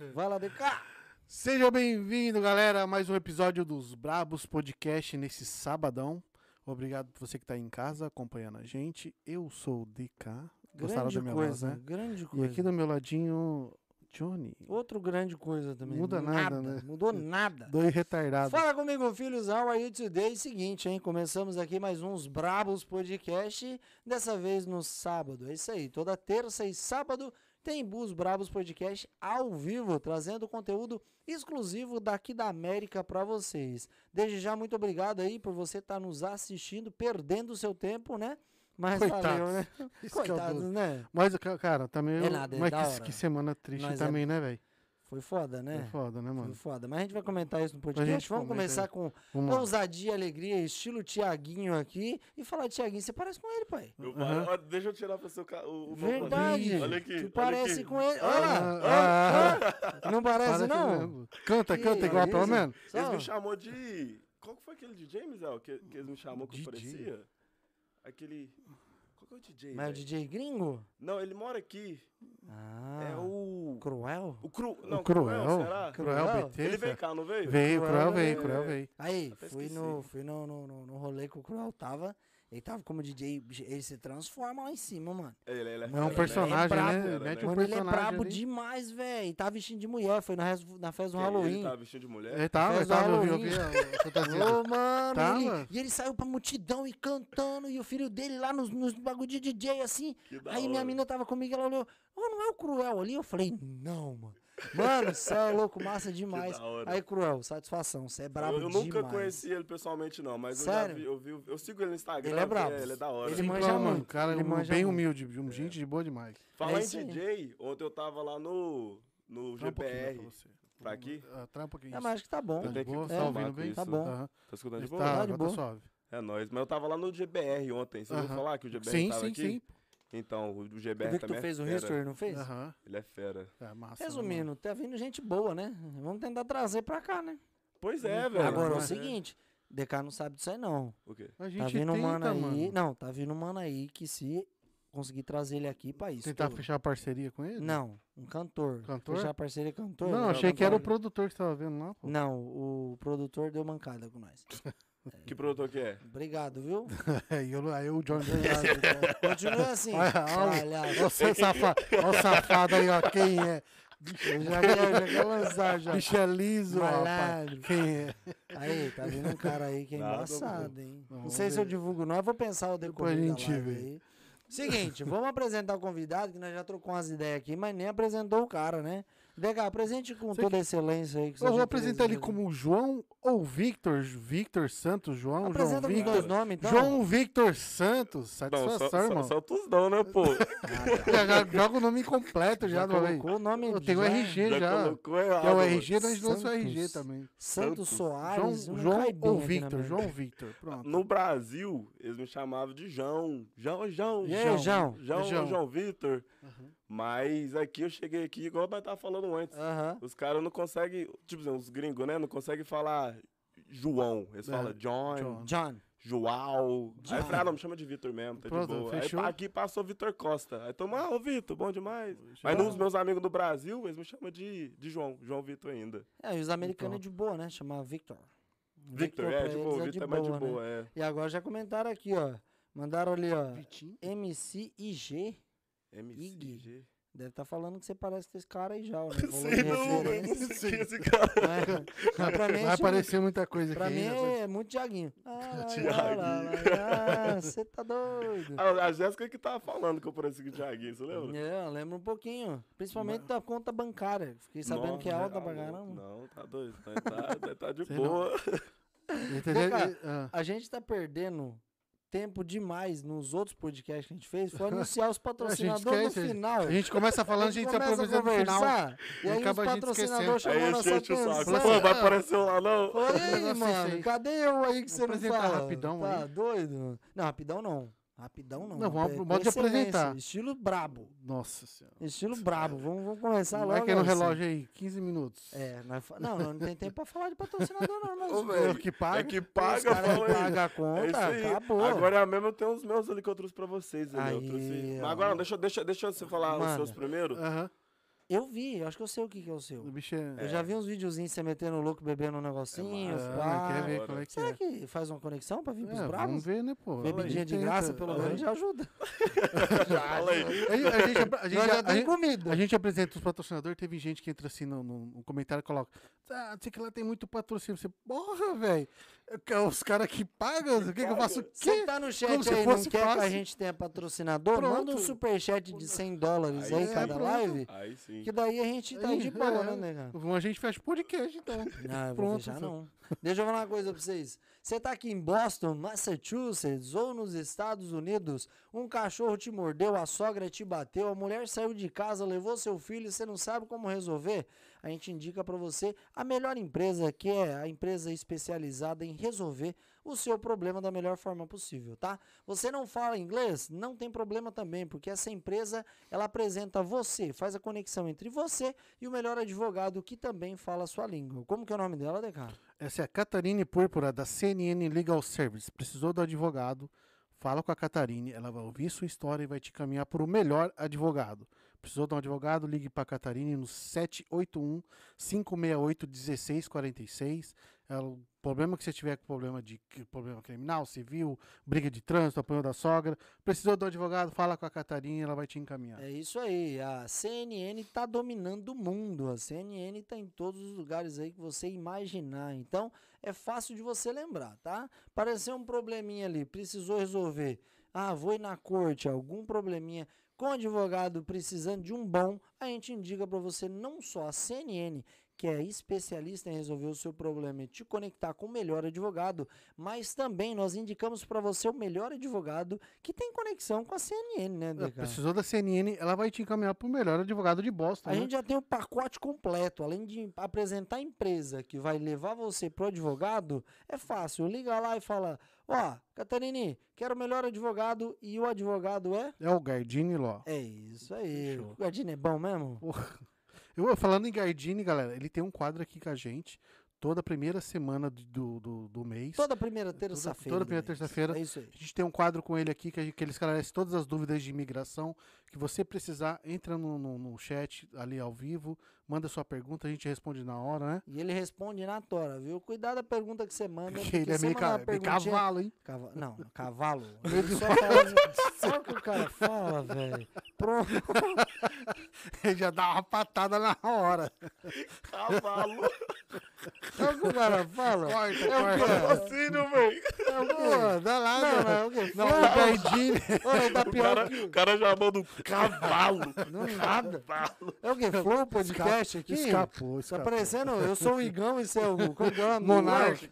Vai lá, DK. Seja bem-vindo, galera, a mais um episódio dos Brabos Podcast nesse sabadão. Obrigado por você que tá aí em casa acompanhando a gente. Eu sou o DK. Gostaram Grande da minha coisa, voz, né? grande E coisa. aqui do meu ladinho, Johnny. Outro grande coisa também. Muda nada, né? Mudou nada. Dois retardados. Fala comigo, filhos, how are you today? Seguinte, hein? Começamos aqui mais uns Brabos Podcast, dessa vez no sábado. É isso aí, toda terça e sábado tem Bus Brabos Podcast ao vivo, trazendo conteúdo exclusivo daqui da América para vocês. Desde já, muito obrigado aí por você estar nos assistindo, perdendo o seu tempo, né? Mas Coitados. valeu, né? Isso que é o Coitados, duro. né? Mas, cara, também. É nada, é mas da que, hora. que semana triste Nós também, né, velho? Foi foda, né? É foda, né, Foi mano? foda. Mas a gente vai comentar isso no A podcast. gente Vamos comenta começar aí. com Vamos lá. ousadia, alegria, estilo Tiaguinho aqui. E falar, Tiaguinho, você parece com ele, pai. Ó, deixa eu tirar pra você o Verdade. Olha aqui. Tu olha parece aqui. com ele. Olha lá. Não parece, não? mesmo. Canta Que igual, pelo isso? menos. Eles Só. me chamou de... Qual que foi aquele DJ, Mizel? Que eles me chamou que eu DJ? parecia? Aquele... Qual que é o DJ, Mas o velho? DJ gringo? Não, ele mora aqui. Ah. É o... Cruel? Não, O Cruel. será? Cruel Cruel? BT. Ele veio cá, não veio? Veio, Cruel, Cruel veio. Aí, Até fui, esqueci. fui no rolê que o Cruel tava. Ele tava como DJ. Bicho, ele se transforma lá em cima, mano. Ele é É um fera, personagem, brabo, né? né? Mete um Mano, ele é personagem brabo ali. demais, velho. E tá vestindo de mulher. Foi na festa do Ele Halloween. tava vestido de mulher? Ele tava, Fez eu o vi a fantasia. Ô, mano, Tava. e ele saiu pra multidão e cantando, e o filho dele lá nos bagulho de DJ, assim. Que da Aí minha hora. mina tava comigo, ela olhou, não é o Cruel ali? Eu falei, não, mano. Mano, você é louco, massa demais. da hora. Aí, Cruel, satisfação, você é brabo Eu demais. nunca conheci ele pessoalmente, não, mas Sério? eu já vi, eu sigo ele no Instagram. Ele é brabo. Ele é da hora. Ele Sim, manja mano, muito, cara, ele manja bem muito. humilde, gente de boa demais. Falar em isso aí. DJ, ontem eu tava lá no Trampa um pouquinho, né, GPR. pra você. Tá aqui? Trampa um pouquinho. É, mas acho que tá bom. Tá Eu de tenho que boa? Tá acostumar ouvindo com bem? isso. Tá bom. Aham. Tá escutando de Tá, boa? de agora tá boa. suave. É nóis. Mas eu tava lá no GBR ontem. Você ouviu Aham. falar que o GBR Sim, tava sim, aqui? sim. Então, o Eu GBR vi que tu também fez é o fera. history, não fez? Aham. Ele é fera. É massa. Resumindo, tá vindo gente boa, né? Vamos tentar trazer pra cá, né? Pois é, velho. Agora é o mas- seguinte, DK não sabe disso aí, não. O quê? A Tá gente vindo um tenta, mano aí. mano. Não, tá vindo um mano aí que se conseguir trazer ele aqui pra isso. Tentar tudo. fechar parceria com ele? Não, um cantor. Cantor? Fechar parceria cantor. Não, né? achei que era o Cantor. produtor que você tava vendo lá, pô. Não, o produtor deu mancada com nós. Que produtor que é? Obrigado, viu? Aí o John Continua assim. Olha palhaço. você safado. Olha o safado aí, ó. Quem é? Eu já quer lançar já. Bicho é liso, rapaz. Malandro. Quem é? Aí, tá vindo um cara aí que é Nada, embaçado, hein? Não Vamos sei se eu ver. divulgo não, eu vou pensar o Depois decorrer a da gente live vê. aí. Seguinte, vamos apresentar o convidado, que nós já trocamos umas ideias aqui, mas nem apresentou o cara, né? Dega, apresente com Você toda a excelência aí. Que Eu vou seja apresentar ele apresentado. como João ou Victor. Victor Santos, João Apresenta com Victor. dois nomes, então. João Victor Santos. Não, Satisfação, irmão. só os não, né, pô? Já joga o nome completo já, do além. colocou o nome. Eu tenho o RG já. colocou errado. Que é o mano. RG, nós lançamos o Santos. RG também. Santos Soares. não João cai bem ou aqui na Victor, minha- João Victor. Pronto. No Brasil, eles me chamavam de João. João. E aí, João? João Vitor. Uhum. Mas aqui eu cheguei aqui, igual nós tava falando antes. Aham. Os caras não conseguem, tipo assim, os gringos, né? Não conseguem falar João. Eles É, falam John, John. João. Aí eu falei, ah, não, me chama de Vitor mesmo, tá Pronto, de boa. fechou. Aí aqui passou Vitor Costa. Aí toma, ô Vitor, bom demais. Mas nos meus amigos do Brasil, eles me chamam de João. João Vitor ainda. É, e os americanos é de boa, né? Chamar Victor. Victor, pra de eles boa. Vitor é mais de né? boa, é. E agora já comentaram aqui, ó. Mandaram ali, ó. Vitinho. MC IG. MCG. Deve estar falando que você parece com esse cara aí já, né? Sei não, velho. Não sei quem é esse cara. Mas pra mim, Vai aparecer muita coisa pra aqui. mim ainda, é muito Tiaguinho. Thiaguinho. Você tá doido. A Jéssica que tava falando que eu pareci com o Thiaguinho, você lembra? É, eu lembro um pouquinho. Principalmente da conta bancária. Fiquei sabendo que é Nossa, alta pra tá caramba. louco. Não, tá doido. Tá de Sei boa. Entendeu? Cara, Ah. A gente tá perdendo tempo demais nos outros podcasts que a gente fez. Foi anunciar os patrocinadores esquece, no final. A gente começa falando, a gente se começa aproveita no final. conversar, E aí acaba os a gente patrocinadores Aí chamou eu nossa enche o saco. atenção. Pô, vai aparecer lá não? Oi, Negócio mano, aí. cadê eu aí que você não apresentar fala? rapidão Tá aí. doido? Não, rapidão não. Rapidão não. Não, vamos- Com pode excelência, apresentar. Estilo brabo. Nossa senhora. Estilo brabo. Vamos começar logo. Marca no assim. relógio aí, 15 minutos. É, não tem tempo pra falar de patrocinador não, mas Ô, velho, que paga. É que os paga, caras fala que aí. pagam a É conta, isso aí. acabou. Agora é mesmo, eu tenho os meus ali que eu trouxe pra vocês. Ali, eu Aí, trouxe... ó. Mas agora não, deixa você falar os Manda. seus primeiro. Aham. Eu vi, eu acho que eu sei o que é o seu. O bicho é... Eu já vi uns videozinhos você metendo o louco, bebendo um negocinho. massa. pá. quer ver como é que Será é. que faz uma conexão pra vir pros Vamos bravos? ver, né, pô? Bebidinha de graça, pelo menos, já ajuda. Fala aí. Nós já tem comida. A gente apresenta os patrocinadores, teve gente que entra assim no comentário e coloca, sei que lá tem muito patrocínio. Você, porra, velho, os caras que pagam, o que eu faço o Você quê? tá no Como chat se aí, não fosse quer que a fácil. gente tenha patrocinador? Pronto. Manda um superchat de $100 aí Aí, cada pronto. live. Aí sim. Que daí a gente tá aí de boa, né, cara? A gente fecha o podcast, então. Não, eu vou Pronto, fechar filho. não. Deixa eu falar uma coisa pra vocês. Você tá aqui em Boston, Massachusetts ou nos Estados Unidos, um cachorro te mordeu, a sogra te bateu, a mulher saiu de casa, levou seu filho e você não sabe como resolver? A gente indica pra você a melhor empresa, que é a empresa especializada em resolver o seu problema da melhor forma possível, tá? Você não fala inglês? Não tem problema também, porque essa empresa, ela apresenta você, faz a conexão entre você e o melhor advogado que também fala a sua língua. Como que é o nome dela, Deca? Essa é a Catarine Púrpura, da CNN Legal Service. Precisou do advogado, fala com a Catarine, ela vai ouvir sua história e vai te caminhar para o melhor advogado. Precisou de um advogado? Ligue para a Catarine no 781-568-1646. O problema que você tiver com problema criminal, civil, briga de trânsito, apoio da sogra, precisou do advogado, fala com a Catarine, ela vai te encaminhar. É isso aí, a CNN tá dominando o mundo, a CNN tá em todos os lugares aí que você imaginar, então é fácil de você lembrar, tá? Apareceu um probleminha ali, precisou resolver, vou ir na corte, algum probleminha com advogado precisando de um bom, a gente indica para você não só a CNN, que é especialista em resolver o seu problema e te conectar com o melhor advogado, mas também nós indicamos para você o melhor advogado que tem conexão com a CNN, né, Deca? Precisou da CNN, ela vai te encaminhar para o melhor advogado de Boston. A gente já tem o pacote completo, além de apresentar a empresa que vai levar você pro advogado, é fácil, liga lá e fala, Catarine, quero o melhor advogado e o advogado é? É o Gardini Law. É isso aí, Fechou. o Gardini é bom mesmo? Falando em Gardini, galera, ele tem um quadro aqui com a gente toda primeira semana do mês. Toda primeira terça-feira. Toda primeira terça-feira. É isso aí. A gente tem um quadro com ele aqui que ele esclarece todas as dúvidas de imigração que você precisar. Entra no chat ali ao vivo, manda sua pergunta, a gente responde na hora, né? E ele responde na tora, viu? Cuidado da pergunta que você manda. Porque ele é meio cavalo, hein? Não, cavalo. Ele só sabe o que o cara fala, velho? Pronto. Ele já dá uma patada na hora. Cavalo. Sabe o que o cara fala? Corta. Patrocínio, velho. É o quê? Pô, dá lá, Não, né? é o quê? Não, o Gardini. Ô, tá pior que... O cara já manda um cavalo. Não, nada. Cavalo. É o quê? Flow Podcast aqui? Escapou. Tá parecendo... Eu sou o Igão e você é o... Como que é o nome? Monark.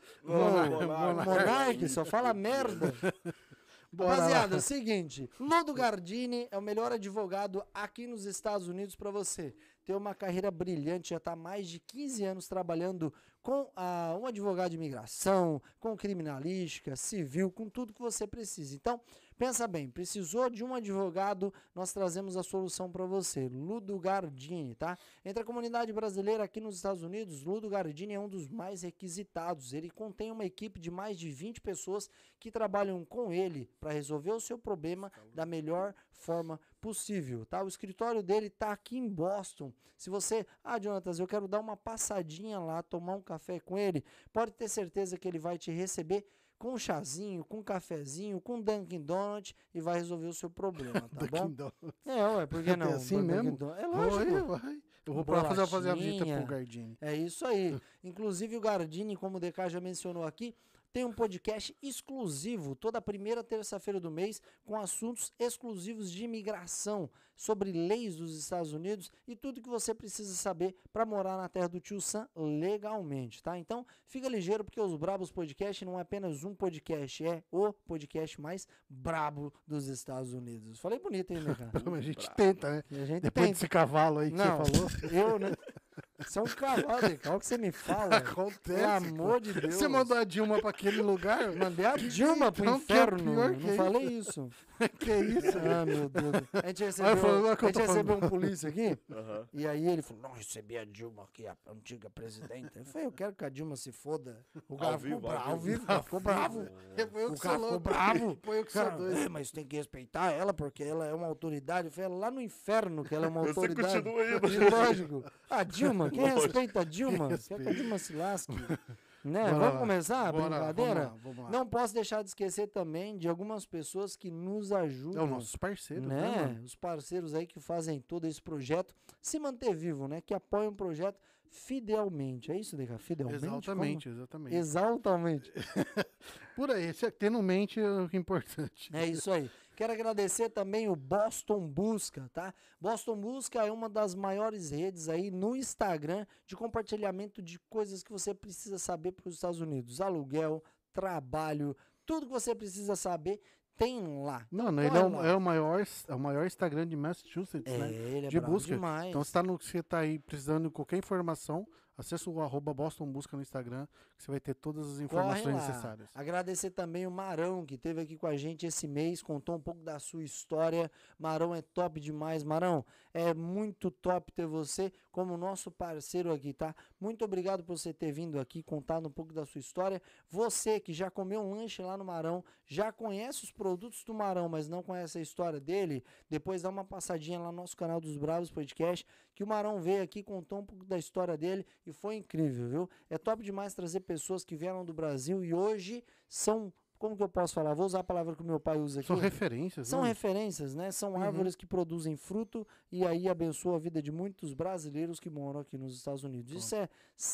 Monark, só fala merda. Bora Rapaziada, é lá. o seguinte, Ludo Gardini é o melhor advogado aqui nos Estados Unidos para você. Tem uma carreira brilhante, já está há mais de 15 anos trabalhando com um advogado de imigração, com criminalística, civil, com tudo que você precisa. Então, pensa bem, precisou de um advogado, nós trazemos a solução para você, Ludo Gardini, tá? Entre a comunidade brasileira aqui nos Estados Unidos, Ludo Gardini é um dos mais requisitados. Ele contém uma equipe de mais de 20 pessoas que trabalham com ele para resolver o seu problema da melhor forma possível, tá? O escritório dele está aqui em Boston. Se você, Jonatas, eu quero dar uma passadinha lá, tomar um café com ele, pode ter certeza que ele vai te receber com um chazinho, com um cafezinho, com um Dunkin' Donut e vai resolver o seu problema, tá bom? Por que não? É assim mesmo? É lógico. Vai. Eu vou pra fazer a visita pro Gardini. É isso aí. Inclusive o Gardini, como o DK já mencionou aqui, tem um podcast exclusivo toda primeira terça-feira do mês com assuntos exclusivos de imigração, sobre leis dos Estados Unidos e tudo que você precisa saber para morar na terra do tio Sam legalmente, tá? Então, fica ligeiro porque os Brabos Podcast não é apenas um podcast, é o podcast mais brabo dos Estados Unidos. Falei bonito, hein, né, cara? A gente tenta, né? A gente Depois tenta. desse cavalo aí que Não, você falou. eu, né? Você é um cavalo, Deca. Olha o que você me fala. Acontece. Pelo amor de Deus. Você mandou a Dilma pra aquele lugar? Mandei a Dilma pro Então, que é inferno. pior que Não falei isso. Que isso? Ah, meu Deus. A gente falando que eu tô recebeu um polícia aqui. Aham. E aí ele falou, não, recebi a Dilma aqui, a antiga presidenta. Eu falei, eu quero que a Dilma se foda. O cara ficou bravo, ao vivo, o cara ficou bravo. Eu O que cara sou ficou louco. bravo. Foi eu que sou Cara, doido. mas tem que respeitar ela, porque ela é uma autoridade. Eu falei, lá no inferno que ela é uma Você autoridade. continua indo. E lógico. A Dilma, quem Lógico. respeita a Dilma? Quer que a Dilma se lasque? Né? Bora Vamos lá. começar a Bora lá, brincadeira? Vamos lá. Não posso deixar de esquecer também de algumas pessoas que nos ajudam. É os nossos parceiros, né, Né? mano? Os parceiros aí que fazem todo esse projeto se manter vivo, né? Que apoiam o projeto fidelmente. É isso, Deca? Fidelmente? Exatamente, exatamente. Exatamente. Por aí, tendo mente é o que é importante. É isso aí. Quero agradecer também o Boston Busca, tá? Boston Busca é uma das maiores redes aí no Instagram de compartilhamento de coisas que você precisa saber para os Estados Unidos. Aluguel, trabalho, tudo que você precisa saber tem lá. Mano, ele corre é lá. o maior Instagram de Massachusetts, né? Ele é De bravo busca. demais. Então, você tá aí precisando de qualquer informação, acessa o @Boston Busca no Instagram, que você vai ter todas as Corre informações lá. necessárias. Agradecer também o Marão, que esteve aqui com a gente esse mês, contou um pouco da sua história. Marão é top demais. Marão, é muito top ter você como nosso parceiro aqui, tá? Muito obrigado por você ter vindo aqui, contado um pouco da sua história. Você que já comeu um lanche lá no Marão, já conhece os produtos do Marão, mas não conhece a história dele, depois dá uma passadinha lá no nosso canal dos Bravos Podcast, que o Marão veio aqui, contou um pouco da história dele e foi incrível, viu? É top demais trazer pessoas que vieram do Brasil e hoje são, como que eu posso falar? Vou usar a palavra que o meu pai usa aqui. São referências, São né? referências, né? São árvores que produzem fruto e aí abençoa a vida de muitos brasileiros que moram aqui nos Estados Unidos. Isso é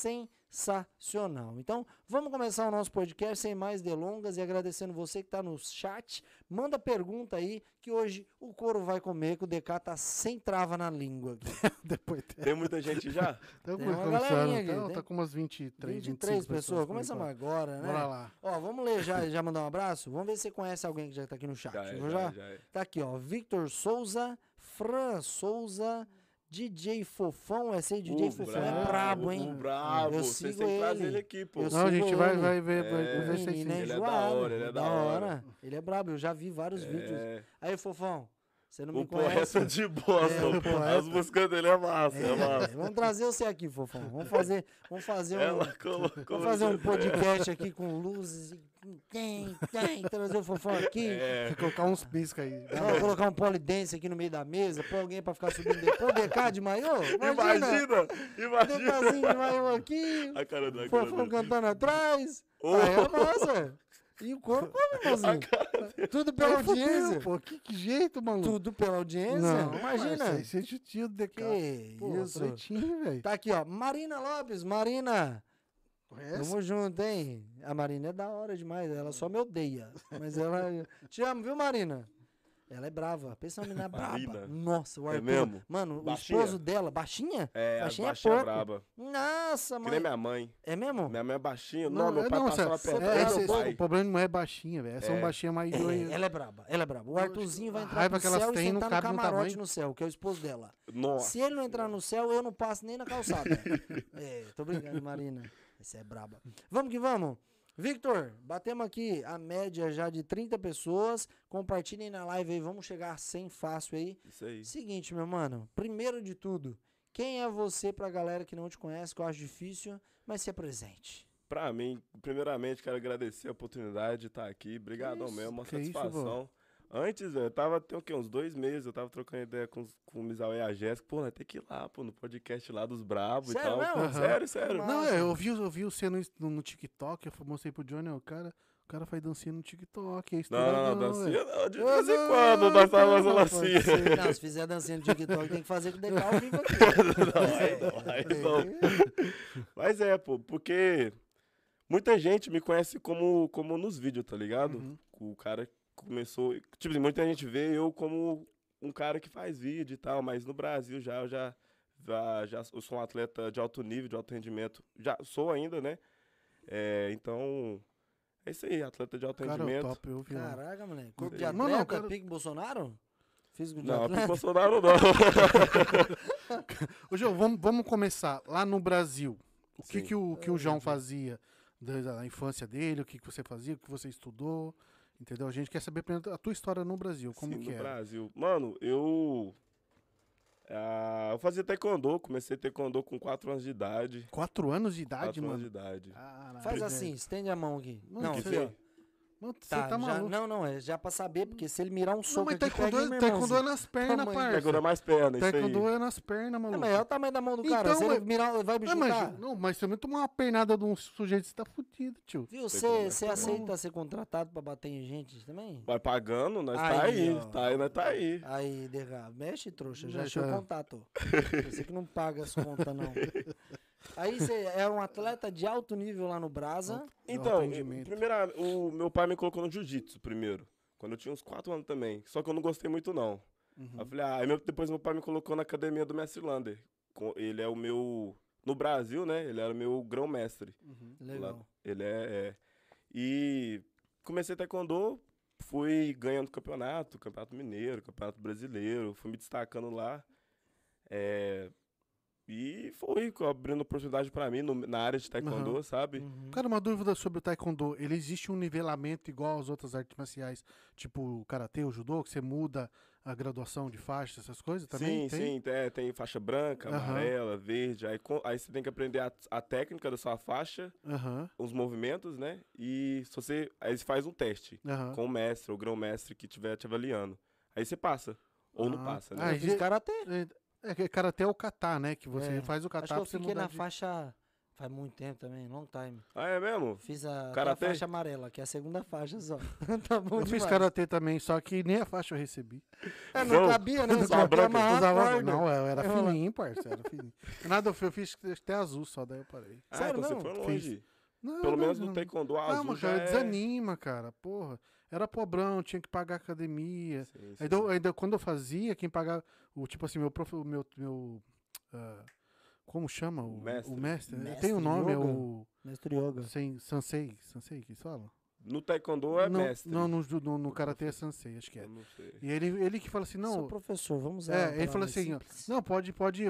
sensacional. Então, vamos começar o nosso podcast sem mais delongas e agradecendo você que está no chat. Manda pergunta aí que hoje o couro vai comer, que o DK tá sem trava na língua aqui. Depois Tem muita gente já? Então, Tem uma começando, galerinha aqui, então, tem tá com umas 23, 23 25 pessoas. por Começamos enquanto. agora, né? Bora lá. Ó, vamos ler já mandar um abraço? Vamos ver se você conhece alguém que já tá aqui no chat. Já é. Tá aqui, ó. Victor Souza, Fran Souza, DJ Fofão, esse aí, DJ Fofão é brabo, hein? Brabo. Eu Vocês sigo têm que trazer ele. ele aqui, pô. Eu Não, a sigo gente vai ele. ver, vai É, ver se é Menino é sim. Ele é da enjoado, hora, ele é da hora. Ele é brabo, eu já vi vários vídeos. É. Aí, Fofão, você não me O conhece? poeta de bosta. É, o poeta. As músicas dele é massa, é massa. Vamos trazer você aqui, Fofão. Vamos fazer Ela colocou. Vamos fazer um podcast aqui com luzes e trazer o Fofão aqui. É. Vou colocar uns pisca aí. Vamos colocar um polidense aqui no meio da mesa, pôr alguém pra ficar subindo depois. Pô, DK de maiô? Imagina! Imagina. DKzinho de maiô aqui, A cara dele. Fofão cantando atrás. Oh. Aí é massa. E o corpo, irmãozinho. Tudo pela audiência. Pô, que jeito, maluco. Tudo pela audiência. Não, Imagina. Isso é tio do DK. Que Pô, isso. pretinho, velho. Tá aqui, ó. Marina Lopes. Marina. Conhece? Tamo junto, hein? A Marina é da hora demais. Ela só me odeia. Mas ela. Te amo, viu, Marina? Ela é brava. Pensa uma menina braba. Marina. Nossa, o É Arthur. mesmo? Mano, Baixinha? o esposo dela, baixinha? É, a Baixinha baixinha porco. braba. Nossa, Que mãe. nem minha mãe. É mesmo? Minha mãe é baixinha. Não, Não, meu pai passava essa- perto. o problema não é baixinha, velho. Essa é uma baixinha mais É, doida. ela é braba, ela é braba. O Arthurzinho vai A entrar raiva no que elas céu e têm não sentar no cabe no camarote tamanho. no céu, que é o esposo dela. Nossa. Se ele não entrar no céu, eu não passo nem na calçada. É, tô brincando, Marina. Essa é braba. Vamos que vamos. Victor, batemos aqui a média já de 30 pessoas. Compartilhem na live aí, vamos chegar a 100 fácil aí. Isso aí. Seguinte, meu mano, primeiro de tudo, quem é você pra galera que não te conhece, que eu acho difícil, mas se apresente. Pra mim, primeiramente, quero agradecer a oportunidade de estar aqui. Obrigadão Isso, mesmo, uma que isso, satisfação. Antes, velho, tem o quê? Uns 2 meses, eu tava trocando ideia com o Misael e a Jéssica. Pô, nós tem que ir lá, pô, no podcast lá dos Brabos e Sério tal. mesmo? Sério, sério. Massa. Não, eu vi você no TikTok, eu mostrei pro Johnny, o cara faz dancinha no TikTok, é Não, estouradão, dancinha velho. não, de vez em quando nós tava fazendo dancinha. Não, se fizer dancinha no TikTok, tem que fazer com o DK ao vivo aqui. Não. Mas é, pô, porque muita gente me conhece como nos vídeos, tá ligado? Uhum. O cara começou. Tipo assim, muita gente vê eu como um cara que faz vídeo e tal, mas no Brasil eu eu sou um atleta de alto nível, de alto rendimento. Já sou ainda, né? Então, é isso aí, atleta de alto Cara, rendimento. top, eu vi lá. Caraca, moleque. Corpo de Não, atleta, não, cara- pique Bolsonaro? Físico de Não, atleta? pro Bolsonaro não. Ô, João, vamos começar lá no Brasil. O que, Sim. que o João fazia da infância dele, o que você fazia, o que você estudou, entendeu? A gente quer saber primeiro a tua história no Brasil, como Sim, que no era. Brasil. Mano, eu fazia taekwondo, comecei taekwondo com 4 anos de idade. 4 anos de 4 idade, anos mano? de idade. Caralho, Faz velho. assim, estende a mão aqui. Mano, Não, que aqui, ó. Mano, você Tá, tá já, maluco. não, é já pra saber, porque se ele mirar um Não, soco mas aqui, pega em meu taekwondo é irmãozinho. nas pernas, Tamanho. parça. Taekwondo é mais perna, isso Taekwondo aí. é nas pernas, É, maluco. mas é o tamanho da mão do cara. Então, Se ele mas- mirar, vai me Não, chutar. mas se eu tomar uma pernada de um sujeito, você tá fudido, tio. Viu, Taekwondo você é aceita ser contratado pra bater em gente também? Vai pagando, nós Aí, tá aí. ó. Tá aí, nós tá aí. Aí, DH, mexe, trouxa. Já Mexe, achei o é. contato. Você que não paga as contas, não. Aí você é um atleta de alto nível lá no Brasa. Então, atendimento. o meu pai me colocou no jiu-jitsu primeiro. Quando eu tinha uns 4 anos também. Só que eu não gostei muito, não. Uhum. Aí eu falei, depois meu pai me colocou na academia do Mestre Lander. Ele é o meu. No Brasil, né? Ele era o meu grão-mestre. Legal. Ele é. E comecei taekwondo, fui ganhando campeonato mineiro, campeonato brasileiro, fui me destacando lá. E foi abrindo oportunidade pra mim na área de taekwondo, sabe? Uhum. Cara, uma dúvida sobre o taekwondo. Ele existe um nivelamento igual às outras artes marciais, tipo o karatê, o judô, que você muda a graduação de faixa, essas coisas também? Sim, tem faixa branca, Aham. amarela, verde. Aí você tem que aprender a técnica da sua faixa, Aham, os movimentos, né? E aí você faz um teste aham. com o mestre, ou grão-mestre que estiver te avaliando. Aí você passa. Ou não Ah, passa, ah, né? Eu fiz karatê. É que karatê é o kata, né? Que você É. faz o Acho kata que pra eu você fiquei mudar na de... faixa faz muito tempo também, long time. Ah, é mesmo? Fiz até a Karatê? faixa amarela, que é a segunda faixa só. Tá bom Eu fiz demais. karatê também, só que nem a faixa eu recebi. É, não Não, cabia, né? usava Você cabia branca, amarrar a Usava- corda. não, eu era Vai rolar. fininho, parça, era fininho. Nada, eu fiz até azul só, daí eu parei. Sério Então mesmo? você foi longe. Não, Pelo não, menos não. no taekwondo azul Calma, já cara, é... desanima, cara, porra. Era pobrão, tinha que pagar academia. Sim, sim. Ainda quando eu fazia, quem pagava, tipo assim, como chama? O Mestre. mestre, né? Mestre Tem um nome, é yoga? o Mestre Yoga. Sansei que se fala? No taekwondo é não, mestre. Não, no karatê é Sansei, acho que é. Eu não sei. E ele que fala assim, Sou não, professor, vamos lá. ele falou assim, ó, não, pode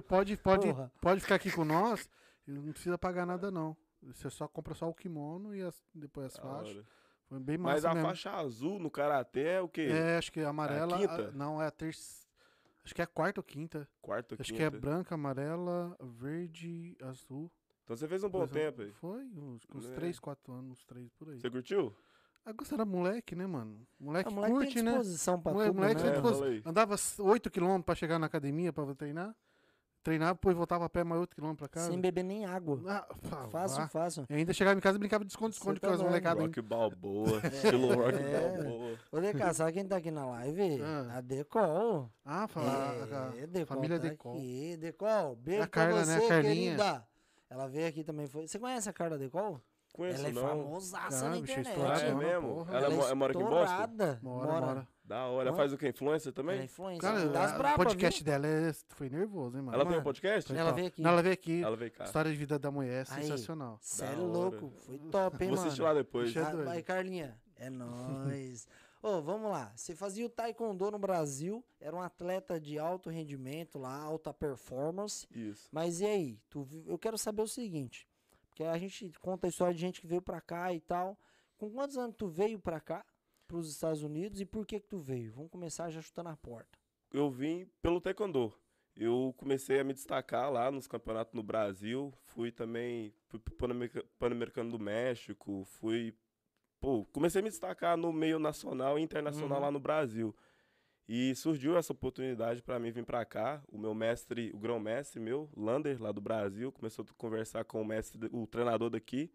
Porra. ficar aqui com nós, não precisa pagar nada não. Você só compra só o kimono e depois as Da faixas. hora. Foi bem Mas massa a mesmo. faixa azul no karatê é o quê? É, acho que é amarela. quinta? Não, é a terça. Acho que é a quarta ou quinta. Quarta, Acho quinta. que é branca, amarela, verde, azul. Então você fez um bom Coisa- tempo aí. Foi, uns É. 3, 4 anos, uns 3 por aí. Você curtiu? Agora era moleque, né, mano? Moleque A moleque curte, tem né? disposição pra Moleque, tudo, moleque né? tem disposição. falei. Andava 8 km pra chegar na academia pra treinar. Treinava, depois voltava a pé mais 8 km pra casa. Sem beber nem água. Ah, pá, Fácil, vá. fácil. E ainda chegava em casa e brincava de esconde-esconde Você com as tá doido. molecadas. Rock Balboa. Estilo Rock É. Balboa. Ô, DK, sabe quem tá aqui na live? Ah. A Decol. Ah, fala. Decol família tá Decol. aqui. Decol, beijo A Carla, pra né, você, a Carlinha? querida. Ela veio aqui também. Você conhece a Carla Decol? Conheço Ela é não. famosaça Ah, na bicho, é internet. estourada, Ah, é Mano, mesmo? porra. Ela mora aqui em Boston? estourada. Mora. Da hora. Ela Mano. faz o quê? Influencer também? Ela é influencer. Cara, das o brabas, podcast dela foi nervoso, hein, mano? Ela tem um Mano, podcast? ela veio aqui. Não, ela veio aqui. Ela veio cá. História de vida da mulher, Aí. sensacional. Cê é Da hora. louco. Foi top, hein, Vou mano? assistir lá depois. Deixa- é doido. Aí, Carlinha. É nóis. Ô, vamos lá. Você fazia o taekwondo no Brasil, era um atleta de alto rendimento lá, alta performance. Isso. Mas e aí? Eu quero saber o seguinte, porque a gente conta a história de gente que veio pra cá e tal. Com quantos anos tu veio pra cá, pros Estados Unidos, e por que tu veio? Vamos começar já chutando a porta. Eu vim pelo taekwondo. Eu comecei a me destacar lá nos campeonatos no Brasil. Fui pro Pan-Americano do México. Comecei a me destacar no meio nacional e internacional Uhum. lá no Brasil. E surgiu essa oportunidade para mim vir para cá. O meu mestre, o grão-mestre meu, Lander, lá do Brasil, começou a conversar com o treinador daqui.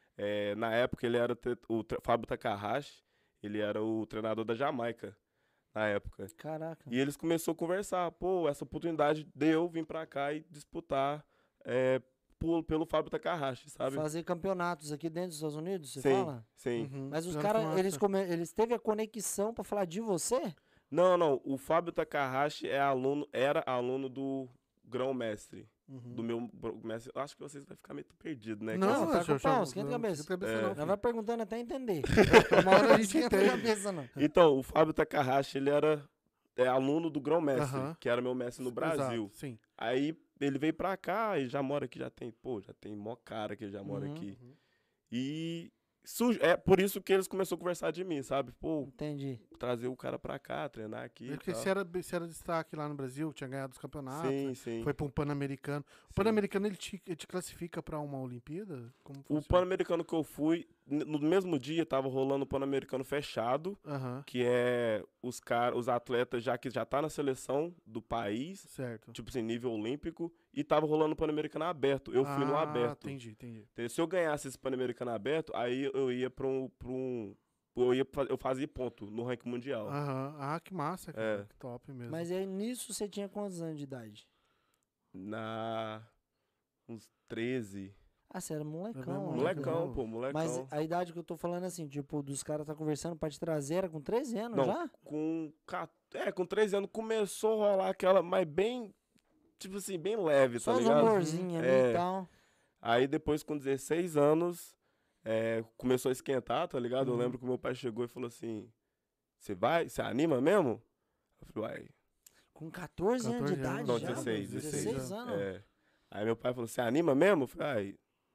Na época ele era Fábio Takahashi, ele era o treinador da Jamaica na época. Caraca. E eles começaram a conversar, essa oportunidade de eu vir pra cá e disputar pelo Fábio Takahashi, sabe? Fazer campeonatos aqui dentro dos Estados Unidos, você Sim, fala? sim. Uhum. Mas os Já caras, foi massa. eles teve a conexão pra falar de você? Não, o Fábio Takahashi era aluno do grão-mestre, Uhum. do meu mestre. Acho que vocês vão ficar meio perdidos, né? Não, tá com eu pau, chamo- esquenta a não, cabeça. esquenta a cabeça É. não, Nós filho. vai perguntando até entender. Uma hora a gente Esquenta a entende. cabeça, não. Então, o Fábio Takahashi, ele era aluno do grão-mestre, Aham. que era meu mestre no Brasil. Exato, sim. Aí ele veio pra cá e já mora aqui, já tem mó cara que ele já mora aqui. E é por isso que eles começaram a conversar de mim, sabe? Pô, Entendi. trazer o cara pra cá, treinar aqui e Porque tal. você era destaque lá no Brasil, tinha ganhado os campeonatos, Sim, sim. foi para um Pan-Americano. O Pan-Americano, ele te classifica para uma Olimpíada? Como O funciona? Pan-Americano que eu fui, no mesmo dia tava rolando o Pan-Americano fechado, Aham, que é os atletas que já tá na seleção do país, certo. tipo assim, nível olímpico, e tava rolando o Pan-Americano aberto. Eu fui no aberto. Entendi. Entendeu? Se eu ganhasse esse Pan-Americano aberto, aí eu ia eu fazia ponto no ranking mundial. Aham. Ah, que massa, cara. É. Que top mesmo. Mas aí nisso você tinha quantos anos de idade? Uns 13. Ah, você era molecão. Era né? Molecão, pô, molecão. Mas a idade que eu tô falando assim, tipo, dos caras tá conversando pra te trazer, era com 13 anos Não, já? com 13 anos começou a rolar aquela, mas bem, tipo assim, bem leve, Só tá os ligado? amorzinhos ali É. e tal. Aí depois, com 16 anos, começou a esquentar, tá ligado? Eu lembro que meu pai chegou e falou assim, você anima mesmo? Eu falei, uai, Com 14 anos de 14 idade não, já? 16, 16 anos? É. Aí meu pai falou, você anima mesmo? Eu falei,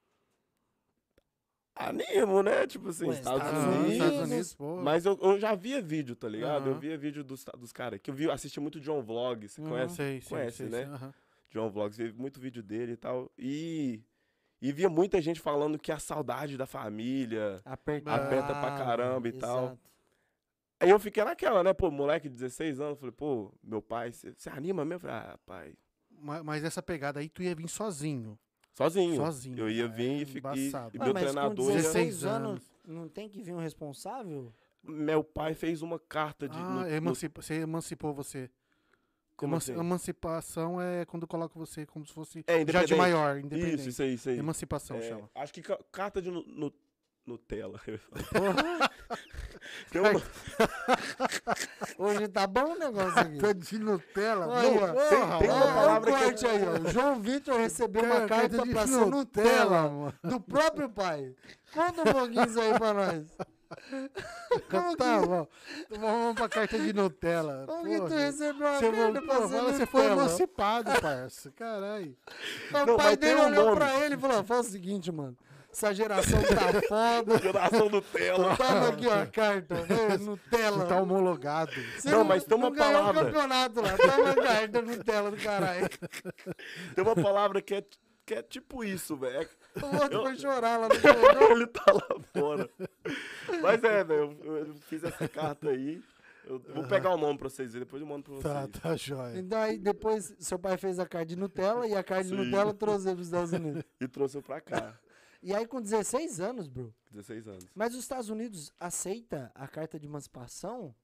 animo, né? Tipo assim, Ué, Estados Estados Unidos. Estados Unidos, pô. Mas eu já via vídeo, tá ligado? Eu Aham. via vídeo dos caras. Que assisti muito John Vlog, você conhece? Sei, conhece, né? aham. John Vlogs, vi muito vídeo dele e tal. E via muita gente falando que a saudade da família aperta pra caramba e tal. exato. Aí eu fiquei naquela, né? Pô, moleque de 16 anos, falei, pô, meu pai, você anima mesmo? Eu falei, pai, Mas essa pegada aí, tu ia vir sozinho. sozinho. Sozinho. Eu ia vir e embaçado. e Ué, meu mas com treinador ia... 16 16 anos, não tem que vir um responsável? Meu pai fez uma carta de... Você emancipou você. Como assim? Emancipação é quando coloca você como se fosse É, já de independente. maior, independente. Isso aí. Emancipação É, chama. acho que carta de Nutella. Tem Hoje tá bom o negócio aqui. Carta de Nutella. Olha, Porra, tem uma mano. palavra olha o que corte aí, ó. O João Vitor recebeu uma carta de pra ser Nutella mano. do próprio pai. Conta um pouquinho isso aí pra nós. Como Tá que, bom. Então vamos pra carta de Nutella. como que tu Porra. recebeu uma Você, carta pra ser você foi Nutella? emancipado, parça. Caralho. O Não, pai mas dele tem um olhou nome. pra ele e falou, faz o seguinte, mano. Essa geração tá foda. Geração Nutella. Toma aqui, ó, a carta. Nutella. Tá homologado. Você Não, mas tem uma não ganhou palavra. o campeonato lá. Toma a carta Nutella do caralho. Tem uma palavra que é tipo isso, velho. O outro foi chorar lá no corredor. Ele tá lá fora. Mas velho, eu fiz essa carta aí. Eu vou pegar o nome pra vocês verem, depois eu mando pra vocês. Tá jóia. Então aí depois seu pai fez a carta de Nutella e a carta de Sim. Nutella trouxe ele pros Estados Unidos. E trouxe eu pra cá. E aí com 16 anos, bro. 16 anos. Mas os Estados Unidos aceita a carta de emancipação,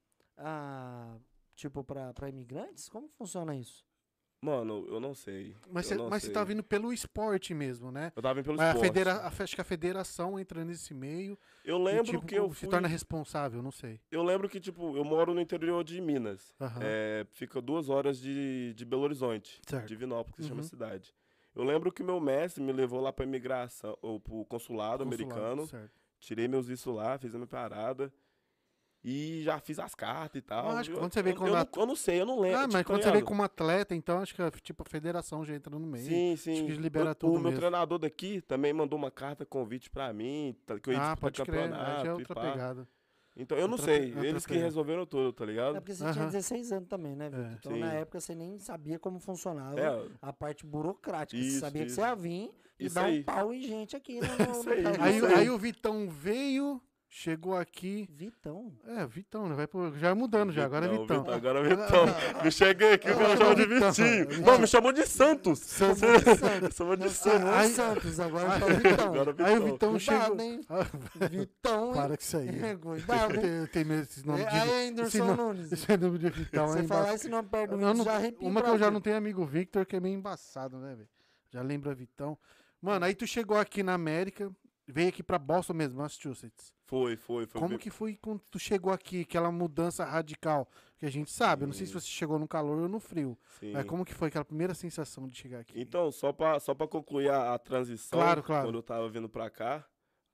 tipo, pra imigrantes? Como funciona isso? Mano, eu não sei. Mas Eu não você sei. tá vindo pelo esporte mesmo, né? Eu tava vindo pelo Mas esporte. acho que a federação entra nesse meio Eu e, lembro tipo, que eu se fui... torna responsável, não sei. Eu lembro que, tipo, eu moro no interior de Minas. Aham. Fica 2 horas de Belo Horizonte, Certo. Divinópolis, que se chama Uhum. cidade. Eu lembro que meu mestre me levou lá pra imigração, ou pro consulado Consulado, americano. certo. Tirei meus vistos lá, fiz a minha parada. E já fiz as cartas e tal. Eu acho que quando você vem com eu não sei, eu não lembro. Ah, mas tipo, quando tá você vem ligado? como atleta, então acho que tipo, a federação já entra no meio. Sim, sim. Acho que libera o tudo meu mesmo. treinador daqui também mandou uma carta convite pra mim, que eu ia disputar Pode crer, aí campeonato já é e outra pá. pegada. Então eu não Outra sei, outra eles que pegada. resolveram tudo, tá ligado? É porque você tinha Aham. 16 anos também, né, Vitor? É. Então Sim. na época você nem sabia como funcionava É, a parte burocrática. Você Isso, sabia que isso. você ia vir e Isso dar aí. um pau em gente aqui no Isso aí, país. Aí, Isso aí. aí o Vitão veio, chegou aqui. Vitão. Vitão, né? Já mudando já, agora é Vitão. Agora é Vitão. Me cheguei aqui, o cara Agora chamou de Vitão. Vitinho. Não, me chamou de Santos. Chamou de Não, Santos. não é Santos, agora é Vitão. Agora Aí o Vitão. Vitão chegou. Cuidado, hein? Ah, Vitão, Para hein? com isso aí. Cuidado, hein? Eu tenho medo desses nomes de Aí, esse Anderson nome- Nunes. Esse nome de Vitão Você é falar embaçado. esse nome perto do Eu Nunes, não- já arrepia Uma que eu já pra não tenho amigo Victor, que é meio embaçado, né, velho? Já lembra Vitão. Mano, aí tu chegou aqui na América, veio aqui pra Boston mesmo, Massachusetts. Foi. Como que foi quando tu chegou aqui, aquela mudança radical que a gente sabe? Eu não sei se você chegou no calor ou no frio. Sim. Mas como que foi aquela primeira sensação de chegar aqui? Então, só pra concluir a transição, Claro. quando eu tava vindo pra cá,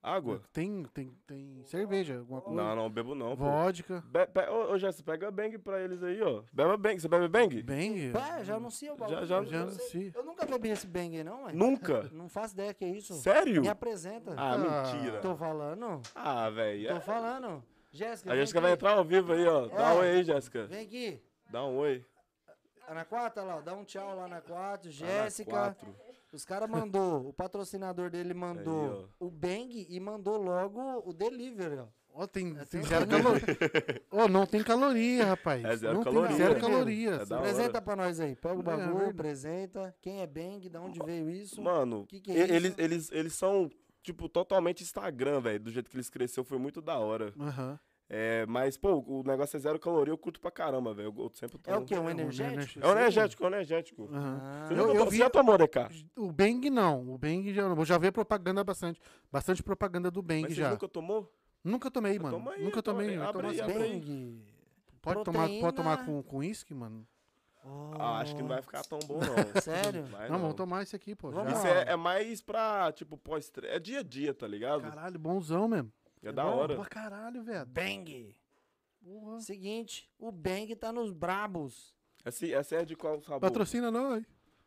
Água? Tem cerveja, alguma coisa. Não, não bebo não, pô. Vodka. Ô, Jéssica, pega Bang pra eles aí, ó. Beba Bang. Você bebe Bang? Bang? Já anuncia o bagulho. Já Já anuncia. Eu nunca bebi esse Bang aí, não, ué. Nunca? Não faço ideia que é isso. Sério? Me apresenta. Ah, mentira. Tô falando. Ah, velho. Tô falando. Jéssica, A vem Jéssica aqui. vai entrar ao vivo aí, ó. Dá um oi aí, Jéssica. Vem aqui. Dá um oi. Ana 4, lá, dá um tchau lá na 4. Ana Jéssica. 4. Os caras mandou, o patrocinador dele mandou Aí, o Bang e mandou logo o delivery, ó. Ó, tem tem zero caloria. Ó, não tem caloria, rapaz. É zero não caloria. tem zero Primeiro. calorias. É da Apresenta hora. pra nós aí. Pega o É, bagulho, verdade. apresenta. Quem é Bang, de onde veio isso? Mano, Que é isso? eles são, tipo, totalmente Instagram, velho. Do jeito que eles cresceu foi muito da hora. Aham. É, mas, pô, o negócio é zero caloria, eu curto pra caramba, velho. Eu sempre tomo. É o quê? Um um energético? É energético, é energético. Aham. Ah, Você, Eu você vi- já tomou, DK? O Bang não. O Bang já não. Eu já vi propaganda bastante. Bastante propaganda do Bang Mas você já. nunca tomou? Nunca tomei, mano. Toma aí, Nunca toma tomei. aí, Eu abre tomo aí, assim. abre aí. Bang. Pode tomar Proteína. com uísque, mano? Ah, acho que não vai ficar tão bom, não. Sério? Vai, Não, vamos tomar esse aqui, pô. Vamos já. Isso lá. é mais pra, tipo, pós-treino. É dia a dia, tá ligado? Caralho, bonzão mesmo. É da bom? hora. Pra caralho, velho. Bang. Porra. Seguinte, o Bang tá nos brabos. Essa é de qual sabor? Patrocina nós.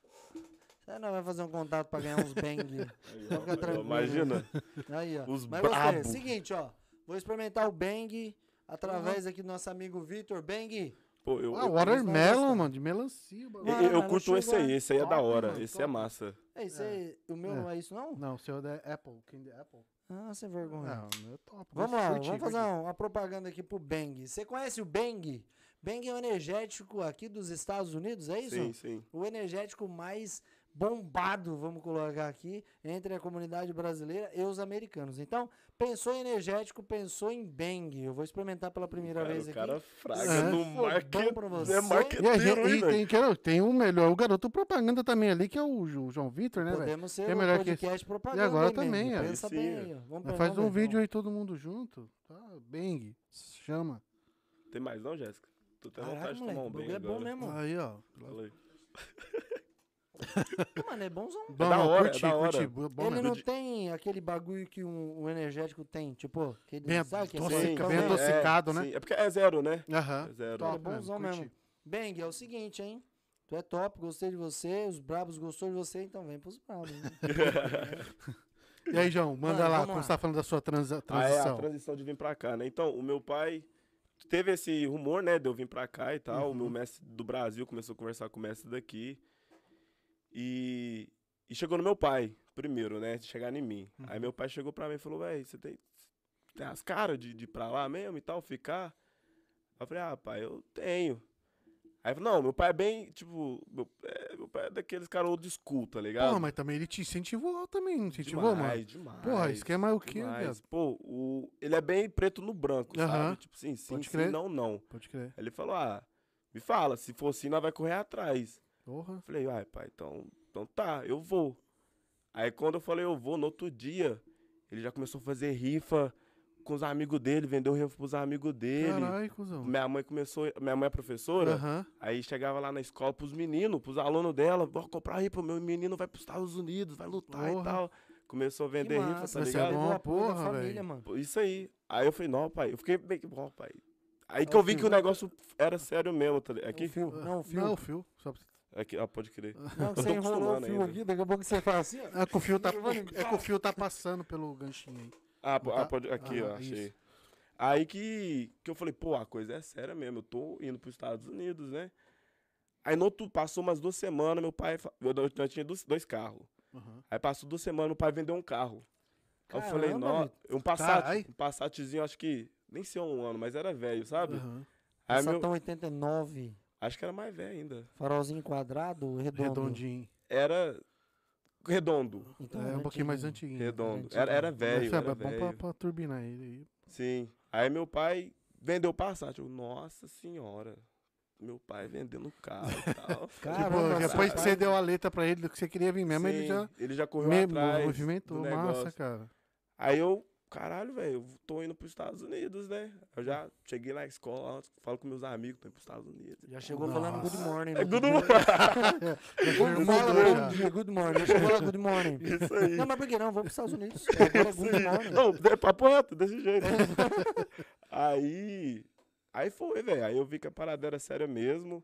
Você não vai fazer um contato pra ganhar uns Bang. Aí, ó, Fica tranquilo. Imagina. Aí, ó. Os Mas gostei. brabo. Seguinte, ó. Vou experimentar o Bang através aqui do nosso amigo Vitor. Bang. Pô, eu, Ah, eu, watermelon, gostar. mano. De melancia. o bagulho. eu, Mano, eu mas curto não esse chegou aí. Esse aí é da top, hora. mano, Esse top. é massa. É isso aí. O meu não é isso, não? Não, o seu é da Apple. Candy Apple. Ah, sem vergonha. Não, o meu é top. Vamos lá, Curti, vamos fazer curti. uma propaganda aqui pro Bang. Você conhece o Bang? Bang é um energético aqui dos Estados Unidos, é isso? Sim, sim. O energético mais bombado, vamos colocar aqui, entre a comunidade brasileira e os americanos. Então, pensou em energético, pensou em Bang. Eu vou experimentar pela primeira vez O aqui. cara fraga É. no Se for bom pra você. É E, a marqueteiro, gente, hein, e velho? tem o melhor, o garoto propaganda também ali, que é o João Vitor, né, velho? Podemos ser Que é um melhor que podcast propaganda. E agora hein, Bang? também, ó. Pensa Aí bem sim, aí, ó. Vamos Nós pe- faz vamos um ver, vídeo aí todo mundo junto. Tá, Bang. Chama. Tem mais não, Jéssica? Tô até Caraca, vontade de moleque, tomar o um bem bagulho é bom agora. mesmo. Aí, ó. Fala aí. Mano, é bonzão. Bom, da hora, curti, é da hora. curti. Bom Ele mesmo. não tem aquele bagulho que um energético tem, tipo, aquele, Bem sabe que é adocica- secão, bem né? adocicado, né? Sim, é porque é zero, né? Aham. É zero. É Top bonzão mesmo, mesmo. curti. Bang, é o seguinte, hein? Tu é top, gostei de você, os brabos gostou de você, então vem pros brabos. Né? E aí, João, manda Mano, lá, vamos como lá. você tá falando da sua Ah, é a transição. transição de vir pra cá, né? Então, o meu pai teve esse rumor, né, de eu vir pra cá e tal. O meu mestre do Brasil começou a conversar com o mestre daqui. E chegou no meu pai, primeiro, né, de chegar em mim. Aí meu pai chegou pra mim e falou, véi, você tem as caras de ir pra lá mesmo e tal, ficar? Eu falei, ah, pai, eu tenho. Aí ele falou, não, meu pai é bem, tipo, meu pai é daqueles caras old school, tá ligado? Porra, mas também ele te incentivou também, não incentivou, mano? Demais. Porra, isso que é mais o quê, demais. viado? Pô, ele é bem preto no branco, Aham. sabe? Tipo assim, sim, Pode sim, crer. não, não. Pode crer. Aí ele falou, ah, me fala, se for assim, nós vai correr atrás. Porra. Eu falei, ai, pai, então tá, eu vou. Aí quando eu falei, eu vou, no outro dia, ele já começou a fazer rifa com os amigos dele, vendeu rifa pros amigos dele. Caralho, cuzão. Minha mãe é professora, Aham. aí chegava lá na escola pros meninos, pros alunos dela, vou comprar rifa, meu menino vai pros Estados Unidos, vai lutar Porra. e tal. Começou a Que vender rifa, massa, tá Isso é ligado? bom, Levou apoio da porra, família, velho. mano. Pô, isso aí. Aí eu falei, não, pai, eu fiquei bem que bom, pai. Aí que É o eu vi que fio. o negócio era sério mesmo, tá ligado? É Aqui, o fio. Não, o fio. Não, o fio. Só... aqui, pode crer. Não, tô você enrolou o acostumando fio ainda. aqui, daqui a pouco você fala assim, ó. É que o fio tá passando pelo ganchinho aí. Tá? Pode, aqui, Ah, ó, achei. isso. Aí que eu falei, pô, a coisa é séria mesmo, eu tô indo pros Estados Unidos, né? Aí passou umas 2 semanas, meu pai, eu tinha dois carros. Aham. Aí passou 2 semanas, meu pai vendeu um carro. Aí eu falei, Caramba, não, Vitor. Carai. um Passatzinho, acho que nem sei um ano, mas era velho, sabe? Aham. Aí meu, Satão 89, acho que era mais velho ainda. farolzinho quadrado, redondo. Redondinho. Era redondo. Então, É um pouquinho mais antigo. antiguinho. Redondo. antigo. Era velho, Mas, sabe, era é bom velho. pra turbinar ele aí. Sim. Aí meu pai vendeu o Passat. Eu, nossa senhora. Meu pai vendendo carro e tal. Caramba, Tipo, depois seu que pai- você deu a letra pra ele do que você queria vir mesmo, Sim, ele já ele já correu me atrás movimentou. do Massa, negócio. cara. Aí eu caralho, velho, eu tô indo pros Estados Unidos, né? Eu já cheguei na escola, falo com meus amigos, tô indo pros Estados Unidos. Já chegou Nossa. falando good morning. É good morning. morning. Fala Mudou bom já. dia, good morning. Já chegou lá, good morning. Isso aí. Não, mas por que não? Vou pros Estados Unidos. Agora é good morning. Não, é papo reto, desse jeito. Aí foi, velho. Aí eu vi que a parada era séria mesmo.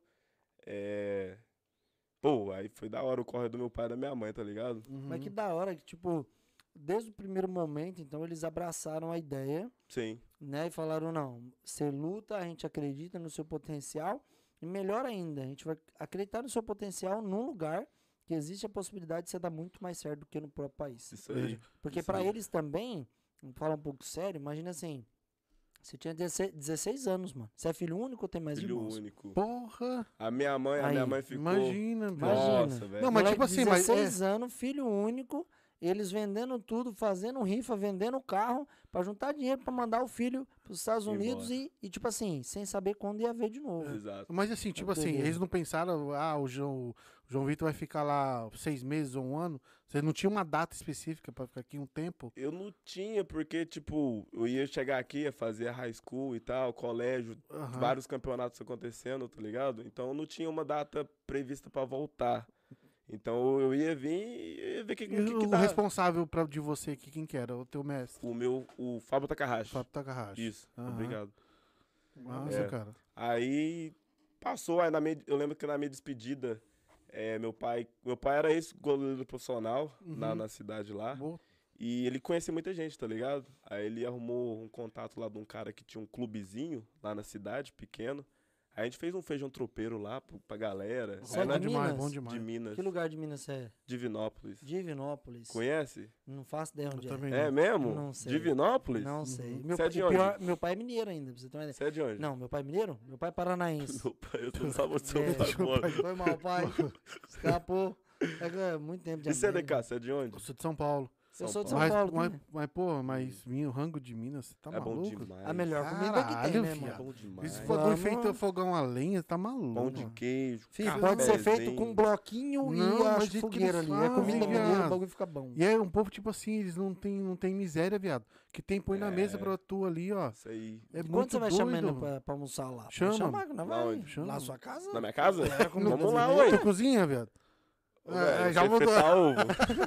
Pô, aí foi da hora o corre do meu pai e da minha mãe, tá ligado? Mas que da hora que, tipo, desde o primeiro momento, então, eles abraçaram a ideia, Sim. né? E falaram, não, você luta, a gente acredita no seu potencial. E melhor ainda, a gente vai acreditar no seu potencial num lugar que existe a possibilidade de você dar muito mais certo do que no próprio país. Isso aí. Porque Isso pra aí. eles também, vamos falar um pouco sério, imagina assim, você tinha 16 anos, mano. Você é filho único ou tem mais Filho irmãos? único. Porra, A minha mãe ficou... imagina, velho. Imagina. Nossa, velho. Não, mas Moleque tipo de assim, mas 16 anos, filho único, eles vendendo tudo, fazendo rifa, vendendo carro, pra juntar dinheiro pra mandar o filho pros Estados Ir Unidos embora. e, tipo assim, sem saber quando ia ver de novo. Exato. Mas assim, tipo assim, doideira. eles não pensaram, o João Vitor vai ficar lá 6 meses ou um ano? Vocês não tinham uma data específica pra ficar aqui um tempo? Eu não tinha, porque, tipo, eu ia chegar aqui, ia fazer high school e tal, colégio, Aham. vários campeonatos acontecendo, tá ligado? Então eu não tinha uma data prevista pra voltar. Então eu ia vir e ia ver o que E o dá. responsável de você aqui, quem que era? O teu mestre? O Fábio Takahashi. Fábio Takahashi. Isso, Aham. obrigado. Nossa, É. cara. Aí passou, aí eu lembro que na minha despedida, meu pai era ex-goleiro profissional na cidade lá. Boa. E ele conhecia muita gente, tá ligado? Aí ele arrumou um contato lá de um cara que tinha um clubezinho lá na cidade, pequeno. Aí a gente fez um feijão tropeiro lá pra galera. Você é Aí de lá demais, Minas? bom de demais. Minas, Que lugar de Minas você é? Divinópolis. Divinópolis. Conhece? Não faço ideia onde Eu é. também É não. mesmo? Não sei. Divinópolis? Não sei. Meu, Você é pai, de onde? meu pai é mineiro ainda, pra você ter uma ideia. Você é de onde? Não, meu pai é mineiro? Meu pai é paranaense. Meu pai, eu não sabia onde seu É, pai mora. Foi mal, pai. Escapou. É muito tempo de E você é de América. cá? Você é de onde? Eu sou de São Paulo. Eu sou de São mas, Paulo mas, também. mas, pô, mas vinho, rango de Minas, você tá É bom maluco? demais. A melhor comida que tem, Caralho, né, fiado. É mano? bom demais. Esse bagulho Vamos. feito fogão a lenha, tá maluco. Pão de queijo. Filho, pode ser feito cafezinho. com um bloquinho Não, e mas a do jeito que fogueira eles ali. É comida fazem, mineira, o viado. bagulho fica bom. E é um povo, tipo assim, eles não tem miséria, viado. Que tem põe na mesa pra tu ali, ó. Isso aí. É Quando muito você vai doido. chamando pra almoçar lá? Chama. Chama, não vai. Aonde? Chama. Na sua casa? Na minha casa? comida Vamos lá, brasileira. ué. Tu cozinha, viado? Ô, velho, já você mudou. fritar ovo.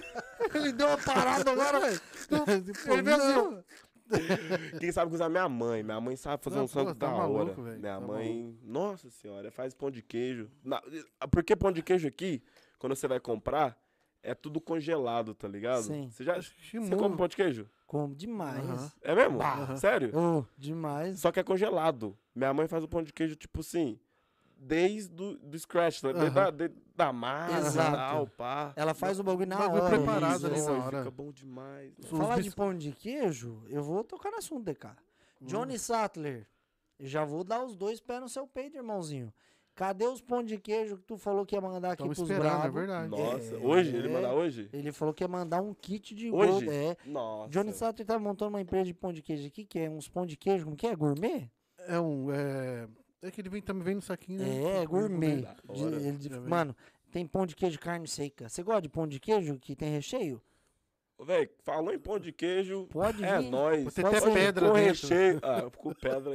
Ele deu uma parada agora, velho. Ele veio assim, Quem sabe cozinhar é minha mãe. Minha mãe sabe fazer Não, um sangue pô, tá da maluco, hora. velho, Minha tá mãe, nossa senhora, faz pão de queijo. Porque pão de queijo aqui, quando você vai comprar, é tudo congelado, tá ligado? Sim. Você come Chimuno. pão de queijo? Como demais. Aham. É mesmo? Bah. Sério? Oh, demais. Só que é congelado. Minha mãe faz o pão de queijo, tipo assim, desde do scratch, né? Desde da massa Exato. e tal, pá. Ela faz o bagulho na Bagulho hora. preparado isso, ali isso. na Oi, hora. fica bom demais. Os Falar de bis- pão de queijo, eu vou tocar no assunto, DK. Johnny Sattler, já vou dar os 2 pés no seu peito, irmãozinho. Cadê os pão de queijo que tu falou que ia mandar aqui Tamo pros esperando, é bravos? verdade. Nossa, É. hoje? Ele manda hoje? Ele falou que ia mandar um kit de Hoje? gold. É. Nossa. Johnny Sattler tá montando uma empresa de pão de queijo aqui, que é uns pão de queijo, como que é? Gourmet? É que ele também vem no saquinho, né? É, gourmet. Da hora. Mano, tem pão de queijo de carne seca. Você gosta de pão de queijo que tem recheio? Ô, véi, falou em pão de queijo. Pode É vir. nóis. Você Pode tem ser pedra com dentro. recheio. Ah, com pedra.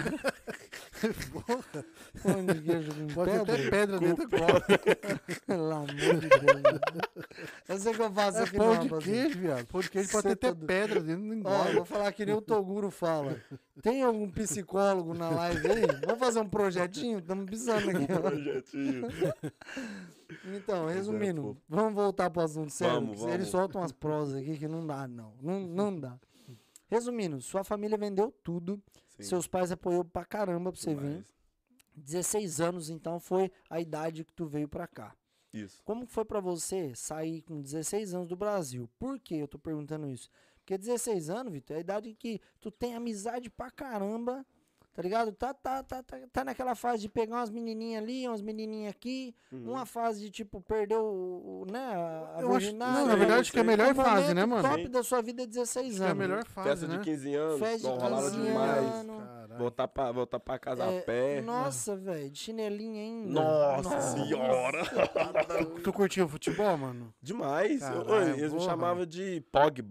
Pão de queijo com Pode ter pedra? até pedra dentro da copa. Pelo amor de Deus. Eu sei que eu faço É aqui pão não, de rapaziada. queijo, viado. Pão de queijo pode Cê ter até tá pedra dentro, não Ó, eu engorda. vou falar que nem o Toguro fala. Tem algum psicólogo na live aí? Vamos fazer um projetinho? Estamos precisando aqui. ó. Projetinho. Então, resumindo, pô. vamos voltar para o assunto sério. Vamos, que Eles vamos. soltam umas prosas aqui que não dá, não. Não dá. Resumindo, sua família vendeu tudo. Sim, Seus pais apoiou pra caramba pra você vir. demais. 16 anos, então, foi a idade que tu veio pra cá. Isso. Como que foi pra você sair com 16 anos do Brasil? Por que eu tô perguntando isso? Porque 16 anos, Vitor, é a idade que tu tem amizade pra caramba, tá ligado? Tá naquela fase de pegar umas menininhas ali, umas menininhas aqui, uma fase de, tipo, perder né, a Eu acho, virgindade. não, na verdade, acho que é a melhor O fase, né, momento mano? top da sua vida é 16 Acho que é a anos. melhor fase, Festa né? de 15 anos. Festa de não, rolava 15 demais. anos. Caralho. Voltar pra casa a É, pé. Nossa, velho, de chinelinha ainda. Nossa senhora. Tu curtia futebol, mano? Demais. Caralho, Oi, eles me porra. chamavam de Pogba.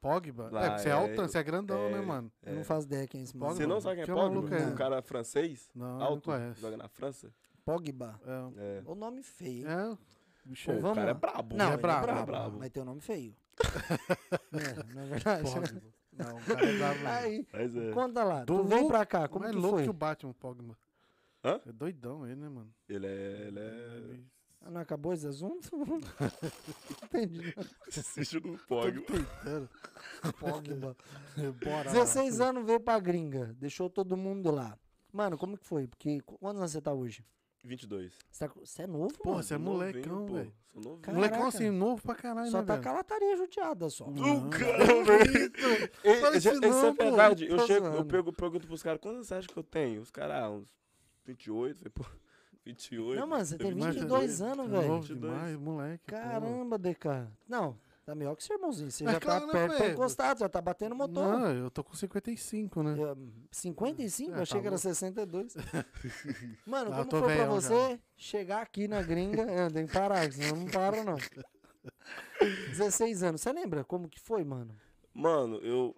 Pogba? Lá, Você é altão, você é grandão, né, mano? Eu não faço ideia quem é esse Pogba. mano. Você não sabe quem é Que Pogba? maluco é Um esse? cara francês? Não, eu não Alto, conheço. joga na França? Pogba. É. O nome feio, hein? É, o bicho Pô, é... o vamos cara é lá. brabo. Não, ele é ele brabo, é ele é brabo, brabo. mas tem o nome feio. Não é verdade? Pogba. Não, o cara é brabo. mesmo. Aí, Mas é. conta lá. Do Tu veio louco- pra cá, como mais que louco foi? que o Batman, Pogba. Hã? É doidão ele, né, mano? Ele é. Ah, não acabou esse assunto? Entendi. Assiste no Pogba. Tentando. Pogba. Bora lá. 16 anos veio pra gringa. Deixou todo mundo lá. Mano, como que foi? Porque quantos anos você tá hoje? 22. Você é novo, Porra, mano? você é Novinho, molecão, pô. velho. Sou novinho. Caraca. Molecão assim, novo pra caralho, Só né, tá velho? com a lataria judiada só. Não, Cara, velho. Fala isso Isso não, é pô. verdade. Eu Tô chego, zoando. eu pergunto pros caras, quantos você acha que eu tenho? Os caras, uns 28. Falei, pô, 28. Não, mano, você tem Mas 22 é anos, novo velho. 22. demais, moleque. pô. Caramba, DK. Não, tá melhor que seu irmãozinho. Você Mas já claro, tá né, perto pra velho? encostado, já tá batendo o motor. Não, eu tô com 55, né? 55? É, Eu achei tá que era louco. 62. Mano, Não, eu como tô foi pra velhão você chegar aqui na gringa? Tem que parar, senão não para, não. 16 anos. Você lembra como que foi, mano? Mano,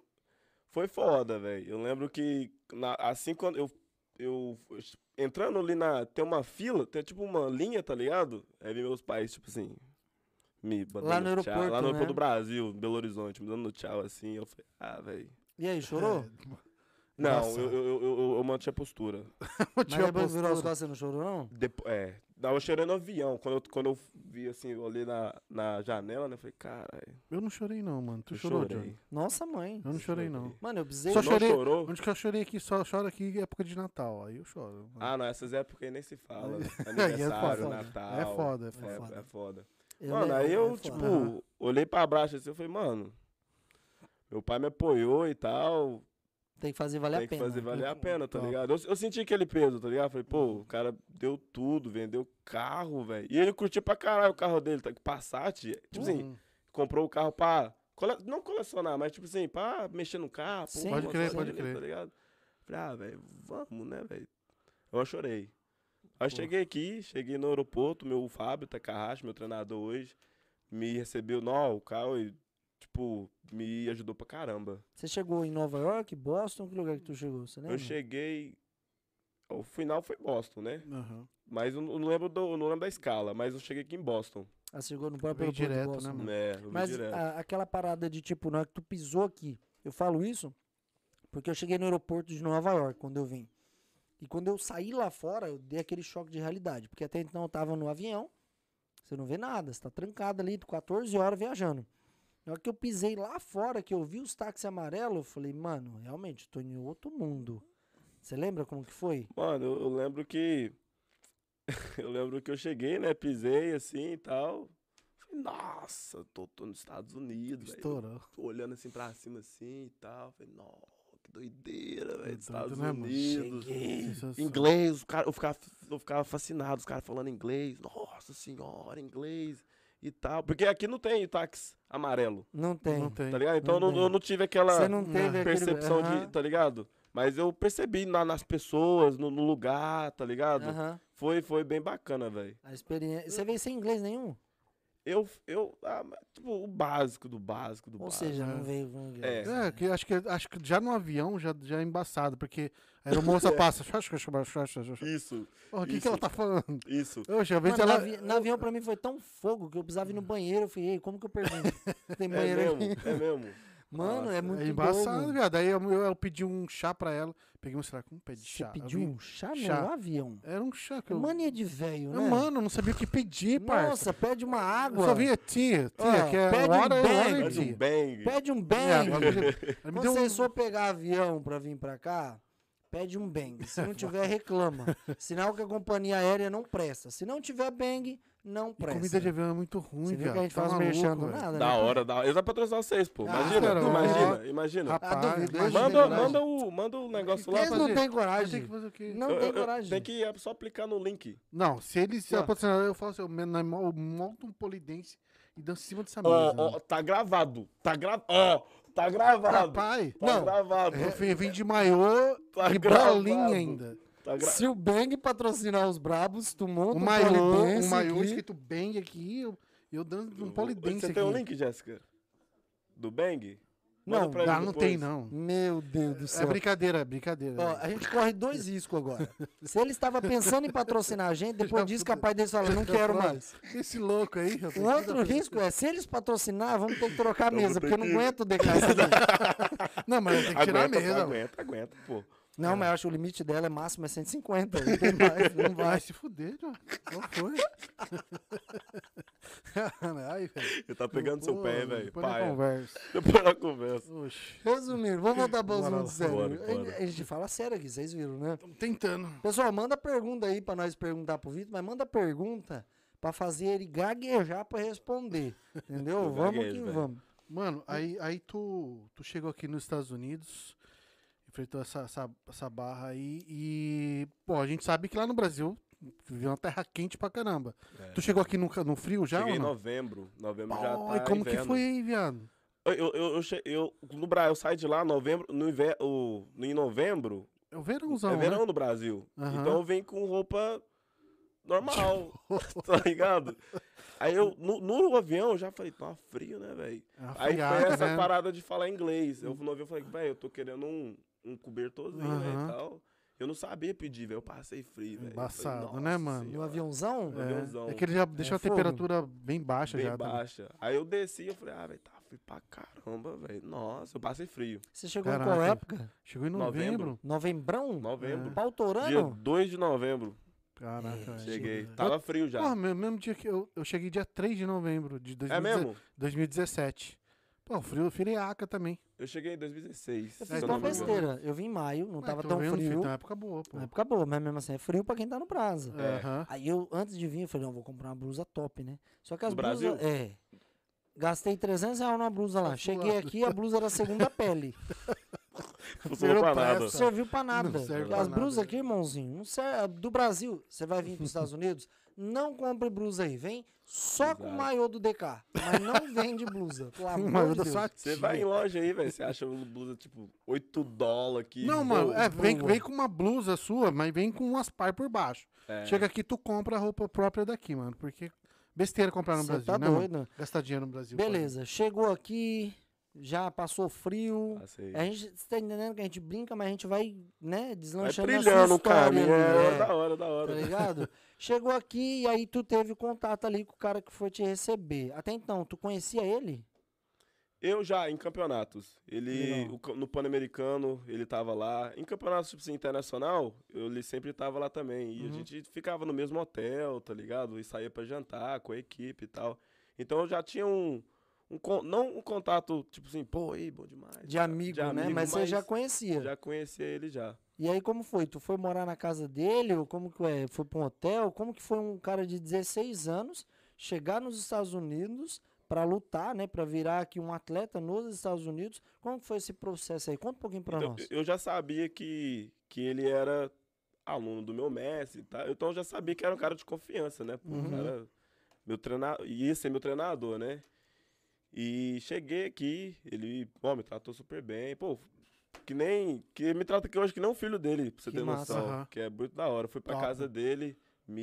foi foda, velho. Eu lembro que assim quando eu entrando ali tem uma fila, tem tipo uma linha, tá ligado? Aí vem meus pais, tipo assim, me Lá no mandando tchau. aeroporto, Lá no aeroporto né? do Brasil, Belo Horizonte, me dando tchau assim. Eu falei, ah, velho. E aí, chorou? Não, Engraçado. eu mantinha a postura. Mas depois virou as costas, você não chorou, não? Não, eu chorei no avião. Quando eu vi assim, eu olhei na janela, né? Eu falei, caralho. Eu não chorei não, mano. Tu Eu chorou, chorei. Johnny? Nossa, mãe. Eu não chorei não. Mano, eu pisei... Só Não chorei. chorou? Onde que eu chorei aqui, só choro aqui época de Natal. Aí eu choro. Ah, não, essas épocas aí nem se fala. Né? Aí é Aniversário, foda. Natal. É foda, é foda. É foda. Eu Mano, lembro, aí é eu, foda. tipo, Aham. olhei pra baixo assim, eu falei, mano, meu pai me apoiou e tal, Tem que fazer valer tem a que pena. fazer valer a pena, tá Top. ligado? Eu senti aquele peso, tá ligado? Falei, pô, o cara deu tudo, vendeu carro, velho. E ele curtiu pra caralho o carro dele, tá? Passat, tipo assim, Uhum. comprou o carro pra, não colecionar, mas tipo assim, pra mexer no carro, Sim. Pode crer, mostrar pode ele, crer. tá ligado? Falei, ah, velho, vamos, né, velho? Eu chorei. Aí eu cheguei aqui, cheguei no aeroporto, meu Fábio Takahashi, meu treinador hoje, me recebeu, não, o carro, e, tipo, me ajudou pra caramba. Você chegou em Nova York, Boston? Que lugar que tu chegou? Você lembra? Eu cheguei, o final foi Boston, né? Aham. Mas eu não lembro da escala, mas eu cheguei aqui em Boston. Ah, você chegou no próprio Veio aeroporto de direto, Boston. né, mano? É, eu vi Mas direto. aquela parada de tipo, na hora que tu pisou aqui, eu falo isso porque eu cheguei no aeroporto de Nova York quando eu vim. E quando eu saí lá fora, eu dei aquele choque de realidade. Porque até então eu tava no avião, você não vê nada, você tá trancado ali, 14 horas viajando. Na hora que eu pisei lá fora, que eu vi os táxis amarelos, eu falei, mano, realmente, tô em outro mundo. Você lembra como que foi? Mano, eu lembro que. Eu lembro que eu cheguei, né? Pisei assim e tal. Falei, nossa, tô nos Estados Unidos, velho. Estourou. Tô olhando assim pra cima assim e tal. Falei, nossa, que doideira, velho. Doido, Estados né, mano? Unidos. Sensação. Inglês, eu ficava fascinado, os caras falando inglês. Nossa senhora, inglês e tal. Porque aqui não tem táxi amarelo, Não tem. Não tem. tá ligado? Então Não eu tem. não tive aquela Você não teve aquele... percepção Aham, de, tá ligado? Mas eu percebi nas pessoas, no lugar, tá ligado? aham. Foi bem bacana, velho. A experiência... Você veio sem inglês nenhum? Mas, tipo, o básico do básico do Ou básico. seja, né? não veio com inglês. É, que acho que já no avião já é embaçado, porque a aeromoça passa. Isso, O que isso. ela tá falando? isso. Oxe, às vezes Mano, ela. no avião pra mim foi tão fogo que eu precisava ir no banheiro. Eu falei, ei, como que eu pergunto? Tem É banheiro mesmo, aqui? é mesmo. Mano, Nossa, é muito É embaçado, doido. viado. Aí eu pedi um chá pra ela. Peguei um celular com um pé de Você chá. pediu Eu vi- um chá chá. no avião? Era um chá que eu. Mania de velho, né? Mano, eu não sabia o que pedir, parça. Nossa, pede uma Eu água. só vinha tia, Ó, que é pede um hora, bang. hora Faz um tia. bang. Pede um É, bang. agora ele me Quando deu vocês for pegar avião pra vir pra cá, pede um bang. Se não tiver, reclama. Sinal que a companhia aérea não presta. Se não tiver bang, não E presta. comida de avião é muito ruim, Você viu viado. que a gente Tá faz maluco, merchan do velho. nada, Da né? hora, da hora. Eles vão patrocinar vocês, pô. Ah, Imagina, cara, imagina. Rapaz, duvido, imagina, manda- coragem. Manda o negócio lá Eles pra não fazer. têm Mas coragem. tem que fazer o quê? Não tem coragem. Tem que só aplicar no link. Não, se eles se Ué. patrocinar, eu falo assim, eu monto um polidense e danço em cima dessa Ó, mesa. ó, tá gravado. Tá gravado. Rapaz, Tá Não. gravado. eu vim de maiô Tá e gravado. bolinha ainda. Tá Se o Bang patrocinar os brabos, tu monta Um um maiô polidense aqui. escrito bang aqui, eu dando um polidense Você aqui. tem um link, Jéssica? Do Bang? Não, pra ele Não depois. tem, não. Meu Deus do É céu. brincadeira, é brincadeira. Ó, a gente corre 2 riscos agora. Se ele estava pensando em patrocinar a gente, depois Já disso, fudeu. capaz deles falar, não quero mais. Esse louco aí, rapaz. O outro risco é, se eles patrocinar, vamos ter que trocar a Então, mesa, vou ter porque eu não que- aguento o DK. Não, mas tem que tirar a mesa. Aguenta, pô. Não, mas eu acho que o limite dela é máximo, é 150. Não tem mais, não vai. Vai se fuder, João. Qual foi? Ai, velho. Ele tá pegando seu pé, velho. Põe na Pai, conversa. depois na conversa. Oxe, Resumindo, vamos voltar para o Bora assunto lá, sério. bora. A gente fala sério aqui, vocês viram, né? estamos tentando. Pessoal, manda pergunta aí pra nós perguntar pro Vitor, mas manda pergunta pra fazer ele gaguejar pra responder. Entendeu? Eu Vamos gaguejo, que velho. vamos. Mano, aí tu chegou aqui nos Estados Unidos, enfrentou essa barra aí e, pô, a gente sabe que lá no Brasil vive uma terra quente pra caramba. É. Tu chegou aqui no frio já Cheguei ou em não? novembro. Novembro Pô, já tá e como que inverno. foi aí, viado? No Brasil, eu saí de lá em novembro, É o verãozão, é verão né? no Brasil. Aham. Então eu venho com roupa normal, tá ligado? Aí no avião eu já falei, tá frio, né, velho? É uma Aí friada, foi essa né? parada de falar inglês. Eu no avião falei, velho, eu tô querendo um cobertorzinho, né, Aham. e tal. Eu não sabia pedir, velho, eu passei frio, velho. Eu falei, Embaçado, "Nossa né, mano?" No Senhora." aviãozão? No aviãozão. É que ele já deixou a fogo. temperatura bem baixa Bem já. também. baixa. Aí eu desci e eu falei, velho, tá frio pra caramba, velho. Nossa, eu passei frio. Você chegou Caraca. em qual época? Chegou em Novembro. novembro. Novembrão? Novembro. Pau Dia torando? 2 de novembro. Caraca, velho. Cheguei. Tava frio já. Porra, mesmo dia que eu cheguei dia 3 de novembro de É mesmo? 2017. Pô, frio, friaca também. Eu cheguei em 2016. Eu se fiz eu uma não me engano. besteira. Eu vim em maio, não tava tô tão vendo, frio. Tá uma época boa, pô. Na época boa, mas mesmo assim é frio pra quem tá no prazo. É. Aham. Aí eu, antes de vir, eu falei, não, vou comprar uma blusa top, né? Só que as Do blusas. Brasil? É. Gastei R$300 numa blusa lá. Tá Cheguei suado. aqui, a blusa era segunda pele. Funcionou pra nada. Presta. Serviu pra nada. Não serve Porque pra as blusas nada. aqui, irmãozinho, não serve. Do Brasil, você vai vir pros Estados Unidos, não compre blusa aí. Vem só com o Exato. maiô do DK. Mas não vende blusa. Pelo amor Maiô de da Deus. sua Você vai em loja aí, velho. Você acha uma blusa tipo $8 aqui. Não, pô, mano, vem boa. com uma blusa sua, mas vem com umas par por baixo. é. Chega aqui, tu compra a roupa própria daqui, mano. Porque besteira comprar no Cê Brasil, tá né, mano? doido. Gastar dinheiro no Brasil. Beleza, chegou aqui, já passou frio. Passei. A gente, você tá entendendo que a gente brinca, mas a gente vai, né, Vai deslanchando na trilhando sua o caminho. história ali, É, da hora, da tá hora. ligado? Chegou aqui e aí tu teve contato ali com o cara que foi te receber. Até então, tu conhecia ele? Eu já, em campeonatos. Ele, Legal. no Pan-Americano, ele tava lá. Em campeonatos, tipo assim, internacional, ele sempre tava lá também. E a gente ficava no mesmo hotel, tá ligado? E saía pra jantar com a equipe e tal. Então eu já tinha não um contato, tipo assim, pô, aí, bom demais. De amigo, né? Mas você já conhecia. Já conhecia ele já. E aí como foi? Tu foi morar na casa dele? Ou como que é? Foi pra um hotel? Como que foi um cara de 16 anos chegar nos Estados Unidos pra lutar, né? Pra virar aqui um atleta nos Estados Unidos? Como que foi esse processo aí? Conta um pouquinho pra Então, nós. eu já sabia que ele era aluno do meu mestre, tá? Então eu já sabia que era um cara de confiança, né? Pô, Uhum. o cara, meu treinador, ia ser meu treinador, né? E cheguei aqui, ele, me tratou super bem, pô, que me trata aqui hoje que nem um filho dele, pra você Que ter massa. noção, Aham. que é muito da hora. Fui pra Top. casa dele,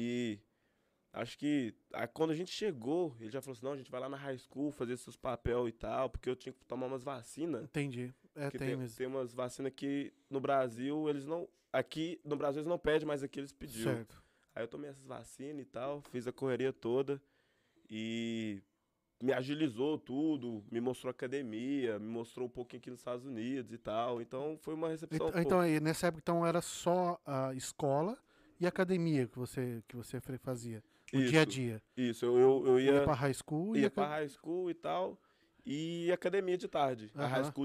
acho que quando a gente chegou, ele já falou assim, não, a gente vai lá na high school fazer seus papel e tal, porque eu tinha que tomar umas vacinas. Entendi. É, Que tem mesmo. tem umas vacinas que no Brasil eles não. Aqui no Brasil eles não pedem, mas aqui eles pediram. Certo. Aí eu tomei essas vacinas e tal, fiz a correria toda e me agilizou tudo, me mostrou academia, me mostrou um pouquinho aqui nos Estados Unidos e tal. Então foi uma recepção. Então, aí, nessa época, então, era só a escola e academia que você fazia. O Isso, dia a dia. Isso, eu Ia ia pra high school ia pra high school e tal, e academia de tarde. A high Aham. school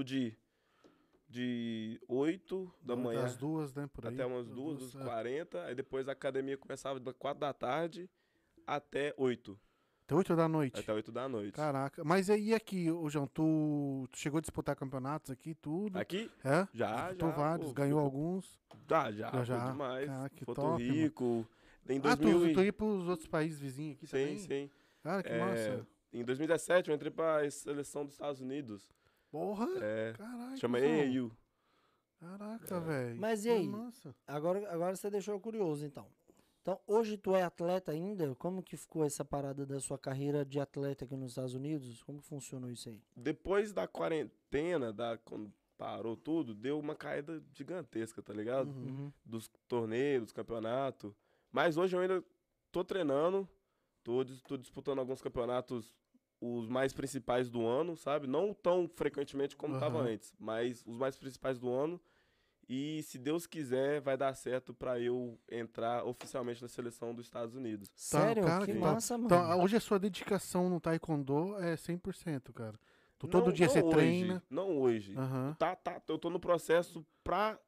de 8 da manhã. Às 2, né? Por aí. Até umas 2h40, aí depois a academia começava das 4 da tarde até 8. Até 8 da noite. Até 8 da noite. Caraca. Mas aí aqui, ô João, tu chegou a disputar campeonatos aqui, tudo? Aqui? É? Já, Disputou já. vários, pô, ganhou alguns. Já, Já. foi demais. Caraca, que Porto top, Rico. Em Ah, 2000 tu ia pros outros países vizinhos aqui Sim, também? sim. Cara, que É, massa. em 2017 eu entrei pra seleção dos Estados Unidos. Porra, É, caraca. chama João. EAU. Caraca, velho. Mas e aí? Nossa. Agora você deixou eu curioso, então. Então, hoje tu é atleta ainda? Como que ficou essa parada da sua carreira de atleta aqui nos Estados Unidos? Como funcionou isso aí? Depois da quarentena, quando parou tudo, deu uma caída gigantesca, tá ligado? Uhum. Dos torneios, dos campeonatos. Mas hoje eu ainda tô treinando, tô disputando alguns campeonatos, os mais principais do ano, sabe? Não tão frequentemente como tava antes, mas os mais principais do ano. E se Deus quiser, vai dar certo pra eu entrar oficialmente na seleção dos Estados Unidos. Sério? cara, Que que massa, mano. Então, hoje a sua dedicação no taekwondo é 100%, cara. Todo dia Não você hoje, treina. Não hoje. Aham. Eu tô no processo pra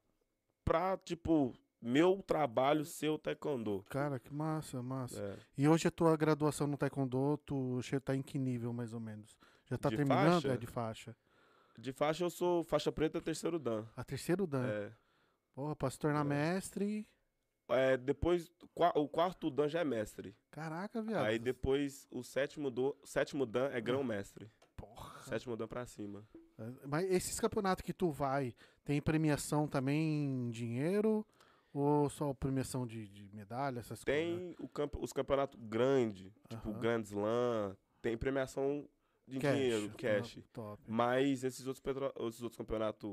tipo, meu trabalho ser o taekwondo. Cara, que massa, massa. É. E hoje a tua graduação no taekwondo, tu tá em que nível, mais ou menos? Já tá De terminando? faixa? É de faixa. De faixa eu sou faixa preta terceiro dan. A terceiro dan. É. Porra, pra se tornar mestre. Depois, o quarto dan já é mestre. Caraca, viado. Aí depois o sétimo dan é grão-mestre. Porra. Sétimo dan pra cima. Mas esses campeonatos que tu vai, tem premiação também em dinheiro? Ou só premiação de medalha, essas coisas? Tem os campeonatos grandes, tipo Grand Slam, tem premiação de dinheiro, cash. Top. Mas esses outros campeonatos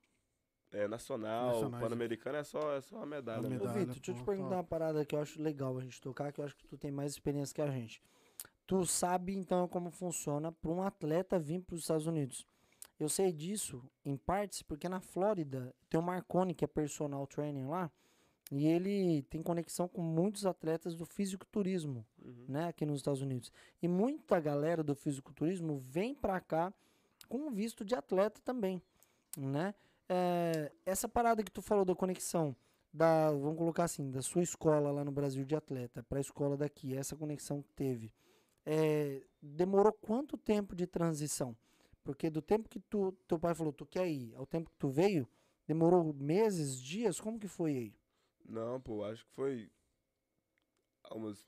nacional, Nacionais, pan-americano, é só a medalha. Uma né? Ô, medalha. Vitor, deixa eu te Pô, perguntar top. uma parada que eu acho legal a gente tocar, que eu acho que tu tem mais experiência que a gente. Tu sabe, então, como funciona para um atleta vir para os Estados Unidos. Eu sei disso, em partes, porque na Flórida tem o Marconi, que é personal trainer lá, e ele tem conexão com muitos atletas do fisiculturismo, né, aqui nos Estados Unidos. E muita galera do fisiculturismo vem para cá com visto de atleta também, né? Essa parada que tu falou da conexão vamos colocar assim, da sua escola lá no Brasil de atleta para a escola daqui, essa conexão que teve, demorou quanto tempo de transição? Porque do tempo que teu pai falou, tu quer ir, ao tempo que tu veio, demorou meses, dias? Como que foi aí? Não, pô, acho que foi umas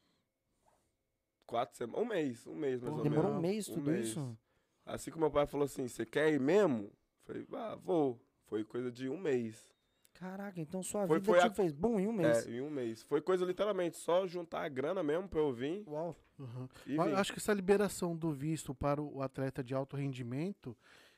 4 semanas, um mês mais ou menos. Demorou um mês tudo mês. isso? Assim que meu pai falou assim, você quer ir mesmo? Falei, vou. Foi coisa de um mês. Caraca, então sua Foi- vida foi te fez bum em um mês. Em um mês. Foi coisa literalmente, só juntar a grana mesmo pra eu vir Uau. Uhum. e Mas vir. acho que essa liberação do visto para o atleta de alto rendimento,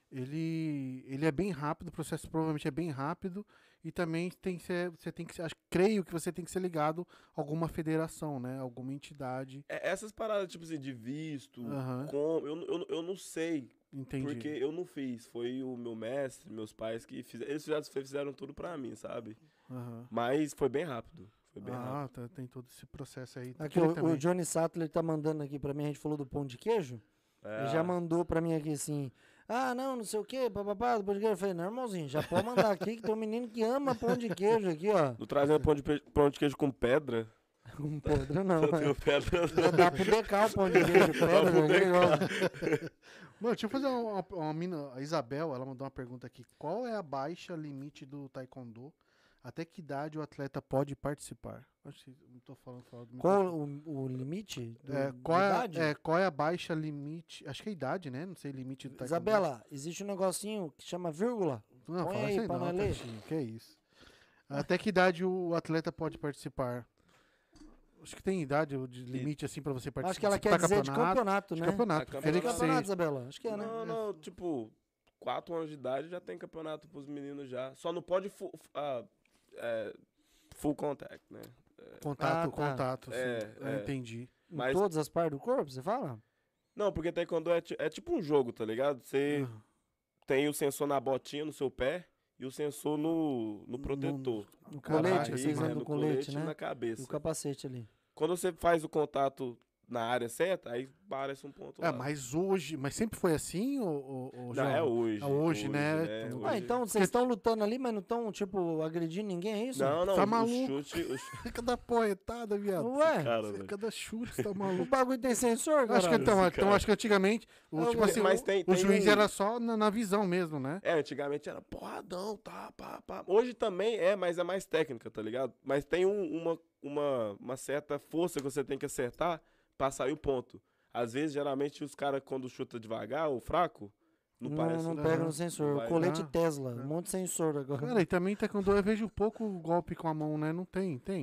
ele é bem rápido, o processo provavelmente é bem rápido e também você tem que ser, creio que você tem que ser ligado a alguma federação, né? Alguma entidade. Essas paradas, tipo assim, de visto, Aham. eu não sei, Entendi. porque eu não fiz. Foi o meu mestre, meus pais que fizeram. Eles fizeram tudo pra mim, sabe? Aham. Mas foi bem rápido. Foi bem rápido. Tem todo esse processo aí. Aqui, Ele o também. Johnny Sattler tá mandando aqui pra mim, a gente falou do pão de queijo. Ele já mandou pra mim aqui assim, não sei o que, papapá, do pão de queijo. Eu falei, não, irmãozinho, já pode mandar aqui que tem um menino que ama pão de queijo aqui, ó. Tô trazendo pão de queijo com pedra. Com pedra não, Eu tenho pedra. dá pro decal o pão de queijo, pedra, pro aquele igual. Mano, deixa eu fazer uma mina. A Isabel, ela mandou uma pergunta aqui. Qual é a baixa limite do taekwondo? Até que idade o atleta pode participar? Acho que não tô falando do Qual o limite? qual é a baixa limite? Acho que é a idade, né? Não sei, limite do taekwondo. Isabela, existe um negocinho que chama vírgula. Não, põe fala aí isso aí pra não, nós ler. Tatinho, que isso. Até que idade o atleta pode participar? Acho que tem idade de limite assim pra você participar. Acho que ela quer Disputar dizer de campeonato, De né? campeonato. Ah, Teria que campeonato. Campeonato, ser. Isabela? Acho que é, né? Não, tipo, 4 anos de idade já tem campeonato pros meninos já. Só não pode full contact, né? Contato, sim. É. Entendi. Em Mas- todas as partes do corpo, você fala? Não, porque taekwondo é tipo um jogo, tá ligado? Você tem o sensor na botinha, no seu pé, e o sensor no protetor. No Na colete, barriga, vocês lembram do no colete, e né? na E cabeça. o capacete ali. Quando você faz o contato na área certa, aí parece um ponto lá. Mas sempre foi assim, ou Não, João? é hoje. É hoje, né? Hoje. Então vocês estão lutando ali, mas não estão, tipo, agredindo ninguém, é isso? Não, Tá o maluco? chute... Cada poetada, viado. Ué, Cara, velho. Cada chute, tá o maluco. bagulho tem sensor, cara. Acho que então, acho que antigamente, tipo assim, mas tem o juiz um- era só na visão mesmo, né? Antigamente era porradão, tá, pá. Hoje também mas é mais técnica, tá ligado? Mas tem uma certa força que você tem que acertar pra sair o ponto. Às vezes, geralmente, os caras, quando chuta devagar ou fraco, não parece... Não um- pega no sensor. vai. O colete Ah, Tesla, um monte de sensor agora. Cara, e também taekwondo eu vejo pouco golpe com a mão, né? Não tem.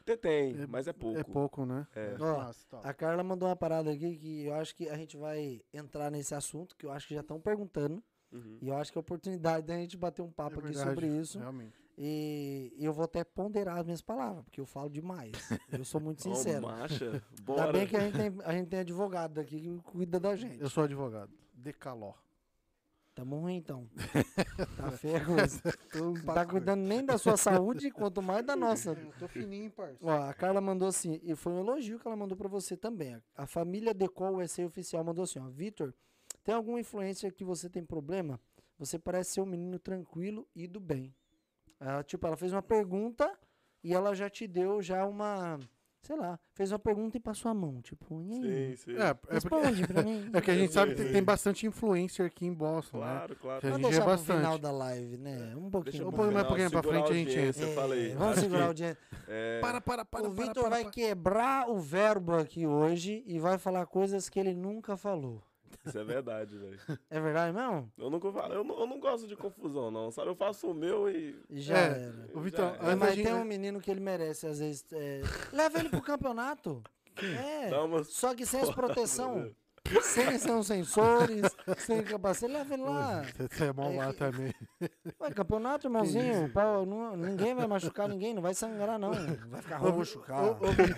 Tem, mas é pouco. É pouco, né? É. Ó, Massa, top. A Carla mandou uma parada aqui que eu acho que a gente vai entrar nesse assunto, que eu acho que já estão perguntando. Uhum. E eu acho que é a oportunidade da gente bater um papo É aqui verdade, sobre isso. Realmente. E eu vou até ponderar as minhas palavras, porque eu falo demais. Eu sou muito Ô, sincero. marcha, Ainda bora. bem que a gente tem advogado daqui que cuida da gente. Eu sou advogado. Decaló. Tamo ruim, então. Tá feio a coisa. Não tá cuidando nem da sua saúde, quanto mais da nossa. Eu tô fininho, parça. Ó, a Carla mandou assim, e foi um elogio que ela mandou pra você também. A família Decol USA Oficial mandou assim, ó. Vitor, tem alguma influência que você tem problema? Você parece ser um menino tranquilo e do bem. Ela fez uma pergunta e ela já te deu já uma... Sei lá, fez uma pergunta e passou a mão. Tipo, e aí? Sim, sim. É porque, Responde pra mim. é que a gente sabe que tem bastante influencer aqui em Boston, né? Claro, claro. Que a Vamos gente é deixar pro final bastante. da live, né? Um Deixa pouquinho eu um mais. pouquinho mais pra segurar frente a gente audiência, entra. falei. Vamos Acho segurar o que, dia. é, O Vitor vai quebrar o verbo aqui hoje e vai falar coisas que ele nunca falou. isso é verdade, velho. É verdade mesmo? Eu nunca falo, eu não gosto de confusão, não, sabe? Eu faço o meu e... E já É, era. o Vitão, Já antes é. da Mas gente- tem um menino que ele merece, às vezes. Leva ele pro campeonato. É. Dá uma- Só que sem as proteção. Deus. Sem os sensores, sem capacete. Leva ele lá. Você é mal lá Aí- também. Ué, campeonato, irmãozinho. Pau, ninguém vai machucar ninguém, não vai sangrar, não. Vai ficar roxo, cara.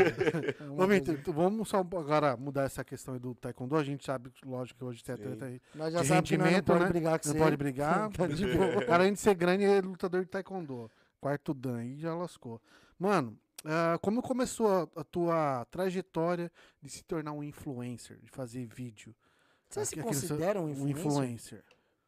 É uma Ô, Vitor, coisa- vamos só agora mudar essa questão aí do taekwondo. A gente sabe, lógico, que hoje tem Sim. atleta aí. Nós já de sabemos que nós não rendimento, pode né? brigar com Não você. pode brigar. Tá de boa. Cara, além de ser grande, ele é lutador de taekwondo. Quarto dan, aí já lascou. Mano, como começou a tua trajetória de se tornar um influencer, de fazer vídeo? Você se Aquele seu- considera um Um influencer? influencer.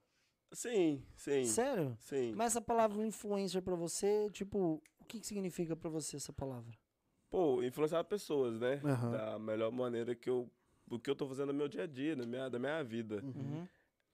Sim, sim, Sério? sim. Mas essa palavra influencer pra você, tipo, o que significa pra você essa palavra? Pô, influenciar pessoas, né? Aham. Da melhor maneira do que eu tô fazendo no meu dia a dia, da minha vida. Uhum.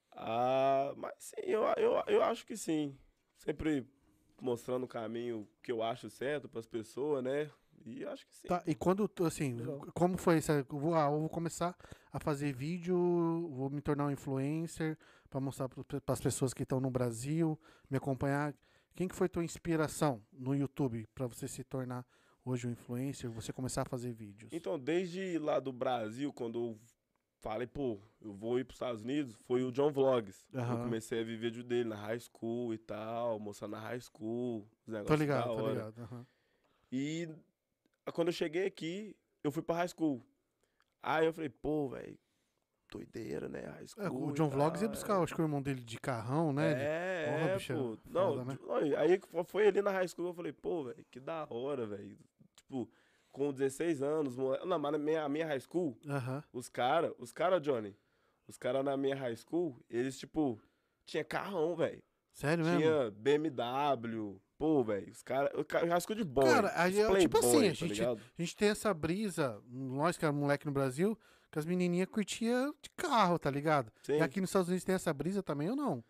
Mas sim, eu acho que sim. Sempre mostrando o caminho que eu acho certo pras pessoas, né? E acho que sim. Tá, e quando, assim, Legal. como foi isso? Eu vou começar a fazer vídeo, vou me tornar um influencer para mostrar para as pessoas que estão no Brasil, me acompanhar. Quem que foi tua inspiração no YouTube para você se tornar hoje um influencer, você começar a fazer vídeos? Então, desde lá do Brasil, quando eu falei, pô, eu vou ir pros Estados Unidos, foi o John Vlogs. Aham. Eu comecei a ver vídeo dele na high school e tal, mostrando na high school, os Tô negócios ligado, da tô hora. ligado. aham. E quando eu cheguei aqui, eu fui pra high school. Aí eu falei, pô, velho, doideira, né? High school. É, o e John Vlogs ia tal, buscar, acho que o irmão dele de carrão, né? Porra, bicho, pô. Não, foda, né? aí foi ali na high school, eu falei, pô, velho, que da hora, velho. Tipo, com 16 anos, não, mas a minha high school, Aham. os cara, Johnny, os caras na minha high school, eles, tipo, tinha carrão, velho. Sério mesmo? Tinha BMW, pô, velho, os caras, high school de boy. Cara, tipo assim, tá a gente tem essa brisa, nós que era moleque no Brasil, que as menininhas curtiam de carro, tá ligado? Sim. E aqui nos Estados Unidos tem essa brisa também ou não?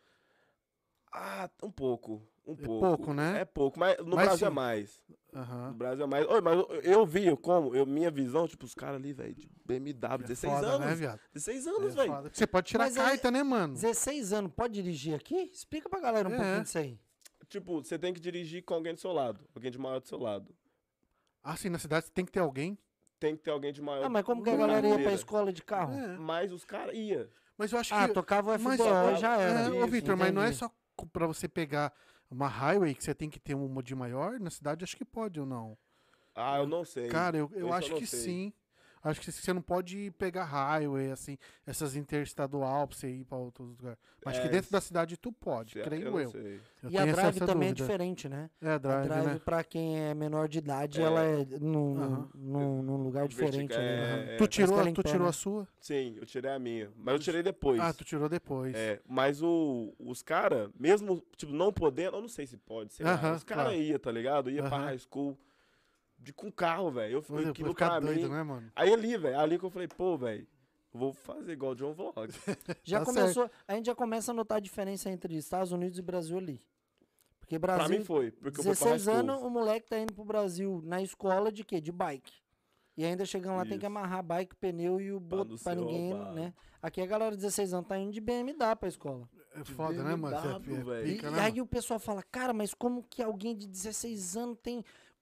Ah, um pouco. pouco, né? É pouco, mas no Mas Brasil é sim. mais. Aham. No Brasil é mais. Oi, mas eu vi minha visão, tipo, os caras ali, velho, de BMW, 16 foda, anos. né, viado? 16 É anos, velho. foda. Você pode tirar Mas aí- carta, né, mano? 16 anos, pode dirigir aqui? Explica pra galera um É. pouquinho disso aí. Tipo, você tem que dirigir com alguém do seu lado. Alguém de maior do seu lado. Assim, na cidade tem que ter alguém. Tem que ter alguém de maior. Ah, mas como que a com galera ia pra carteira. escola de carro? É. Mas os caras iam. Mas eu acho Ah, que. tocava o FDO Mas, e já era. Ô, Vitor, mas não é Entendi. só pra você pegar uma highway que você tem que ter uma de maior? Na cidade acho que pode ou não. Ah, eu não sei. Cara, eu Isso acho não que sei. sim. Acho que você não pode pegar highway, assim, essas interestadual pra você ir pra outros lugares. Mas acho que dentro da cidade tu pode, creio não eu. sei. Eu E a tenho drive essa também é dúvida. diferente, né? É, a A drive, drive, né? pra quem é menor de idade, É. ela é Aham. num lugar diferente. Vertical, né? Tu tirou, Mas que ela tu em pé, tirou né? a sua? Sim, eu tirei a minha. Mas eu tirei depois. Ah, tu tirou depois. É, mas os caras, mesmo, tipo, não podendo, eu não sei se pode, sei lá, Aham, os caras claro. iam, tá ligado? Ia pra Aham. high school com carro, velho. Mas Aquilo depois ficar pra doido, mim... né, mano? Aí ali, velho, ali que eu falei, pô, velho, vou fazer igual o John Vlogs. Já Tá começou, a gente já começa a notar a diferença entre Estados Unidos e Brasil ali. Porque Pra Brasil, mim foi, porque eu fui pra high 16 school. anos, o moleque tá indo pro Brasil na escola de quê? De bike. E ainda chegando lá tem que Isso. amarrar bike, pneu e o Pra boto não pra ser ninguém, roubado. né? Aqui a galera de 16 anos tá indo de BMW pra escola. É foda, né, mano? BMW, É velho. E, pica, e né, aí mano? o pessoal fala, cara, mas como que alguém de 16 anos tem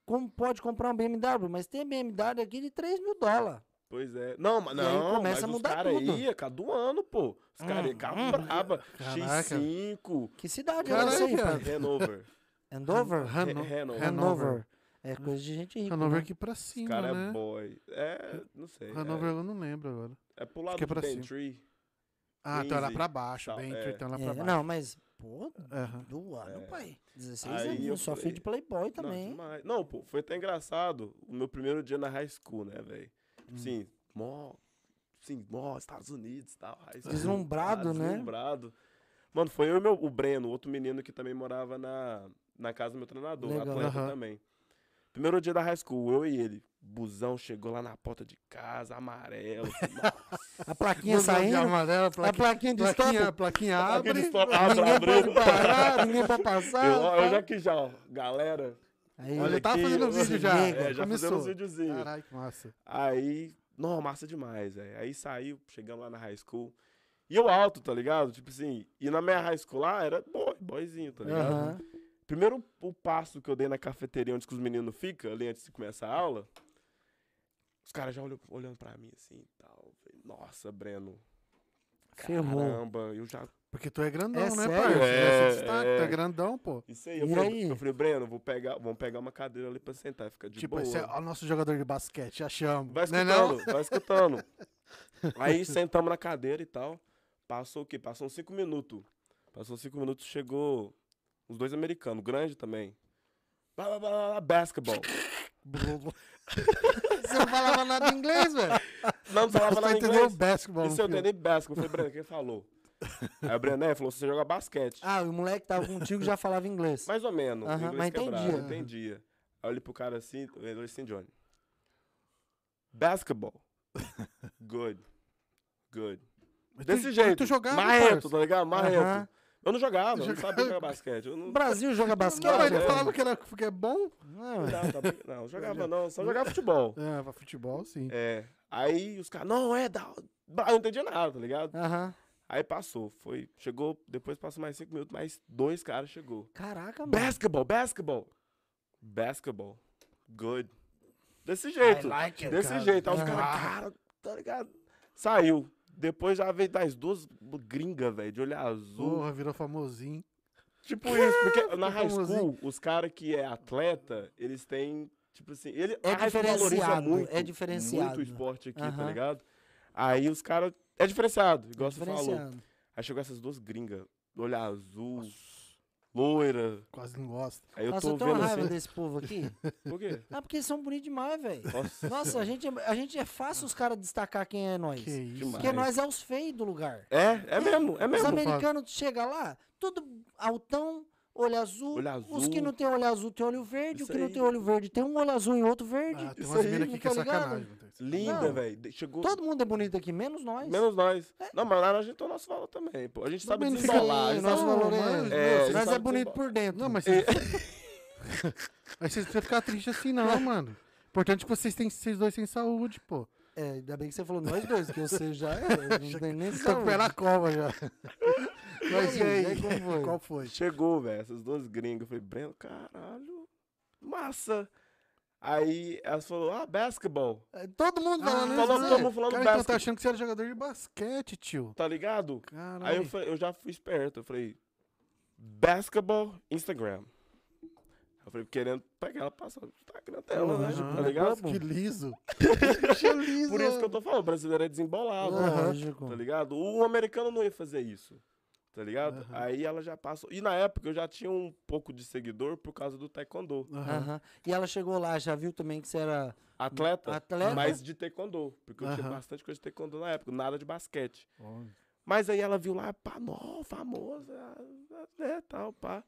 como pode comprar um BMW, mas tem BMW aqui de $3 mil. Pois é. Não, mas E aí não, começa mas a os mudar caras tudo. aí, cada ano, pô. Os caras iam carro braba. Caraca. X5. Que cidade é Caralho, essa aí, viado. pai? Hanover. Andover? Hanover. Hanover. É coisa de gente rica. Hanover né? aqui pra Os cima, caras né? é boy. É, não sei. Hanover eu não lembro agora. É pro lado que é do pra cima. Bentry. Ah, então era Quinze. pra baixo. Tal, Bem, é. então lá pra É, baixo. não, mas, pô, Aham. do ano, É. pai. 16 Aí eu aninhos, só falei- filho de Playboy Não, também. demais. Não, pô, foi até engraçado. O meu primeiro dia na high school, né, velho? Assim, mó Estados Unidos e tal. high school. Deslumbrado, né? Deslumbrado. Mano, foi eu e o Breno, outro menino que também morava na casa do meu treinador, Legal. atleta Aham. também. Primeiro dia da high school, eu e ele. Busão chegou lá na porta de casa, amarelo. Nossa. A plaquinha Blusão de saindo, amarelo, a plaquinha de plaquinha, stop. plaquinha Plaquinha abre. de stop, abre, Ninguém abre. pode parar, ninguém pode passar. Eu já que já, ó, galera. Aí, Olha, tá aqui, fazendo vídeo já. É, já Começou. fazendo uns videozinhos. Caralho, que massa. Aí, não, massa demais, velho. Aí saiu, chegamos lá na high school. E eu alto, tá ligado? Tipo assim, e na minha high school lá era boyzinho, tá ligado? aham. Primeiro o passo que eu dei na cafeteria onde que os meninos ficam, ali antes de começar a aula, os caras já olhando pra mim assim e tal. Eu falei, nossa, Breno. Ferrou. Caramba, eu já. Porque tu é grandão, É né, sério? pai? É, Esse destaque, é. tu é grandão, pô. Isso aí, E eu aí? falei, Breno, vamos pegar uma cadeira ali pra sentar, fica de Tipo, boa. esse é o nosso jogador de basquete, achamos. Vai Né, escutando, não? vai escutando. Aí sentamos na cadeira e tal. Passou o quê? Passou uns 5 minutos. Passou 5 minutos, chegou uns 2 americanos, grande também. Basketball. Você não falava nada em inglês, velho? Não falava Você nada em entendeu o inglês. basketball Isso no eu filme. entendi basketball. Eu falei, Breno, quem falou? Aí o Breno falou, você joga basquete. Ah, o moleque que tava contigo já falava inglês. Mais ou menos. Aham, Inglês mas quebrado, entendia. entendia. Aí eu olhei pro cara assim, ele falou assim, Johnny. Basketball. Good. Mas Desse tu- jeito. Tu jogava, Marrento, parça. tá ligado? Marrento. Aham. Eu não jogava, eu não sabia jogar basquete. Eu não O Brasil joga basquete? Não, mas Não, ele é. falava que é bom. Não, Não, tá bem- não, jogava não, só jogava futebol. É, pra futebol, sim. É, aí os caras, não, eu não entendia nada, tá ligado? Aham. Aí passou, chegou, depois passou mais 5 minutos, mais 2 caras chegou. Caraca, mano. Basketball. Good. Desse jeito, like it, desse cara. jeito. Aí os Aham. caras, tá ligado? Saiu. Depois já veio das duas gringas, velho, de olho azul. Porra, virou famosinho. Tipo isso, porque na high famosinho. school, os caras que é atleta, eles têm, tipo assim, É a high school valoriza diferenciado, muito, é diferenciado. muito o esporte aqui, tá Aham. ligado? Aí os caras, é diferenciado, igual você falou. Diferenciado. Aí chegou essas duas gringas, olho azul, loira. Quase não gosta. Aí eu Nossa, tô eu tenho uma vendo raiva assim, desse povo aqui. por quê? Ah, porque eles são bonitos demais, velho. Nossa, Nossa, a gente é fácil os caras destacar quem é nós. Que isso. Demais. Porque nós é os feios do lugar. é mesmo, é Os mesmo. americanos chegam lá, tudo altão, olho azul. Olho azul. Os que não tem olho azul tem olho verde. Isso O que não aí. tem olho verde tem um olho azul e outro verde. Ah, tem Isso umas aí, minas aqui que é tá ligado? sacanagem. Matheus. Linda, Não. velho. Chegou, Todo mundo é bonito aqui, menos nós. menos nós. Não, mas lá a gente tem o nosso valor também, pô. A gente sabe Também não fica- desembolar. a Sim, gente nosso sabe- valor mas, é. meu, você nós sabe é bonito desembolar. por dentro. Não, mas aí vocês precisam ficar tristes assim, não, mano. Importante que vocês dois têm saúde, pô. É, ainda bem que você falou nós dois, que você já é. Não tem nem Estão com o pé na saúde. cova já. Mas E e aí, aí? como foi? Qual foi? Chegou, velho, essas duas gringas. Eu falei, Breno, caralho, massa. Aí elas falaram, basketball, É, todo mundo falando isso. falou né? todo mundo falando Cara, então tá basquete, achando que você era jogador de basquete, tio. tá ligado? Caralho. Aí eu já fui esperto, eu falei, basketball Instagram. Eu falei, querendo pegar ela passar no Instagram dela, né? Aham. Tá ligado? Que liso. Por isso que eu tô falando, o brasileiro é desembolado, Lógico. tá ligado? O americano não ia fazer isso, tá ligado? Aham. Aí ela já passou. E na época eu já tinha um pouco de seguidor por causa do taekwondo. Aham. Aham. E ela chegou lá, já viu também que você era Atleta, atleta? mas de taekwondo. Porque eu tinha Aham. bastante coisa de taekwondo na época, nada de basquete. Olha. Mas aí ela viu lá, pá, nó, famosa, né, tal, pá.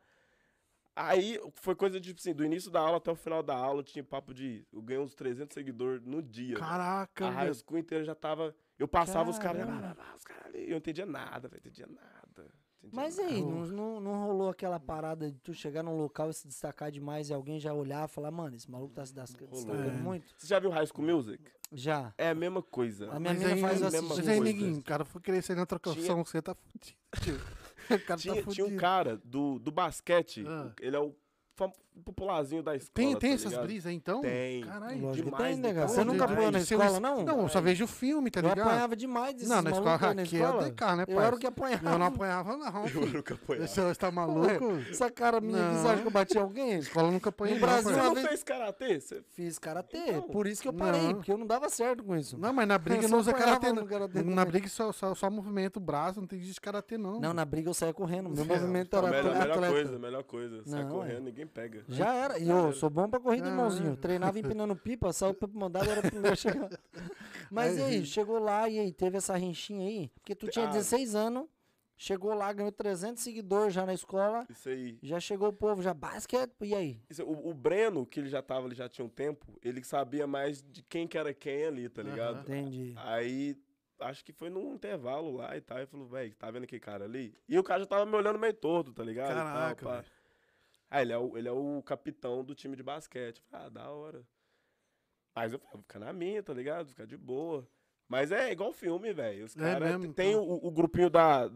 Aí foi coisa de, tipo assim, do início da aula até o final da aula, tinha papo de, eu ganhei uns 300 seguidores no dia. Caraca, A high velho. school inteira já tava, eu passava os caras, Caramba. os caras ali, eu não entendia nada, velho, entendia nada. Mas aí, não rolou aquela parada de tu chegar num local e se destacar demais e alguém já olhar e falar, mano, esse maluco tá se destacando É. muito? Você já viu High School Music? Já. É a mesma coisa. A minha Mas mina aí, faz mesma assistir. Mas aí, coisa. neguinho, o cara foi querer sair na trocação, você tá fudido, tio. O cara tá Tinha fudido. um cara do basquete, Ah. ele é o popularzinho da escola. Tem tá essas ligado? brisas aí, então? Tem. Caralho. Lógico que demais, tem, né, né, cara? cara? Você nunca Demais. apanhou na escola, não? Não, eu só vejo filme, tá Eu ligado? apanhava demais desses Não, na malucos escola aí na aqui escola. é o DK, né, Eu parça? era o que apanhava. Eu não apanhava, não. Eu filho. nunca apanhava. Você tá maluco? Essa cara minha aqui, você acha que eu bati alguém? Escola nunca apanhei, No não, Brasil, Você parça. uma não vez- fez karatê? Você... Fiz karatê, Então, por isso que eu parei, não. porque eu não dava certo com isso. Não, mas na briga Eu não só usa apanhava karatê. no karatê Na também. briga só movimenta o braço, não tem de karatê, não. Não, na briga eu saía correndo. Meu É, movimento A era melhor, atleta. melhor coisa. Sai Não, correndo, ninguém pega. Já era. E eu sou bom pra corrida, irmãozinho. Treinava empinando pipa, saiu pra mandar, era o primeiro a chegar. Mas e aí, chegou lá e aí, teve essa rinchinha aí? Porque tu tinha 16 anos, chegou lá, ganhou 300 seguidores já na escola, Isso aí. já chegou o povo, já basquete, e aí? O Breno, que ele já tinha um tempo, ele sabia mais de quem que era quem ali, tá ligado? Entendi. Aí, acho que foi num intervalo lá e tal, e falou, velho, tá vendo aquele cara ali? E o cara já tava me olhando meio torto, tá ligado? E tal, Caraca, pá. velho. Aí ele é o capitão do time de basquete. Eu falei, ah, da hora. Mas eu falei, vou ficar na minha, tá ligado? Ficar de boa. Mas é igual filme, velho. Os caras mesmo, tem então. o grupinho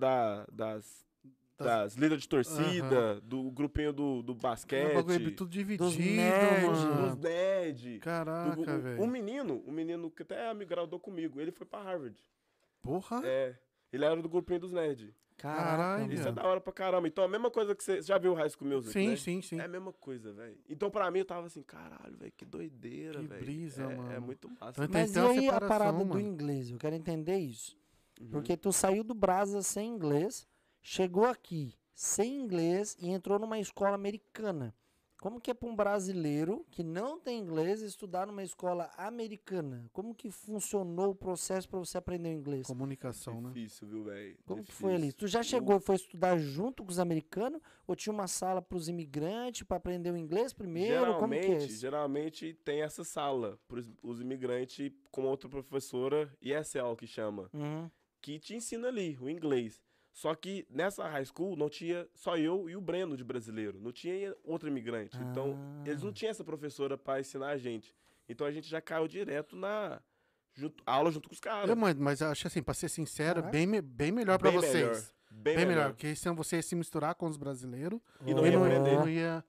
das líderes de torcida, do grupinho do É um basquete, bagulho tudo dividido, nerds, dos mano. nerd. Caraca, velho. Um menino que até amigo gradou comigo, ele foi pra Harvard. Porra. É, ele era do grupinho dos nerd. Caraca, Caralho. Isso é mano. da hora pra caramba. Então a mesma coisa que você já viu o High School Music, Sim, né? sim. É a mesma coisa, velho. Então pra mim eu tava assim, caralho, velho, que doideira, Que velho. brisa, É mano. muito massa. Então, Mas e tem uma aí a separação, parada do mano. inglês? Eu quero entender isso. Uhum. Porque tu saiu do Brasa sem inglês, chegou aqui sem inglês e entrou numa escola americana. Como que é para um brasileiro que não tem inglês estudar numa escola americana? Como que funcionou o processo para você aprender o inglês? Comunicação, né? Difícil, viu, velho? Como que foi ali? Tu já chegou e foi estudar junto com os americanos? Ou tinha uma sala para os imigrantes para aprender o inglês primeiro? Como que é isso? Geralmente tem essa sala para os imigrantes com outra professora, ESL que chama, Uhum. que te ensina ali o inglês. Só que nessa high school não tinha só eu e o Breno de brasileiro, não tinha outro imigrante. Então, eles não tinham essa professora para ensinar a gente. Então a gente já caiu direto na aula junto com os caras. Mas eu acho assim, pra ser sincero, Caraca. bem melhor pra Bem vocês. melhor, Bem bem melhor. melhor. Porque senão você ia se misturar com os brasileiros. E não ia aprender. Não ia...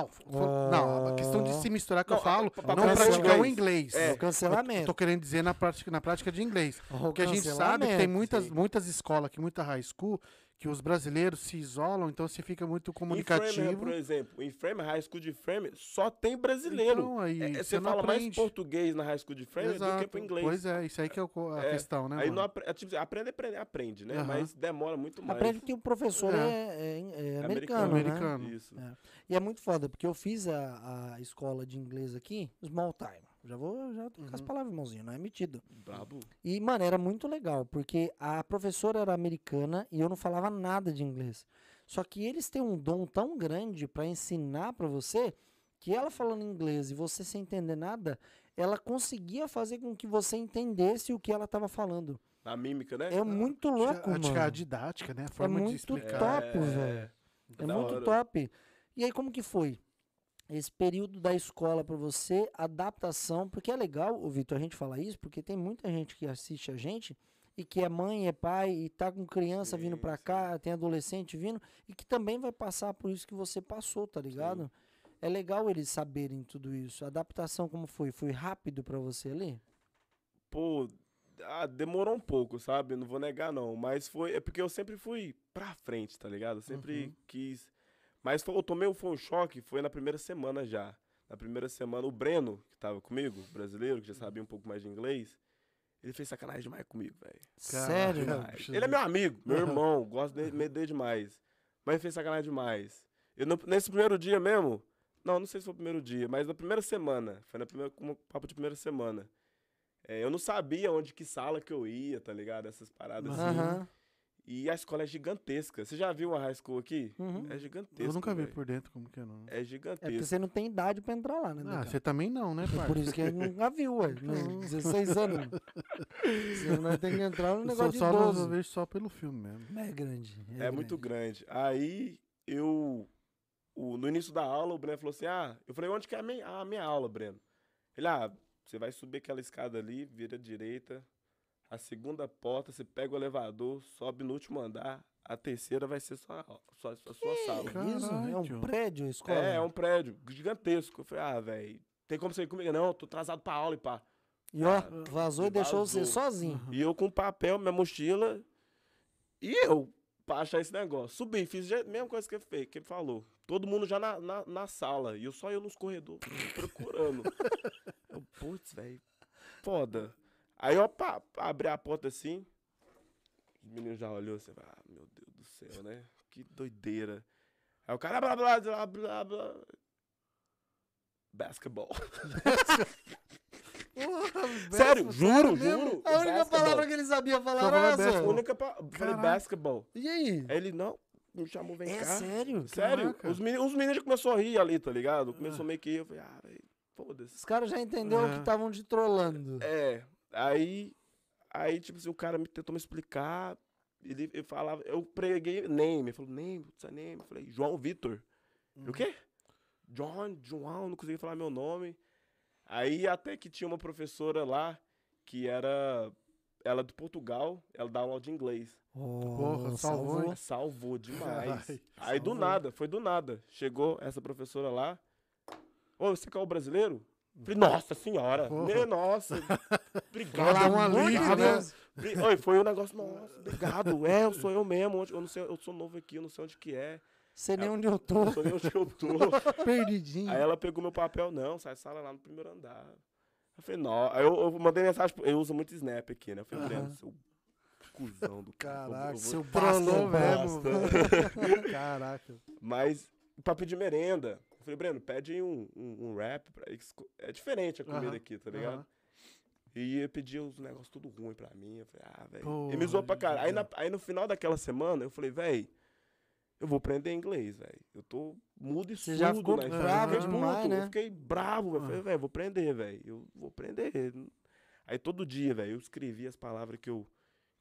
Não, a questão de se misturar que Não, eu falo, pra não cancelar praticar o inglês. inglês. É. O cancelamento. Eu tô querendo dizer na prática de inglês. O Porque a gente sabe que tem cancelamento. muitas escolas aqui, muita high school, que os brasileiros se isolam, então você fica muito Em comunicativo. Framingham, por exemplo, em Framingham, High School de Framingham, só tem brasileiro. Então, aí Você você não fala mais aprende. português na High School de Framingham do que Exato. pro inglês. Pois é, isso aí que é a É. questão, né, Aí mano? não aprende, né? Aham. Mas demora muito mais. Aprende que o professor é americano, né? Americano. Isso. É. E é muito foda, porque eu fiz a escola de inglês aqui, small time. Já tô com as palavras, irmãozinho, não é metido. Brabo. E, mano, era muito legal, porque a professora era americana e eu não falava nada de inglês. Só que eles têm um dom tão grande pra ensinar pra você, que ela falando inglês e você sem entender nada, ela conseguia fazer com que você entendesse o que ela tava falando. A mímica, né? É muito louco, A mano. didática, né? A forma de muito explicar. top, velho. É da muito hora. top. E aí, como que foi? Esse período da escola pra você, adaptação, porque é legal, ô Vitor, a gente falar isso, porque tem muita gente que assiste a gente e que é mãe, é pai e tá com criança Sim, vindo pra sim. cá, tem adolescente vindo e que também vai passar por isso que você passou, tá ligado? É legal eles saberem tudo isso. A adaptação como foi? Foi rápido pra você ali? Pô, demorou um pouco, sabe? Não vou negar, não. Mas é porque eu sempre fui pra frente, tá ligado? Eu sempre quis. Mas eu tomei foi um choque, foi na primeira semana já. Na primeira semana, o Breno, que tava comigo, brasileiro, que já sabia um pouco mais de inglês, ele fez sacanagem demais comigo, velho. Sério? Caraca. Demais. Ele é meu amigo, meu irmão, gosto dele demais. Mas ele fez sacanagem demais. Nesse primeiro dia mesmo, não sei se foi o primeiro dia, mas na primeira semana, foi como papo de primeira semana. Eu não sabia onde que sala que eu ia, tá ligado? Essas paradas assim. Aham. E a escola é gigantesca. Você já viu uma high school aqui? Uhum. É gigantesca. Eu nunca vi velho. por dentro como que é, não. É É porque gigantesco. você não tem idade pra entrar lá, né? Ah, DK? você também não, né, É pai? por isso que ele nunca viu, ué. Né? 16 anos. Você não tem que entrar no Eu negócio de só 12. não vejo só pelo filme mesmo. É grande. É muito grande. Aí, no início da aula, o Breno falou assim, eu falei, onde que é a minha aula, Breno? Ele, você vai subir aquela escada ali, vira à direita, a segunda porta, você pega o elevador, sobe no último andar, A terceira vai ser a sua sala. Isso, é um Caralho. prédio, a escola. É um prédio gigantesco. Eu falei, velho, tem como você ir comigo? Não, tô atrasado pra aula e pá. E ó, vazou e deixou você Vazou. sozinho. E eu com papel, minha mochila. E eu, pra achar esse negócio. Subi, fiz a mesma coisa que ele fez, que ele falou. Todo mundo já na sala. E só eu nos corredores, procurando. Eu, putz, velho, foda. Aí eu abri a porta assim. Os meninos já olhou assim, meu Deus do céu, né? Que doideira. Aí o cara, blá, blá, blá, blá, blá. Basketball. Sério, juro. A única basketball. palavra que ele sabia falar Só era falar essa. basketball. Única falei Caralho. basketball. E aí? Aí ele, não, me chamou, vem É cá. sério? Sério, Caraca. os meninos já começaram a rir ali, tá ligado? Começou meio que rir, eu falei, velho, foda-se. Os caras já entenderam que estavam te trollando. Aí, tipo assim, o cara tentou me explicar, ele falava, eu preguei name, ele falou, name, what's your name? Eu falei, João Vitor. O quê? João, não conseguia falar meu nome. Aí até que tinha uma professora lá, que ela é de Portugal, ela dá aula de inglês. Porra, salvou, hein? Salvou demais. Caralho, Aí do nada, foi do nada. Chegou essa professora lá. Ô, você que é o brasileiro? Falei, nossa senhora. Porra. Nossa. Ela Obrigado. dá um alívio, obrigado. né? Oi, foi um negócio, nossa, obrigado. Eu sou eu mesmo. Eu não sei, eu sou novo aqui, eu não sei onde que é. Sei nem onde eu tô. Não sei nem onde eu tô. Perdidinho. Aí ela pegou meu papel, não, sai sala lá no primeiro andar. Eu falei, não. Aí eu mandei mensagem, eu uso muito Snap aqui, né? Eu falei, Breno, seu cuzão do cara. Caraca, eu vou- seu Trollou trollou mesmo, mesmo. Caraca. Mas, pra pedir merenda. Eu falei, Breno, pede aí um wrap. É diferente a comida Aham, aqui, tá ligado? aham. E eu pedi os negócios tudo ruim pra mim. Eu falei, velho. Pô, E me zoou pra caralho. Aí, legal. aí no final daquela semana, eu falei, velho, eu vou aprender inglês, velho. Eu tô mudo e Você surdo já ficou na escola. bravo Eu fiquei demais, puto, né? Eu fiquei bravo. Eu falei, velho, vou aprender, velho. Eu vou aprender. Aí todo dia, velho, eu escrevi as palavras que eu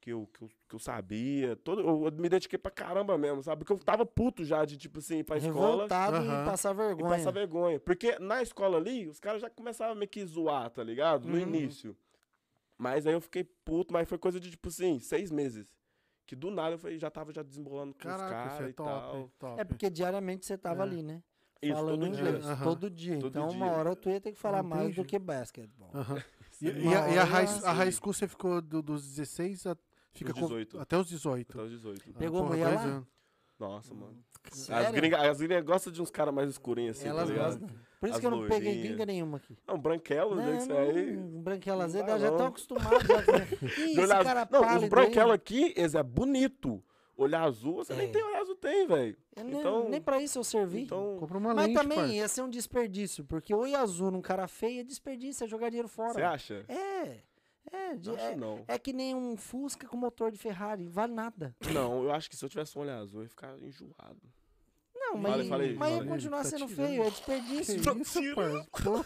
sabia. Eu me dediquei pra caramba mesmo, sabe? Porque eu tava puto já de, tipo assim, ir pra escola Revoltado Aham. e passar e vergonha. passar vergonha. Porque na escola ali, os caras já começavam meio que zoar, tá ligado? No início. Mas aí eu fiquei puto, mas foi coisa de, tipo assim, 6 meses. Que do nada eu já tava desembolando com os Caraca, caras isso é e top, tal. top. É porque diariamente você tava É. ali, né? Isso, Falando todo dia. inglês. Aham. Todo dia. Todo Então, dia. uma hora tu ia ter que falar Não mais tem do jeito. que basquetebol. Aham. Sim. E a Uma high, hora, a high sim. school você ficou dos 16 fica Os 18. até os 18. Até os 18. Pegou Porra, mulher 2 lá? anos. Nossa, mano. As Sério? gringas gostam de uns caras mais escurinhos assim, Elas tá ligado? gostam. Por isso As que eu não peguei loirinhas. gringa nenhuma aqui. Não, branquelo, né? Não, Isso aí. branquela não azeda dá, já não. estão acostumados. Já com... Ih, De esse olhar- cara não, pálido os branquelos aí. aqui, eles é bonito. Olhar azul, você nem É. tem olhar azul, tem, velho. Eu nem, Então, nem pra isso eu servi. então, Compra uma Mas lente, também parça. ia ser um desperdício, porque oi azul num cara feio é desperdício, é jogar dinheiro fora. você acha? De- Não acho não. é que nem um Fusca com motor de Ferrari, vale nada. Não, eu acho que se eu tivesse um olhar azul, eu ia ficar enjoado. Não, Fala mas, aí, fala aí, mas ia fala aí. continuar Tá sendo tirando. feio, é desperdício. Que isso, parça? Pô.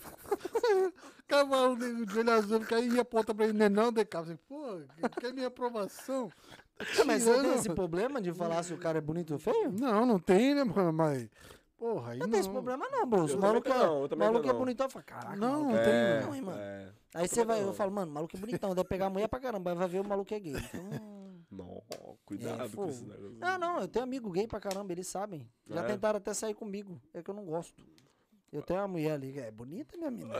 Cavalo de olho azul, fica aí e aponta pra ele, não, Decap. Você, pô, quer minha aprovação? Mas você tem Tirando. esse problema de falar se o cara é bonito ou feio? Não tem, né, mano? Mas, porra, aí Não não. tem esse problema não, bro. O Eu maluco, também não, eu também maluco é não. bonitão. Fala, caraca, Não, maluco não é tem, bonitão, não. hein, mano. Aí você também vai, não. eu falo, mano, maluco é bonitão. Deve pegar a mulher pra caramba, aí vai ver o maluco é gay. Não, cuidado com fogo. esse negócio. Não, eu tenho amigo gay pra caramba, eles sabem. Já É? tentaram até sair comigo, é que eu não gosto. Eu tenho uma mulher ali, é bonita, minha menina.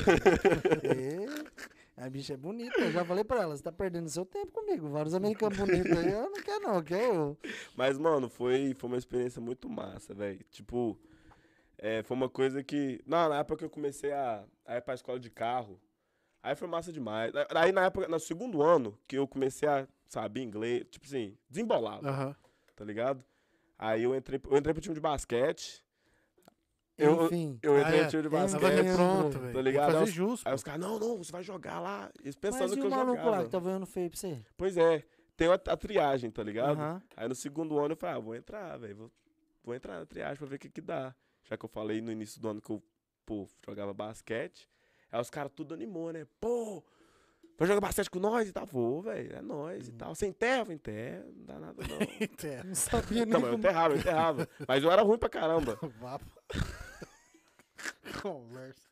A bicha é bonita, eu já falei pra ela, você tá perdendo seu tempo comigo. Vários americanos bonitos aí, eu não quero não, quero eu. Mas, mano, foi uma experiência muito massa, velho. Tipo, foi uma coisa que... Não, na época que eu comecei a ir pra escola de carro, aí foi massa demais. Aí, na época, no segundo ano, que eu comecei a saber inglês, tipo assim, desembolado, Aham. tá ligado? Aí eu entrei pro time de basquete. Eu Enfim. entrei Ah, é. no time de Tava Tava basquete. ganhando, pronto, bro. velho. Tá ligado? Fazer Aí os- justo. Aí os caras, não, você vai jogar lá. Eles Mas pensando e que o eu maluco jogava. lá que tá voando feio pra você? Pois é, tem a triagem, tá ligado? Aham. Aí no segundo ano eu falei, vou entrar, velho. Vou entrar na triagem pra ver o que dá. Já que eu falei no início do ano que eu, jogava basquete. Aí os caras tudo animou, né? Pô, vai jogar basquete com nós e tal? Vou, velho, é nós e tal. Você enterra? Vou enterra, não dá nada não. Não sabia nem Não, mas eu enterrava. Mas eu era ruim pra caramba. Vapo. Conversa.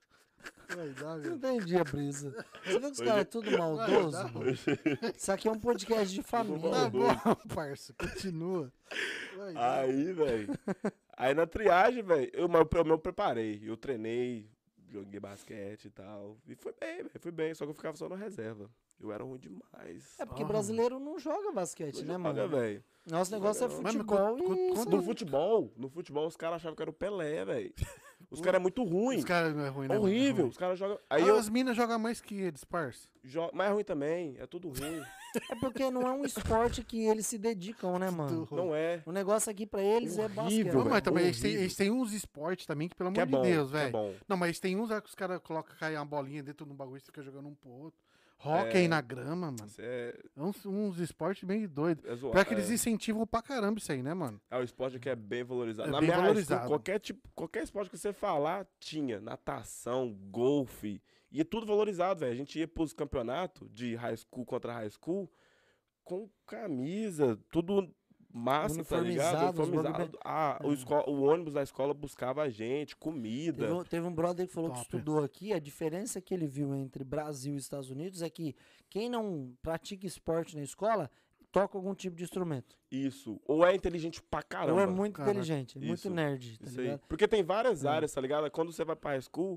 Vai dar, Não meu. entendi a brisa. Você viu que os Hoje- caras é tudo maldoso? Vai dar. mano? Isso aqui é um podcast de família. Tá maldoso. bom, parça. Continua. Vai dar. Aí, velho. Aí na triagem, velho, eu preparei. Eu treinei, joguei basquete e tal. E foi bem, velho. Foi bem. Só que eu ficava só na reserva. Eu era ruim demais. É porque Ah. brasileiro não joga basquete, né, Não mano? joga, velho. Nosso negócio é Mas, mas futebol e... No futebol, os caras achavam que era o Pelé, velho. Os caras é muito ruim. Os caras não é ruim, né? mano? Horrível. É Os caras jogam. ruim. Aí eu As minas jogam mais que eles, parça. jogo. Mas é ruim também. É tudo ruim. É porque não é um esporte que eles se dedicam, né, mano? Não é. O negócio aqui pra eles é basquete. Horrível, Não, velho. mas também horrível. eles têm uns esportes também que, pelo amor Que é bom. de Deus, que é velho. bom. Não, mas tem uns que os caras colocam cair uma bolinha dentro de um bagulho e fica jogando um pro outro. Hóquei na grama, mano. Isso é Uns esportes bem doidos. zoado. Pior que eles incentivam pra caramba isso aí, né, mano? O esporte aqui é bem valorizado. É Na bem minha high valorizado. school, qualquer esporte que você falar, tinha. Natação, golfe. E é tudo valorizado, velho. A gente ia pros campeonatos de high school contra high school com camisa, tudo massa, tá ligado? Uniformizado, os Uniformizado. O ônibus da escola buscava a gente, comida. Teve um brother que falou que Top. estudou aqui. A diferença que ele viu entre Brasil e Estados Unidos é que quem não pratica esporte na escola toca algum tipo de instrumento. Isso. Ou é inteligente pra caramba. Ou é muito Caraca. inteligente, muito Isso, nerd, tá Isso aí. ligado? Porque tem várias áreas, tá ligado? Quando você vai pra high school,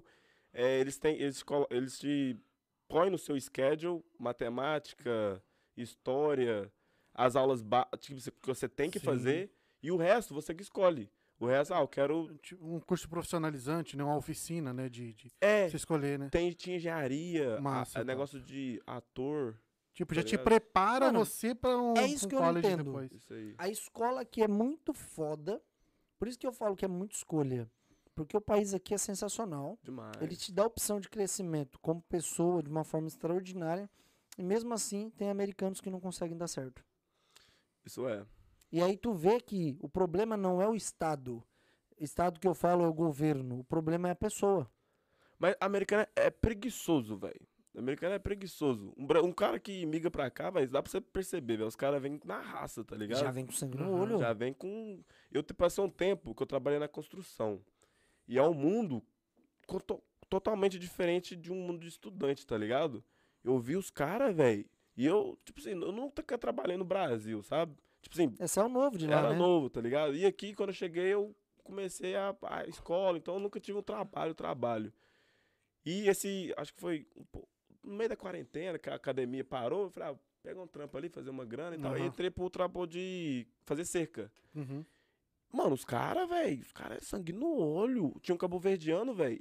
eles te põem no seu schedule matemática, história, as aulas que você tem que Sim. fazer, e o resto você que escolhe. O resto, eu quero. Tipo, um curso profissionalizante, né? Uma oficina, né? De É, você escolher, né? tinha engenharia, Massa, top. negócio de ator. Tipo, tá já te ligado? prepara Mano, você pra um, é isso um que eu não college entendo. depois. Isso aí. A escola aqui é muito foda, por isso que eu falo que é muito escolha. Porque o país aqui é sensacional. Demais. Ele te dá opção de crescimento como pessoa de uma forma extraordinária. E mesmo assim, tem americanos que não conseguem dar certo. Isso é. E aí tu vê que o problema não é o Estado. Estado que eu falo é o governo. O problema é a pessoa. Mas americano é preguiçoso, velho. Americano é preguiçoso. Um cara que migra pra cá, velho, dá pra você perceber, velho. Os caras vêm na raça, tá ligado? Já vem com sangue no Aham. olho. Já vem com. Eu passei um tempo que eu trabalhei na construção. E é um mundo totalmente diferente de um mundo de estudante, tá ligado? Eu vi os caras, velho. E eu, tipo assim, eu nunca trabalhei no Brasil, sabe? Tipo assim, Esse é o novo de lá, era né? novo, tá ligado? E aqui, quando eu cheguei, eu comecei a escola, então eu nunca tive um trabalho. E acho que foi no meio da quarentena, que a academia parou, eu falei, pega um trampo ali, fazer uma grana e tal. E Aham. entrei pro trampo de fazer cerca. Uhum. Mano, os caras é sangue no olho. Tinha um cabo-verdiano, velho,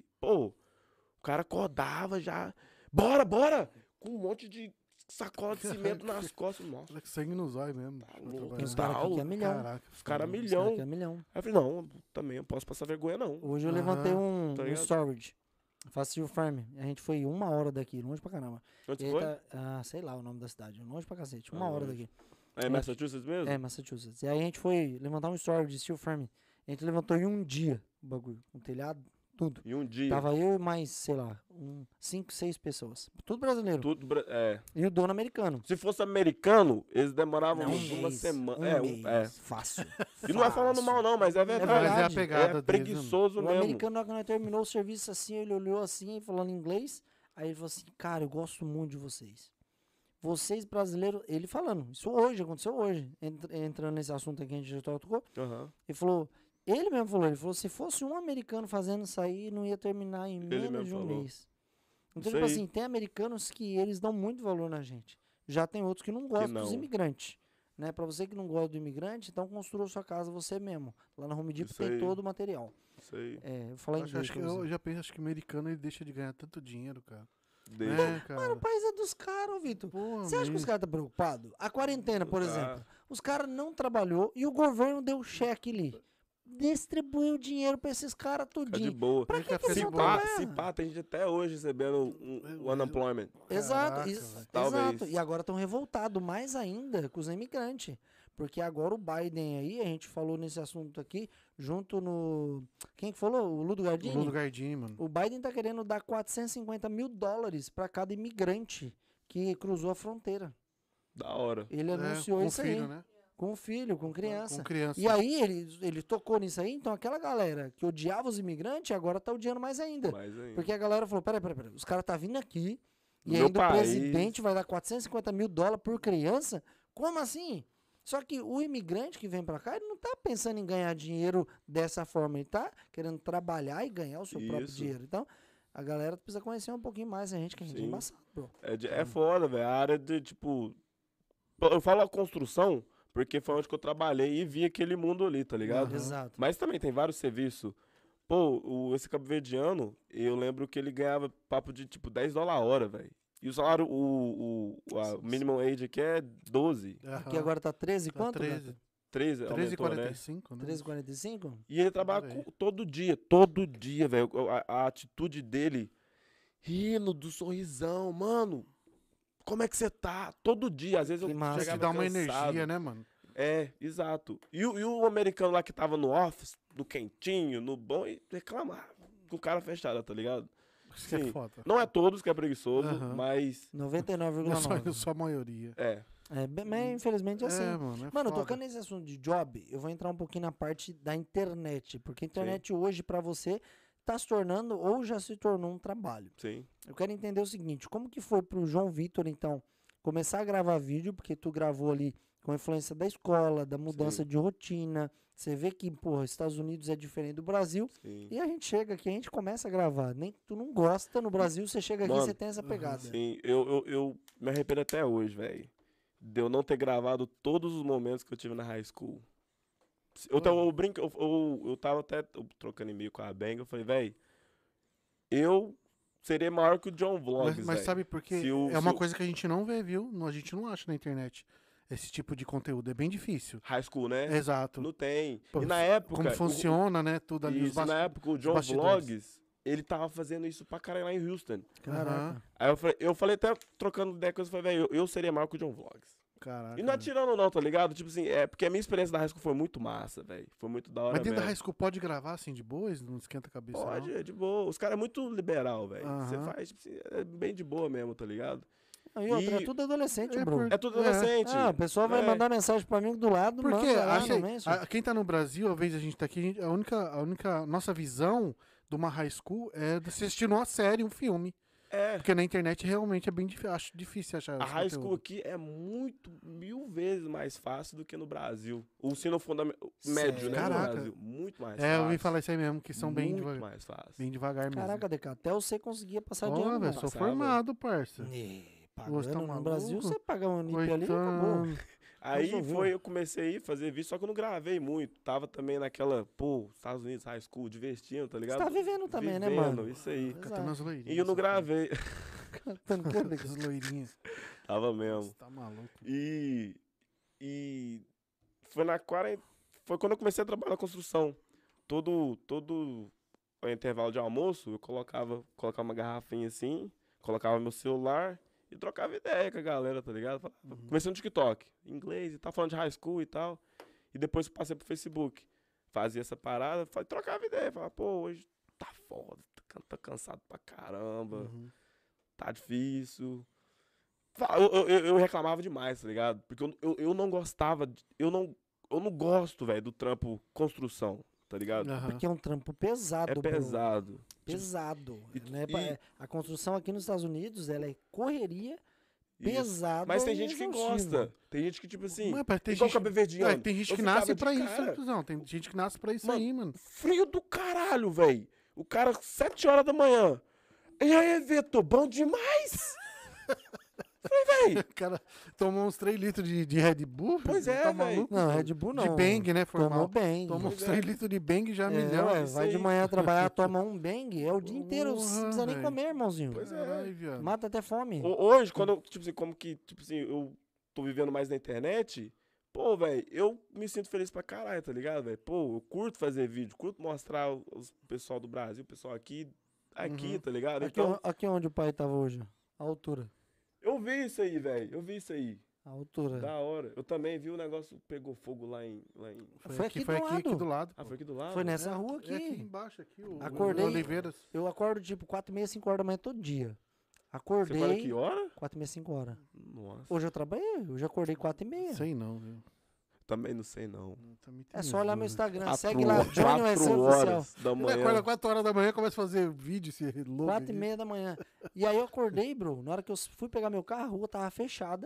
o cara acordava já, bora! Com um monte de sacola de cimento nas costas, nossa. Olha que sangue nos olhos mesmo. Tá pra louco, trabalhar. Tem uns caras aqui que é milhão. Caraca. Os caras Os caras milhão. aqui é milhão. Aí eu falei, não, também eu posso passar vergonha, não. Hoje eu Aham. levantei Tá um ligado? storage. Faço steel farm. A gente foi 1 hora daqui, longe pra caramba. Onde E você aí foi? sei lá o nome da cidade. Longe pra cacete. Ah, 1 hora longe. daqui. É Massachusetts mesmo? É, Massachusetts. E aí a gente foi levantar um storage de steel farm. A gente levantou em um dia o bagulho. Um telhado, tudo. E um dia, Tava eu e mais, sei lá, 5, 6 pessoas. Tudo brasileiro. tudo... E o dono americano. Se fosse americano, eles demoravam Não, uma mês, semana. mês. Fácil. E não é falando Fácil. mal, não, mas é verdade. Mas é a verdade. pegada É deles, preguiçoso O mesmo. americano, na hora que nós terminou o serviço assim, ele olhou assim, falando inglês. Aí ele falou assim, cara, eu gosto muito de vocês. Vocês brasileiros, ele falando, isso hoje, aconteceu hoje, entrando nesse assunto aqui, a gente já tocou. Aham. Ele falou, ele falou, se fosse um americano fazendo isso aí, não ia terminar em menos mesmo de um falou. mês. Então, Isso tipo aí. assim, tem americanos que eles dão muito valor na gente. Já tem outros que não gostam dos não. imigrantes. Né? Pra você que não gosta do imigrante, então construa sua casa você mesmo. Lá na Home Depot Isso tem aí. todo o material. Isso aí. É, eu vou falar inglês Acho que pra você. eu já penso, acho que o americano ele deixa de ganhar tanto dinheiro, cara. Deixa. É, cara. Mano, o país é dos caras, Vitor. Porra, Você acha que os mas- caras estão preocupados? A quarentena, por Ah. exemplo. Os caras não trabalhou e o governo deu cheque ali. Distribuiu dinheiro pra esses caras Fica de tudinho. boa. Pra Ele que, quer que eles Se vão ficar de boa. pá, trabalhar? se pá, tem gente até hoje recebendo o unemployment. Exato, Caraca, isso, velho. Talvez. exato. E agora estão revoltados mais ainda com os imigrantes. Porque agora o Biden aí, a gente falou nesse assunto aqui, junto no... Quem que falou? O Ludo O Gardini? Ludo Gardini, mano. O Biden tá querendo dar $450 mil para cada imigrante que cruzou a fronteira. Da hora. Ele anunciou com isso filho, aí. né? Com filho, com criança. Com criança. E aí ele tocou nisso aí, então aquela galera que odiava os imigrantes agora tá odiando mais ainda. Mais ainda. Porque a galera falou, peraí, os caras tá vindo aqui e Meu ainda o país. presidente vai dar 450 mil dólares por criança? Como assim? Só que o imigrante que vem pra cá, ele não tá pensando em ganhar dinheiro dessa forma, ele tá querendo trabalhar e ganhar o seu próprio Isso. dinheiro. Então, a galera precisa conhecer um pouquinho mais a gente, que a gente é Sim. embaçado, bro. É foda, velho. A área de, tipo... Eu falo a construção porque foi onde que eu trabalhei e vi aquele mundo ali, tá ligado? Aham. Exato. Mas também tem vários serviços. Pô, esse cabo-verdiano, eu lembro que ele ganhava papo de, tipo, $10 a hora, velho. E o salário, a minimum age aqui é 12. Aqui agora tá 13 Tá quanto? 13. 13, aumentou, né? 13,45, né? 13,45? E ele trabalha Por aí. todo dia, velho. A atitude dele, rindo do sorrisão, mano. Como é que você tá? Todo dia, às vezes Que eu massa. Isso chegava que dá uma cansado. energia, né, mano? É, exato. E o americano lá que tava no office, no quentinho, no bom, e reclamava com o cara fechado, tá ligado? Isso que é Sim. foda. Não é todos que é preguiçoso, Aham. mas 99,9. Só a maioria. é. Mas infelizmente é assim. Mano, Mano, foda. tocando nesse assunto de job, eu vou entrar um pouquinho na parte da internet. Porque a internet hoje, pra você, tá se tornando ou já se tornou um trabalho. Sim. Eu quero entender o seguinte, como que foi pro João Vitor, então, começar a gravar vídeo, porque tu gravou ali com a influência da escola, da mudança Sim. de rotina. Você vê que, porra, Estados Unidos é diferente do Brasil. Sim. E a gente chega aqui, a gente começa a gravar. Nem que tu não gosta, no Brasil você chega aqui e Mano, você tem essa pegada. Sim, eu me arrependo até hoje, velho. De eu não ter gravado todos os momentos que eu tive na high school. Eu tava até trocando e-mail com a Bang, eu falei, velho, eu seria maior que o John Vlogs, Mas véi. sabe por quê? Se o- É se uma o- coisa que a gente não vê, viu? A gente não acha na internet. Esse tipo de conteúdo é bem difícil. High school, né? Exato. Não tem. Pô, E na época... Como funciona, né? Tudo ali. Isso, na época, o John bastidores. Vlogs, ele tava fazendo isso pra caralho lá em Houston. Caraca. Aí eu falei até trocando ideia com ele, eu falei, velho, eu seria maior que o John Vlogs. Caraca. E não atirando não, tá ligado? Tipo assim, é porque a minha experiência da high school foi muito massa, velho. Foi muito da hora Mas dentro da mesmo. high school pode gravar assim de boas? Não esquenta a cabeça, Pode, não? é de boa. Os caras é muito liberal, velho. Você Aham. faz, tipo assim, é bem de boa mesmo, tá ligado? E outra, E- é tudo adolescente, É bro. por- É tudo adolescente. Ah, o pessoal vai É. mandar mensagem pra mim do lado, Porque manda lá achei, no menso. quem tá no Brasil, às vezes a gente tá aqui, a única nossa visão de uma high school é de você assistir uma série, um filme. É. Porque na internet realmente é bem acho difícil achar A esse high conteúdo. school aqui é muito, 1000 vezes mais fácil do que no Brasil. O ensino fundamental, médio, né, Caraca. no Brasil. Muito mais É, fácil. eu ouvi falar isso aí mesmo, que são bem muito devagar, mais fácil. bem devagar mesmo. Caraca, DK, até você conseguia passar de Ó, ano, velho, mano. sou Passava. formado, parça. Pagando Você tá no maluco? Brasil, você paga um NIP ali e acabou. Coitado. Aí Resolveu. eu comecei a ir fazer vídeo, só que eu não gravei muito. Tava também naquela, Estados Unidos High School, divertindo, tá Você ligado? tá vivendo também, né, Vivendo, mano? isso aí. Catando as loirinhas. E eu não gravei. Cantando As loirinhas. Tava mesmo. Você tá maluco. E foi foi quando eu comecei a trabalhar na construção. Todo o intervalo de almoço, eu colocava uma garrafinha assim, colocava meu celular e trocava ideia com a galera, tá ligado? Comecei no TikTok, inglês e tal, falando de high school e tal. E depois eu passei pro Facebook. Fazia essa parada, trocava ideia, falava, pô, hoje tá foda, tá cansado pra caramba, Uhum. tá difícil. Eu reclamava demais, tá ligado? Porque eu não gostava, eu não gosto, velho, do trampo construção, tá ligado? Aham. Porque é um trampo pesado, É bro. pesado. Pesado. E- Né? e- A construção aqui nos Estados Unidos, ela é correria Isso. pesada. Mas tem e gente que exaustiva. gosta. Tem gente que, tipo assim, Mas, pai, tem igual gente- Cabo Verdeano. tem gente eu que ficava nasce de pra isso, cara. cuzão. Tem gente que nasce pra isso Mano, aí, mano. Frio do caralho, velho. O cara, 7 horas da manhã. E aí, Vitor, bom demais? Falei, velho, O cara tomou uns 3 litros de Red Bull. Pois filho, é, tá velho. maluco? Não, Red Bull não. De Bang, né, Tomou formal. bem. Tomou uns Pois 3 é. litros de Bang já É, milhão. ué, isso vai de aí. manhã trabalhar, toma um bang, é o dia inteiro, você não Porra, precisa nem velho. comer, irmãozinho. Pois é. Caralho, viado. Mata até fome. Hoje, quando eu, tipo assim, como que, tipo assim, eu tô vivendo mais na internet, pô, velho, eu me sinto feliz pra caralho, tá ligado, velho? Pô, eu curto fazer vídeo, curto mostrar o pessoal do Brasil, o pessoal aqui, Uhum. tá ligado? Aqui, Então, aqui onde o pai tava hoje, a altura. eu vi isso aí, velho, eu vi isso aí. A altura. Da hora. Eu também vi o negócio pegou fogo lá em... Foi aqui foi do aqui, lado. aqui do lado. Ah, pô. foi aqui do lado? Foi nessa É, rua É aqui aqui. embaixo, aqui, o Acordei. Oliveiras. Eu acordo tipo 4h30, 5 horas da manhã todo dia. Você fala Acordei que hora? 4h30, 5 horas. Nossa. Hoje eu trabalhei, hoje eu acordei 4h30. Sei não, viu? Também não sei, não. Também tem É só olhar meu isso, Instagram. Segue lá, Johnny Wesley 4 Oficial. horas da né? Ele acorda manhã. 4 horas da manhã, começa a fazer vídeo, esse louco. 4h30 da manhã. E aí eu acordei, bro. Na hora que eu fui pegar meu carro, a rua tava fechada.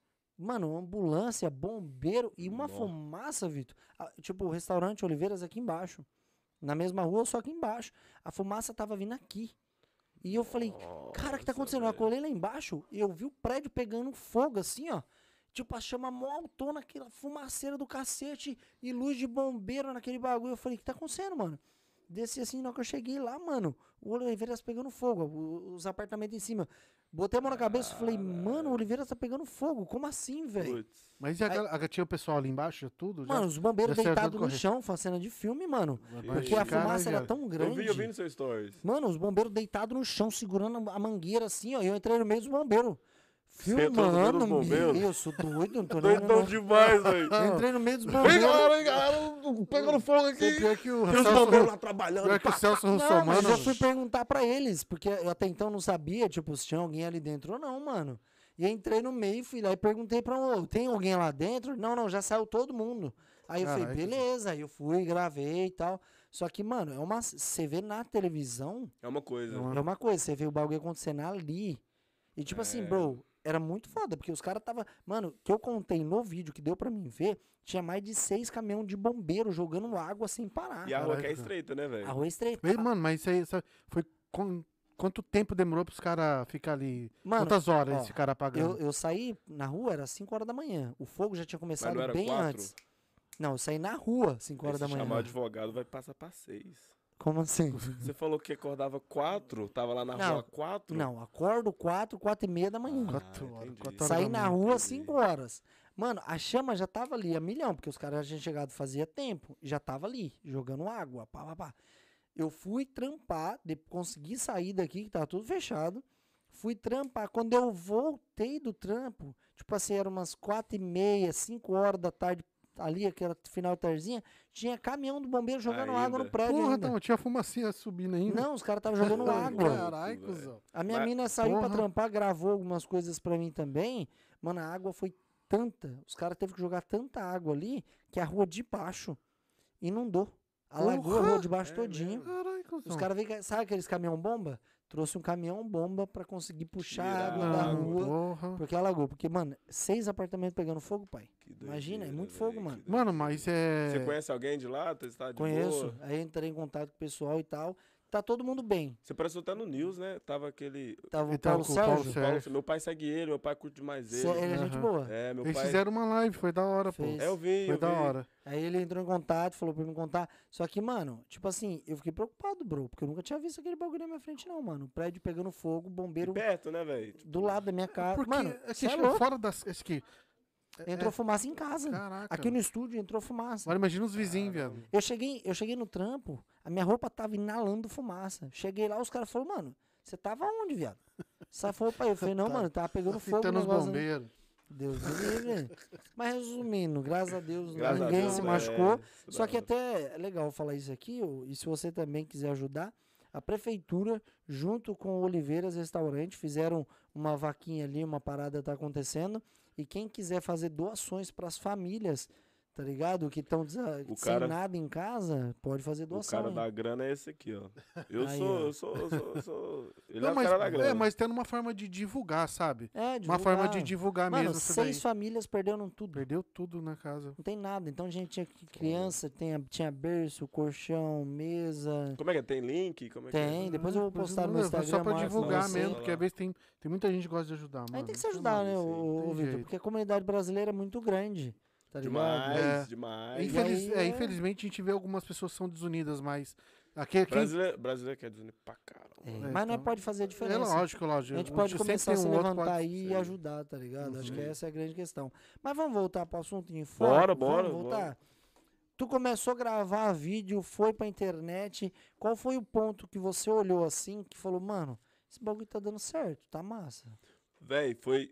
Mano, ambulância, bombeiro e uma Nossa. fumaça, Vitor. Tipo, o restaurante Oliveiras aqui embaixo. Na mesma rua, só aqui embaixo. A fumaça tava vindo aqui. E eu falei, cara, o que tá acontecendo? Eu colei lá embaixo e eu vi o prédio pegando fogo, assim, ó. Tipo, a chama mó autona, aquela fumaceira do cacete e luz de bombeiro naquele bagulho. Eu falei, o que tá acontecendo, mano? Desci assim, na hora que eu cheguei lá, mano, o Oliveiras pegando fogo, os apartamentos em cima. Botei a mão na cabeça e falei, mano, o Oliveiras tá pegando fogo. Como assim, velho? Putz. Mas e tinha o pessoal ali embaixo, tudo? Já? Mano, os bombeiros já saiu deitados tudo no correto. chão, fazendo cena de filme, mano. Mas Porque a caralho, fumaça era viado. tão grande. Eu vi no seu stories. Mano, os bombeiros deitados no chão, segurando a mangueira assim, ó. E eu entrei no meio dos bombeiros. Você entrou no meio dos Filmando, bombeiros? eu sou doido, não tô nem... Doidão demais, velho. Eu entrei no meio dos Vem, bombeiros. galera, vem, galera. Pegando fogo aqui. Pior que o Tem os Celso, bombeiros lá trabalhando. pior que o pá. Celso Não, mas Russomano... eu fui perguntar pra eles, porque eu até então não sabia, tipo, se tinha alguém ali dentro ou não, mano. E eu entrei no meio, fui lá e perguntei pra tem alguém lá dentro? Não, já saiu todo mundo. Aí eu falei, Caraca. beleza. Aí eu fui, gravei e tal. Só que, mano, você vê na televisão, É uma coisa. é uma coisa, você vê o bagulho acontecendo ali. E tipo assim, bro, era muito foda, porque os caras tava... Mano, que eu contei no vídeo que deu pra mim ver, tinha mais de 6 caminhões de bombeiro jogando água sem parar. E a rua que é Caraca. estreita, né, velho? A rua é estreita. Ei, mano, mas isso aí foi... Quanto tempo demorou pros caras ficar ali? Mano, Quantas horas ó, eles ficaram apagando? Eu saí na rua, era 5 horas da manhã. O fogo já tinha começado não era bem 4? antes. Não, eu saí na rua 5 horas da Se manhã. chamar o advogado, vai passar pra 6. Como assim? Você falou que acordava 4, tava lá na Não, rua 4? Não, acordo 4h30 da manhã. 4 horas, entendi. 4 horas Saí da na manhã. rua entendi. 5 horas. Mano, a chama já tava ali a milhão, porque os caras já tinham chegado fazia tempo. Já tava ali, jogando água, pá. Eu fui trampar, consegui sair daqui, que tava tudo fechado. Fui trampar. Quando eu voltei do trampo, tipo assim, era umas 4h30, 5 horas da tarde, ali, aquela final de tardezinha, tinha caminhão do bombeiro jogando Ainda. água no prédio Porra, ainda. não, tinha fumacinha subindo ainda. Não, os caras estavam jogando água. Caralho, velho. cuzão. A minha Mas- mina saiu pra Porra. trampar, gravou algumas coisas pra mim também. Mano, a água foi tanta. Os caras teve que jogar tanta água ali que a rua de baixo inundou. Alagou a rua de baixo É todinho. mesmo? Caralho, cuzão. Os caras veio, sabe aqueles caminhão-bomba? Trouxe um caminhão-bomba pra conseguir puxar a Tirar água a da água. rua. Porra. Porque alagou. Porque, mano, 6 apartamentos pegando fogo, pai. Que Imagina, é doideira, muito velho, fogo, que mano. doideira. Mano, mas é... Você conhece alguém de lá? Você tá de Conheço. boa? Aí entrei em contato com o pessoal e tal. Tá todo mundo bem. Você pareceu até no News, né? Tava aquele... Tava o Ele tava Paulo com o Paulo Sérgio. Sérgio. Paulo, meu pai segue ele, meu pai curte demais ele. Ele é gente Aham. boa. É, meu Eles pai... fizeram uma live, foi da hora, pô. Fez. É, eu vi, Foi eu da vi. hora. Aí ele entrou em contato, falou pra me contar. Só que, mano, tipo assim, eu fiquei preocupado, bro. Porque eu nunca tinha visto aquele bagulho na minha frente, não, mano. O prédio pegando fogo, E bombeiro perto, né, velho? Tipo, do lado da minha casa. Porque Mano, aqui, cê é tipo, louco. fora das... Esse aqui. Entrou fumaça em casa. Caraca. Aqui no estúdio entrou fumaça. Agora imagina os vizinhos, viado. Eu cheguei no trampo, a minha roupa tava inalando fumaça. Cheguei lá, os caras falaram, mano, você tava onde, viado? Essa roupa aí. Eu falei, não, mano, tava pegando fogo o Fitando os negócio. bombeiros. Deus me livre. Mas resumindo, graças a Deus, graças a ninguém Deus, se é, machucou. isso Só da que hora. até é legal falar isso aqui, e se você também quiser ajudar, a prefeitura, junto com o Oliveiras Restaurante, fizeram uma vaquinha ali, uma parada tá acontecendo, e quem quiser fazer doações para as famílias, tá ligado? Que estão sem cara- nada em casa, pode fazer O doação. cara hein? da grana é esse aqui, ó. Eu Aí, sou, ó. eu sou... Ele Não, é o mas, cara da grana. mas tendo uma forma de divulgar, sabe? É, Uma forma divulgar. de divulgar Mano, mesmo isso 6 daí. famílias perderam tudo. Perdeu tudo na casa. Não tem nada. Então a gente tinha criança, tinha berço, colchão, mesa. Como é que é? Tem link? Como é que Tem, é? depois eu vou Mas postar no não, meu é Instagram. Só pra Marcos, divulgar pra você. mesmo, porque às vezes tem muita gente que gosta de ajudar, mano. Aí tem que se ajudar, né, isso aí, ô tem Vitor? jeito. Porque a comunidade brasileira é muito grande. Tá ligado? Demais, É. demais. E aí, Infelizmente a gente vê algumas pessoas que são desunidas, mas... Quem, Brasileiro quer dizer pra caramba. Mas não então, pode fazer a é diferença. lógico. A gente Um pode sempre começar a tem se um outro, levantar pode aí e ser. ajudar, tá ligado? Acho que Uhum. essa é a grande questão. Mas vamos voltar pro assunto em Bora, foco? bora, Vamos voltar? Tu começou a gravar vídeo, foi pra internet. Qual foi o ponto que você olhou assim, que falou, mano, esse bagulho tá dando certo, tá massa? Véi, foi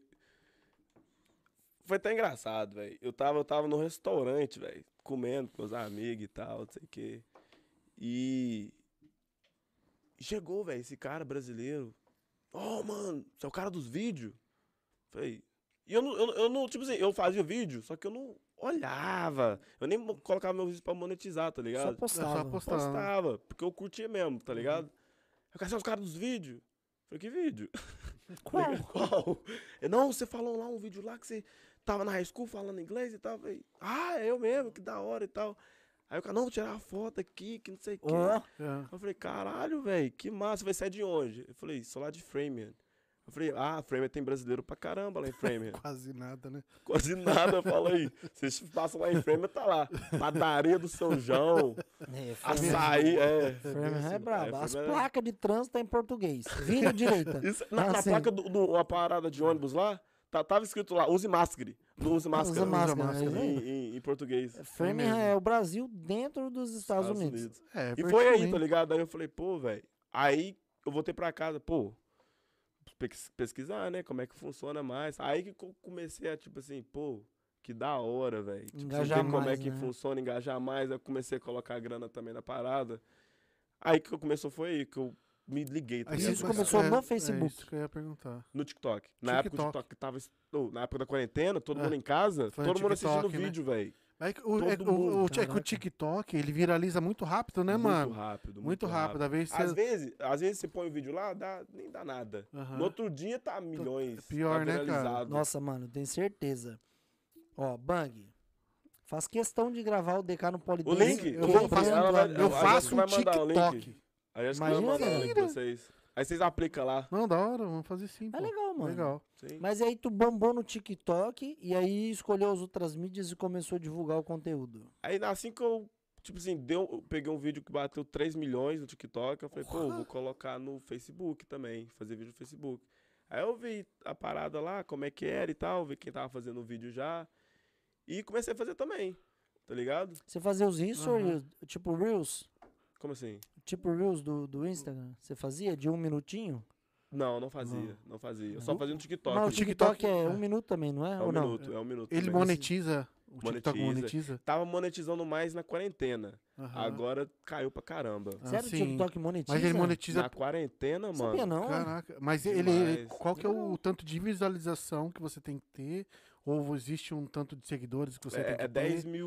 até engraçado, velho. Eu tava no restaurante, velho, comendo com meus amigos e tal, não sei o quê. E chegou, velho, esse cara brasileiro. Oh, mano, você é o cara dos vídeos? Falei. E eu não, tipo assim, eu fazia vídeo, só que eu não olhava. Eu nem colocava meus vídeos pra monetizar, tá Só ligado? postava. Postava, porque eu curtia mesmo, tá ligado? Eu quero ser os caras dos vídeos. Falei, que vídeo? Qual? Qual? Não, você falou lá um vídeo lá que você tava na high school falando inglês e tal. Falei, é eu mesmo, que da hora e tal. Aí o cara, não, vou tirar uma foto aqui, que não sei o quê. Ó, É. Eu falei, caralho, velho, que massa, vai sair de onde? Eu falei, sou lá de Framingham. Eu falei, Framingham tem brasileiro pra caramba lá em Framingham. Quase nada, né? Quase nada, fala aí. Vocês passam lá em Framingham, tá lá. Padaria do São João, açaí, Framingham é brabo. As Framingham é- placas de trânsito tá em português. Vira direita. Isso, na Assim. placa uma parada de ônibus lá, tava escrito lá, use máscara. Use máscara. Usa máscara, máscara. é isso aí. Em português. Framingham é o Brasil dentro dos Estados Unidos. É, E foi aí, pertinho, tá hein? ligado? Aí eu falei, pô, velho. Aí eu voltei pra casa, pô, pesquisar, né? Como é que funciona mais. Aí que eu comecei a, tipo assim, pô, que da hora, velho. Tipo, Engajar ver como é mais, que né? funciona, engajar mais. Aí eu comecei a colocar grana também na parada. Aí que começou foi aí, que eu me liguei, tá Aí ligado? Isso você começou no É Facebook. isso que eu ia perguntar. No TikTok. Na época o TikTok. TikTok tava. Na época da quarentena, todo É. mundo em casa, Foi todo no mundo assistindo TikTok, né? vídeo, velho. Mas Todo mundo, é que o caraca. TikTok, ele viraliza muito rápido, né, mano? Muito rápido. Muito rápido. Às vezes Às você... vezes você põe o vídeo lá, nem dá nada. Aham. No outro dia tá milhões. Pior, tá né, cara? viralizado. Nossa, mano, tenho certeza. Ó, Bang, faz questão de gravar o DK no O Polidense. link, eu eu vou vou fazer- ela vai- eu a faço Jéssica vai um mandar o link. TikTok. Aí a Jéssica vai Imagina, mandar o link pra velho. vocês. Aí vocês aplicam lá. Não, da hora, vamos fazer sim, É pô. legal, mano. Legal. Sim. Mas aí tu bombou no TikTok e aí escolheu as outras mídias e começou a divulgar o conteúdo. Aí assim que eu, tipo assim, eu peguei um vídeo que bateu 3 milhões no TikTok, eu falei, pô, vou colocar no Facebook também, fazer vídeo no Facebook. Aí eu vi a parada lá, como é que era e tal, vi quem tava fazendo o vídeo já. E comecei a fazer também, tá ligado? Você fazia os stories, tipo Reels? Como assim? Tipo Reels do Instagram? Você fazia de 1 minutinho? Não fazia, não fazia. Eu só fazia no TikTok. Mas o TikTok- TikTok é 1 minuto também, não é? É Ou um não? minuto, é um minuto. Ele também. monetiza, o TikTok Monetiza. monetiza. Tava monetizando mais na quarentena. Aham. Agora caiu pra caramba. Ah, Sério, o sim. TikTok monetiza? Mas ele monetiza... Na quarentena, mano. Sabia não? Caraca, mas Demais. qual que é o tanto de visualização que você tem que ter? Ou existe um tanto de seguidores que você tem que É ter?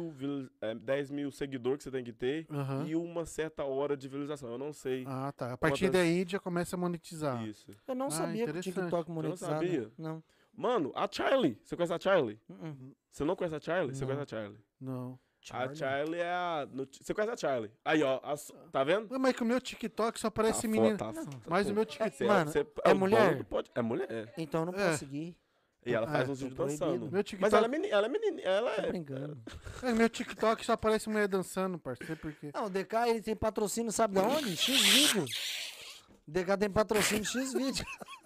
10 mil seguidores que você tem que ter Aham. e uma certa hora de visualização. Eu não sei Ah, tá. A partir Quantas- daí já começa a monetizar. isso. Eu não sabia que o interessante. TikTok monetizava. sabia? Não. Mano, a Charlie. Você conhece a Charlie? Uh-uh. Você não conhece a Charlie? Você Não. conhece a Charlie? Não. A Charlie é a... Você conhece a Charlie? Aí, ó. Tá vendo? Mas que o meu TikTok só aparece Tá menino. foda, Mas pô. o meu TikTok... Você Mano, é é o mulher? dono do É mulher. Então eu não É. posso seguir. E ela faz É, uns tô vídeos dançando. proibido. Meu TikTok, Mas ela é menina. Ela é menina. Ela Tô é... brincando. meu TikTok só aparece mulher dançando, parceiro. Por quê? Não, o DK ele tem patrocínio, sabe de onde? X-Vídeo. O DK tem patrocínio X-Vídeo.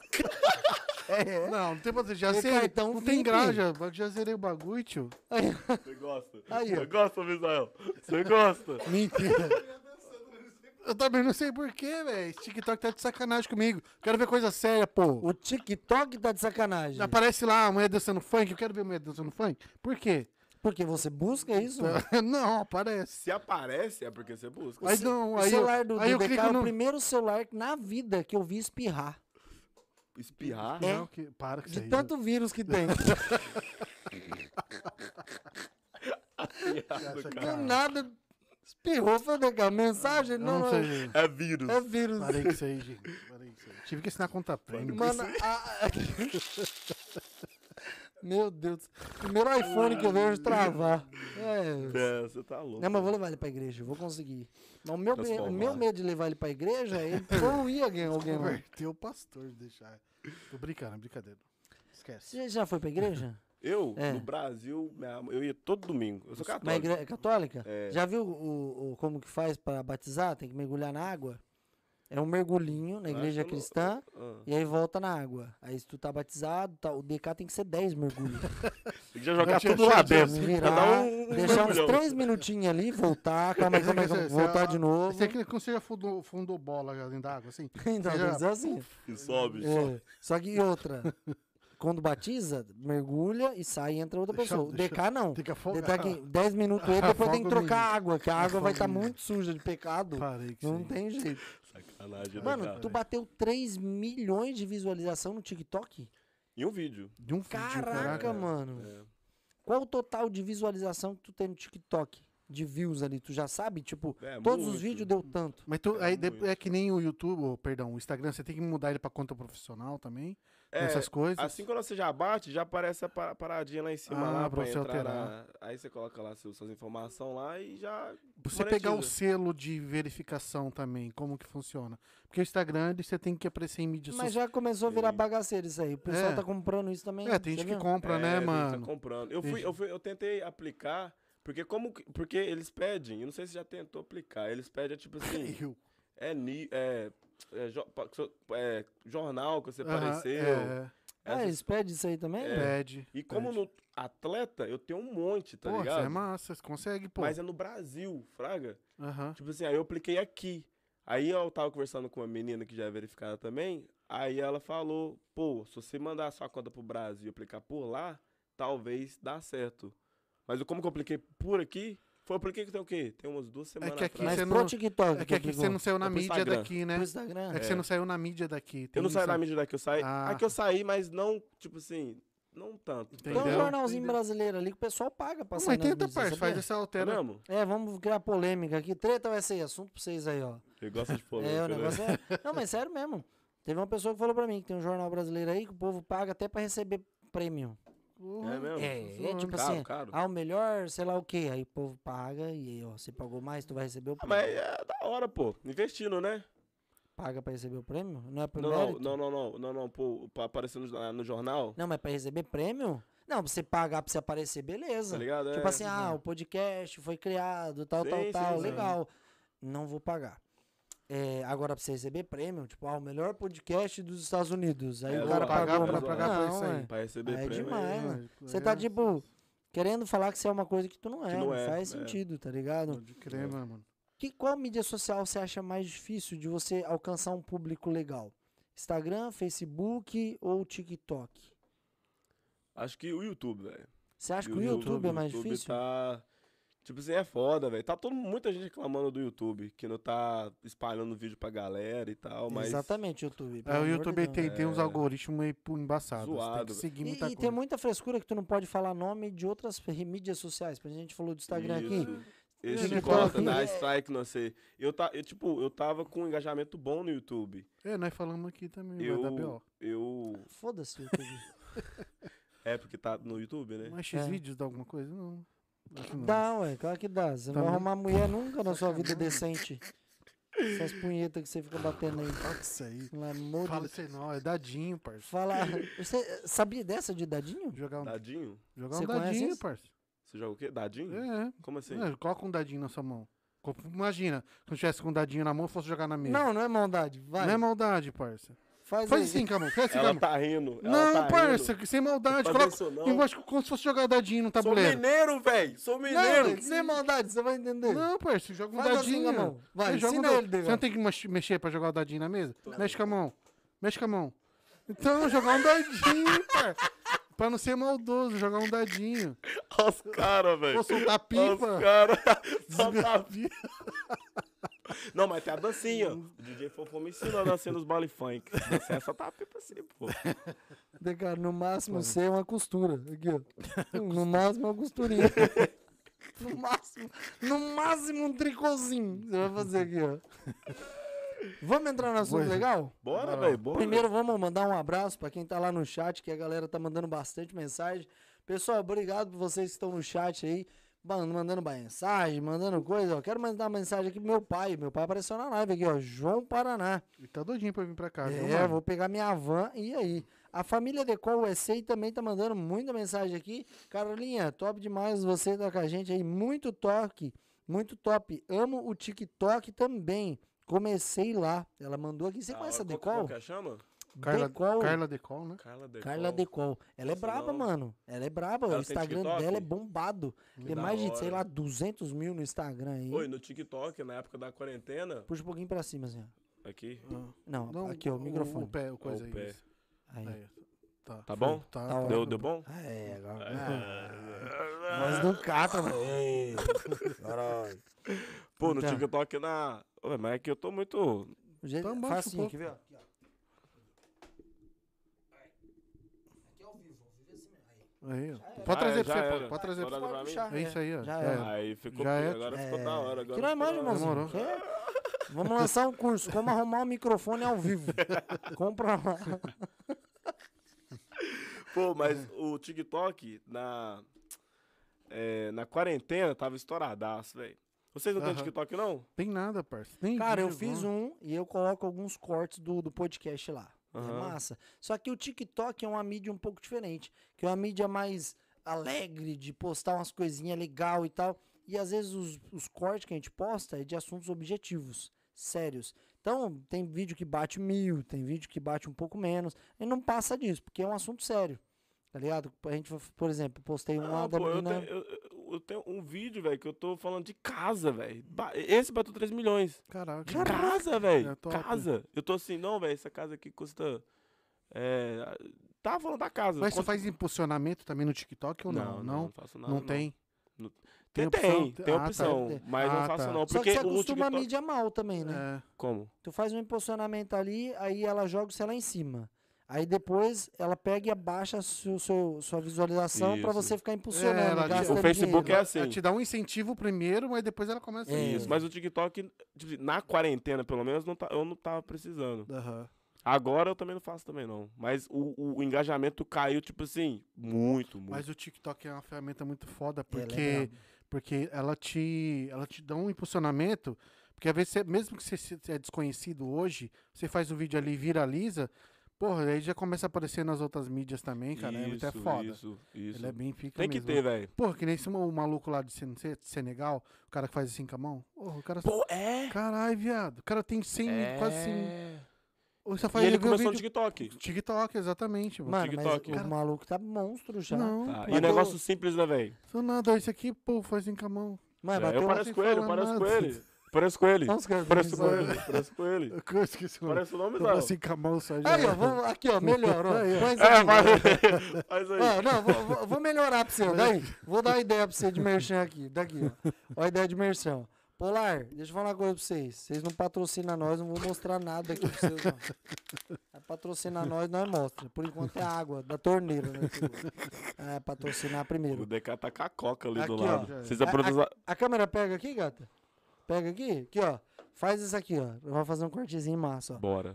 É. Não, não tem pra já Tem sei. cartão Não tem VIP. graja. Já zerei o bagulho, tio. Aí, Você gosta? Aí, ó. Você gosta, Misael? Você gosta? Mentira. Eu também não sei porquê, velho. Esse TikTok tá de sacanagem comigo. Quero ver coisa séria, pô. o TikTok tá de sacanagem. Aparece lá a mulher dançando funk. Eu quero ver a mulher dançando funk. Por quê? Porque você busca isso? Não, aparece. Se aparece, é porque você busca. Aí não, O aí celular do aí eu DK clico é o no... primeiro celular na vida que eu vi espirrar. Espirrar? É. Não, para com isso De aí. tanto vírus que tem. Espirrar, Você Do acha nada espirrou. Falei, DK, mensagem? Não, Não, sei, gente. É vírus. é vírus. Parei com isso aí, gente. Parei com isso aí. Tive que assinar conta premium. Mano, meu Deus. Primeiro iPhone que eu vejo travar. É. É, você tá louco. Não, mas eu vou levar ele pra igreja, eu vou conseguir. Mas o Transformar. meu medo de levar ele pra igreja é ele poluir alguém lá. Converteu o pastor, deixar. Tô brincando, é brincadeira. Esquece. Você já foi pra igreja? Eu, É. no Brasil, eu ia todo domingo. Eu sou Mas católico. igreja católica? É. Já viu como que faz pra batizar? Tem que mergulhar na água? É um mergulhinho na Acho igreja que eu não- cristã Ah. e aí volta na água. Aí se tu tá batizado, o DK tem que ser 10 mergulhos. Tem que já jogar tinha tudo lá chance de dentro. Se Pra virar, dar deixar uns mergulhão. 3 minutinhos ali, voltar, calma aí, voltar de novo. Você que quando você já fundou bola já dentro da água, assim? Então, Você tem já- que ser assim. E sobe. É, só que outra, quando batiza, mergulha e sai e entra outra Deixa- pessoa. O deixa- DK não. Tem que afogar. DK aqui, 10 minutos ele, depois tem que Afoga o trocar a menino. água, que a água vai Afoga estar o menino. muito suja de pecado. Parei com isso Não aí. tem jeito. Sacanagem, Mano, né, tu cara? bateu 3 milhões de visualização no TikTok? Em um vídeo. De um vídeo, Caraca, caraca. mano. É. Qual o total de visualização que tu tem no TikTok? De views ali, tu já sabe? Tipo, É, todos os muito. vídeos deu tanto. Mas tu, É aí muito. é que nem o YouTube, ou, perdão, o Instagram, você tem que mudar ele pra conta profissional também, É, essas coisas. assim quando você já bate, já aparece a paradinha lá em cima, Ah, lá, pra pra você entrar alterar. Aí você coloca lá suas informações lá e já Você pegar o monetiza. selo de verificação também, como que funciona? Porque o Instagram, você tem que aparecer em mídia Mas social. já começou a virar Sim. bagaceiro isso aí. O pessoal É. tá comprando isso também. É, tem você gente que viu? compra, né, Tem que tá mano? comprando. Tem Eu tentei aplicar, porque eles pedem, eu não sei se já tentou aplicar, eles pedem, tipo assim, Eu. jornal que você Aham, apareceu. Ah, eles pedem isso aí também? É. pede. E como pede. no atleta, eu tenho um monte, tá Pô, isso ligado? é massa, você consegue, pô. Mas é no Brasil, fraga. Aham. Tipo assim, aí eu apliquei aqui. Aí eu tava conversando com uma menina que já é verificada também. Aí ela falou, pô, se você mandar a sua conta pro Brasil e aplicar por lá, talvez dá certo. Mas como que eu apliquei por aqui? Eu apliquei que tem o quê? Tem umas 2 semanas que aqui atrás. Mas você pro não- TikTok. É que aqui você não saiu na É pro mídia Instagram. daqui, né? Pro Instagram. É que você não saiu na mídia daqui. Eu tem não saí isso da aí. mídia daqui, eu saí. Ah. Aqui eu saí, mas não, tipo assim, não tanto. Tem um Entendeu? jornalzinho brasileiro ali que o pessoal paga pra sair Mas nas tenta, mídias, parça, sabia? faz essa É altera. mesmo? É, vamos criar polêmica aqui. Treta vai ser assunto pra vocês aí, ó. Ele gosta de polêmica, É, o né? negócio é... Não, mas sério mesmo. Teve uma pessoa que falou pra mim que tem um jornal brasileiro aí que o povo paga até pra receber prêmio. É mesmo? É tipo Caro, assim, caro. o melhor, sei lá o quê. Aí o povo paga e aí, ó, você pagou mais, tu vai receber o Ah, prêmio. mas é da hora, pô. Investindo, né? Paga pra receber o prêmio? Não é por Não, mérito? não, pô, pra aparecer no jornal, Não, mas pra receber prêmio? Não, pra você pagar pra você aparecer, beleza. tá ligado? Tipo É. assim, o podcast foi criado, tal, Sim, tal, sim, sim. legal. Não vou pagar. É, agora, pra você receber prêmio, tipo, o melhor podcast dos Estados Unidos. Aí É, o cara pagar pagou pra pra pagar pra isso aí. Pra receber Aí é prêmio. demais, aí, né? Você tá, tipo, querendo falar que você é uma coisa que tu não é. Que Não, não é, faz é. sentido, tá ligado? Pode crer, mano. Qual mídia social você acha mais difícil de você alcançar um público legal? Instagram, Facebook ou TikTok? Acho que o YouTube, velho. Você acha que o YouTube é mais difícil? Tá. Tipo assim, é foda, velho. Tá muita gente reclamando do YouTube, que não tá espalhando vídeo pra galera e tal, mas. Exatamente, YouTube. pelo É, o amor de YouTube Deus. tem uns algoritmos meio embaçados. Tem Zoado, que velho. seguir muita E coisa. tem muita frescura que tu não pode falar nome de outras mídias sociais. Por exemplo, a gente falou do Instagram aqui. Isso. Esse TikTok, corta, né? dá strike, não sei. Eu tava com um engajamento bom no YouTube. É, nós falamos aqui também, vai dar B.O. Eu. Foda-se o YouTube. É, porque tá no YouTube, né? Mas X-Vídeos dá alguma coisa? Não. Acho que não. Dá, ué, claro que dá. Você não vai Também. arrumar mulher nunca na sua vida decente. Essas punhetas que você fica batendo aí. Isso aí. Pelo amor Fala de isso aí não, é dadinho, parça. Fala. Você sabia dessa de dadinho? Jogar um Dadinho? Você dadinho, conhece isso? parça. Você joga o quê? Dadinho? É. Como assim? Coloca um dadinho na sua mão. Imagina, se eu tivesse com um dadinho na mão e fosse jogar na mesa. Não, não é maldade. Vai. Não é maldade, parça. Faz Faz aí. assim, Camão. Faz assim, Ela Camão. tá rindo. ela Não, tá parça, rindo. sem maldade. Não Coloca faz isso, não. embaixo como se fosse jogar dadinho no Sou tabuleiro. mineiro, velho. Sou Não, mineiro. sem maldade, você vai entender. Não, parça, joga um Faz assim dadinho. com a mão. Vai, Você joga ensina um ele, Degão. Você não tem que mexer pra jogar o dadinho na mesa? Mexe com a mão. Mexe com a mão. Então, jogar um dadinho, parça. Pra não ser maldoso, jogar um dadinho. Olha os caras, velho. Vou soltar Olha pipa. os caras. Solta Não, mas tem a dancinha. O DJ Fofo me ensinou a dancinha nos baile funk. Dancinha é só tá a pipa assim, pô. Cara, no máximo você é uma costura. Aqui, ó. No máximo uma costurinha. No máximo um tricôzinho. Você vai fazer aqui, ó. Vamos entrar no assunto Pois é. legal? Bora, velho, bora. Primeiro vamos mandar um abraço pra quem tá lá no chat, que a galera tá mandando bastante mensagem. Pessoal, obrigado por vocês que estão no chat aí, mandando mensagem, mandando coisa. Ó. Quero mandar uma mensagem aqui pro meu pai. Meu pai apareceu na live aqui, ó. João Paraná. Ele tá doidinho pra vir pra cá, viu, É, mano? vou pegar minha van e aí. A família Decol USA também tá mandando muita mensagem aqui. Carolinha, top demais você tá com a gente aí. Muito top, muito top. Amo o TikTok também. Comecei lá. Ela mandou aqui. Você conhece a Decol? Como que ela chama? Decol. Carla Decol, né? Carla Decol. Carla Decol. Ela é Nossa, braba, não. mano. Ela é braba. Ela O tem Instagram TikTok? dela é bombado. Tem da mais de, hora. sei lá, 200 mil no Instagram aí. Oi, no TikTok, na época da quarentena, Puxa um pouquinho pra cima, assim, ó. aqui. Não, Não, aqui, ó, o microfone. O pé, o coisa O aí. pé. isso. Aí. Aí, tá. Tá bom? Tá, Tá tá. ótimo. Deu bom? É, agora. Voz do Cata, mano. Ei, caralho. Pô, no Então. TikTok na... Ô, mas é que eu tô muito... O jeito Então baixa um facinho, pouco. quer ver? Aqui, ó. Aqui é ao vivo, ao vivo é assim mesmo. Aí. Aí, ó. Pode trazer pra já você, era. pô. Pode trazer pra Pode você. pra mim? puxar. É isso aí, ó. Já Já era. era. Aí ficou, Já é. agora ficou da hora. Agora Que não é mais, ficou da hora. irmãozinho. Demorou. Vamos lançar um curso, como arrumar um microfone ao vivo. Compra lá. Pô, mas o TikTok, na quarentena, tava estouradaço, velho. Vocês não têm Aham. TikTok, não? Tem nada, parça. Nem Cara, eu vídeo fiz bom. e eu coloco alguns cortes do podcast lá. É Aham. massa. Só que o TikTok é uma mídia um pouco diferente. Que é uma mídia mais alegre, de postar umas coisinhas legal e tal. E às vezes os cortes que a gente posta é de assuntos objetivos, sérios. Então, tem vídeo que bate 1000, tem vídeo que bate um pouco menos. E não passa disso, porque é um assunto sério. Tá ligado? A gente, por exemplo, postei uma Ah, da pô, menina... eu tenho um vídeo, velho, que eu tô falando de casa, velho. Esse bateu 3 milhões. Caraca. De casa, velho. É top. Casa. Eu tô assim, não, velho, essa casa aqui custa... Tava falando da casa. Mas você faz impulsionamento também no TikTok ou não? Não faço nada. Não tem? Tem opção? tem Ah, tá. opção, mas Ah, não faço tá. não. Só que Porque você o acostuma a TikTok... mídia mal também, né? É. Como? Tu faz um impulsionamento ali, aí ela joga o celular em cima. Aí depois ela pega e abaixa sua visualização pra Isso. você ficar impulsionando. ela- gastando o Facebook dinheiro. é assim. Ela te dá um incentivo primeiro, mas depois ela começa a É. Isso, mas o TikTok, tipo, na quarentena, pelo menos, eu não tava precisando. Aham. Agora eu também não faço também, não. Mas o engajamento caiu, tipo assim, muito. Mas o TikTok é uma ferramenta muito foda, Ela é porque, braba. porque ela te dá um impulsionamento. Porque às vezes, mesmo que você é desconhecido hoje, você faz o vídeo ali e viraliza, porra, aí já começa a aparecer nas outras mídias também, cara. É muito foda. Isso. Ele é bem pica Tem que mesmo. ter, velho. Porra, que nem esse maluco lá de Senegal, o cara que faz assim com a mão. Porra, o cara... Pô, é? Caralho, viado. O cara tem 100, quase 100... Você E faz ele vê o começou no vídeo... TikTok. TikTok, exatamente, mano. Mano, TikTok. mas o maluco tá monstro já. Não, Tá, pô. e negócio simples, né, velho? Só nada, esse aqui, pô, faz assim com a mão. Mano, Eu bateu pareço sem com ele, falar pareço nada. com ele. Pareço com ele. Os caras Pareço com pensando. ele, pareço com ele. Eu esqueci o nome. Parece o nome, Eu não. faço assim com a mão só já. Aí, ó, aqui, ó, melhorou. Aí, ó. Põe isso É, aqui. faz aí. Ó, não, vou melhorar pra você. Daí, vou dar uma ideia pra você de merchan aqui. Daqui, ó. Ó a ideia de merchan. Polar, deixa eu falar uma coisa pra vocês. Vocês não patrocinam nós, não vou mostrar nada aqui pra vocês, não. Vai patrocinar nós mostra. Por enquanto é água da torneira, né? É, patrocinar O primeiro. DK tá com a coca ali do Aqui, lado. ó. Vocês a produzir... A câmera pega aqui, gata? Pega aqui? Aqui, ó. Faz isso aqui, ó. Eu vou fazer um cortezinho massa, ó. Bora.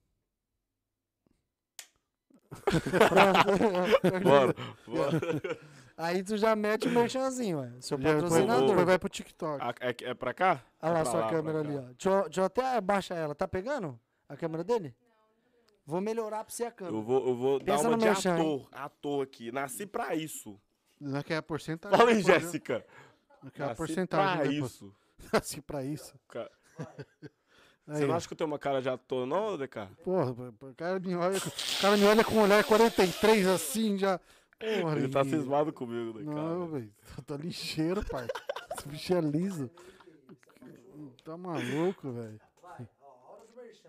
Pronto. Bora. Bora. Aí tu já mete o merchanzinho, ué. Seu Já, patrocinador. depois vai pro TikTok. É pra cá? Olha lá É pra sua lá, câmera pra ali, cá. ó. Deixa eu até abaixar ela. Tá pegando a câmera dele? Vou melhorar pra você a câmera. Eu vou dar Pensa uma no de merchan, hein? ator aqui. Nasci pra isso. Não quer a porcentagem. Fala aí, depois, viu? Jéssica. Não quer a Nasci porcentagem pra depois. isso. Assim pra isso. Ca- Aí, Você não ó. acha que eu tenho uma cara de ator, não, DK? Porra, o cara me olha com um olhar 43 assim, já. Porra, Ele tá Lili. cismado comigo, DK. Não, velho. Tô ligeiro, pai. Esse bicho é liso. Tá maluco, velho. Vai, ó, hora do merchan.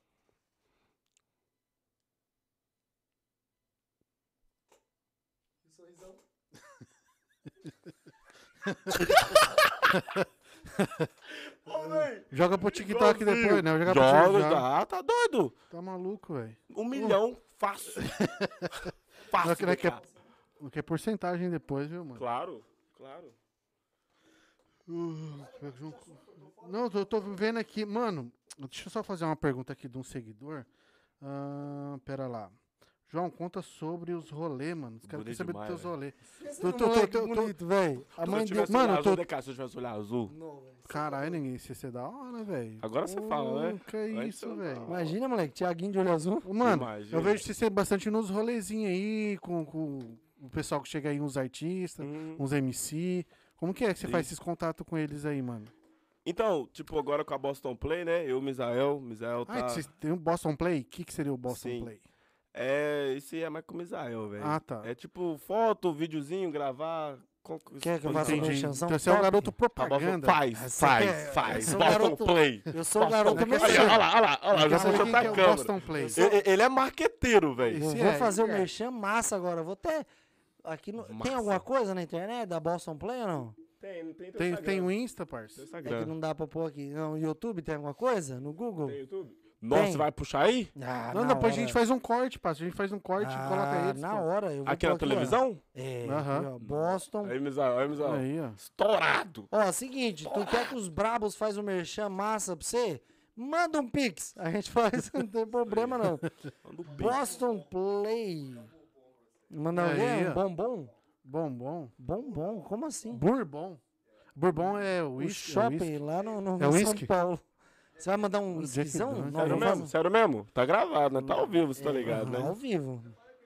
Sorrisão. Ô, véi. Joga pro TikTok Igualzinho. depois, né? Joga pro Joga, TikTok. tá doido. Tá maluco, velho. 1 milhão, fácil. Fácil, Não quer- DK. Não quer porcentagem depois, viu, mano? Claro, claro. Não, eu tô vendo aqui. Mano, deixa eu só fazer uma pergunta aqui de um seguidor. Pera lá. João, conta sobre os rolês, mano. Os caras querem Bonito saber dos demais, teus velho. rolês. Esse Tô- tô- moleque tô- tô- bonito, velho. A Se mãe eu dele... tivesse Mano, olhar eu tô- azul, DK, se eu tivesse olhar azul. Não, velho. Caralho, ninguém ia ser da hora, velho. Agora você fala, né? Que Vai isso, ser da velho. hora. Imagina, moleque, Thiaguinho de olho azul. Mano, Imagina. eu vejo você ser bastante nos rolezinhos aí, com o pessoal que chega aí, uns artistas, uns MC. Como que é que você Sim. faz esses contatos com eles aí, mano? Então, tipo, agora com a Boston Play, né? Eu, Misael tá... Ah, vocês têm um Boston Play? O que seria o Boston Sim. Play? Esse é mais com o Misael, velho. Ah, tá. É tipo foto, videozinho, gravar... Quer que eu faça Entendi. merchanzão? Então você é um Top. garoto Tá bom, propaganda. faz, Essa faz, é- faz. eu sou Boston garoto- Play. Eu sou o garoto Boston Play. Olha merchan. lá, olha lá, olha lá, já Quer saber puxou quem pra que é o câmera. Boston Play? Ele é marqueteiro, velho. Eu Esse vou é, fazer o é. merchan massa agora. Vou até... Aqui no... Tem Massa. alguma coisa na internet da Boston Play ou não? Tem o Insta, parça. É que não dá pra pôr aqui. Não, no YouTube tem alguma coisa? No Google? Tem YouTube? Nossa, Tem. você vai puxar aí? Ah, Não, na depois a hora. gente faz um corte, parça. A gente faz um corte e coloca eles. Na pô. hora. Eu vou Aqui na pôr ó. televisão? É, Aham. aqui, ó, Boston. Aí, Misael, aí, Misael. Aí, ó. Estourado. Ó, seguinte, tu quer que os brabos faz um merchan massa pra você? Manda um pix. A gente faz, não tem problema não. Manda o bico. Boston Play. Manda Aí, alguém? ó. Um bombom? Bombom. Bombom? Como assim? Bourbon. Bourbon é o O whisky. shopping lá no É São whisky? Paulo. Você vai mandar um O Jack whiskyzão? Daniels. Não, Sério vou mesmo? fazer- Sério mesmo? Tá gravado, né? Tá ao vivo, você tá ligado, Ao né? vivo.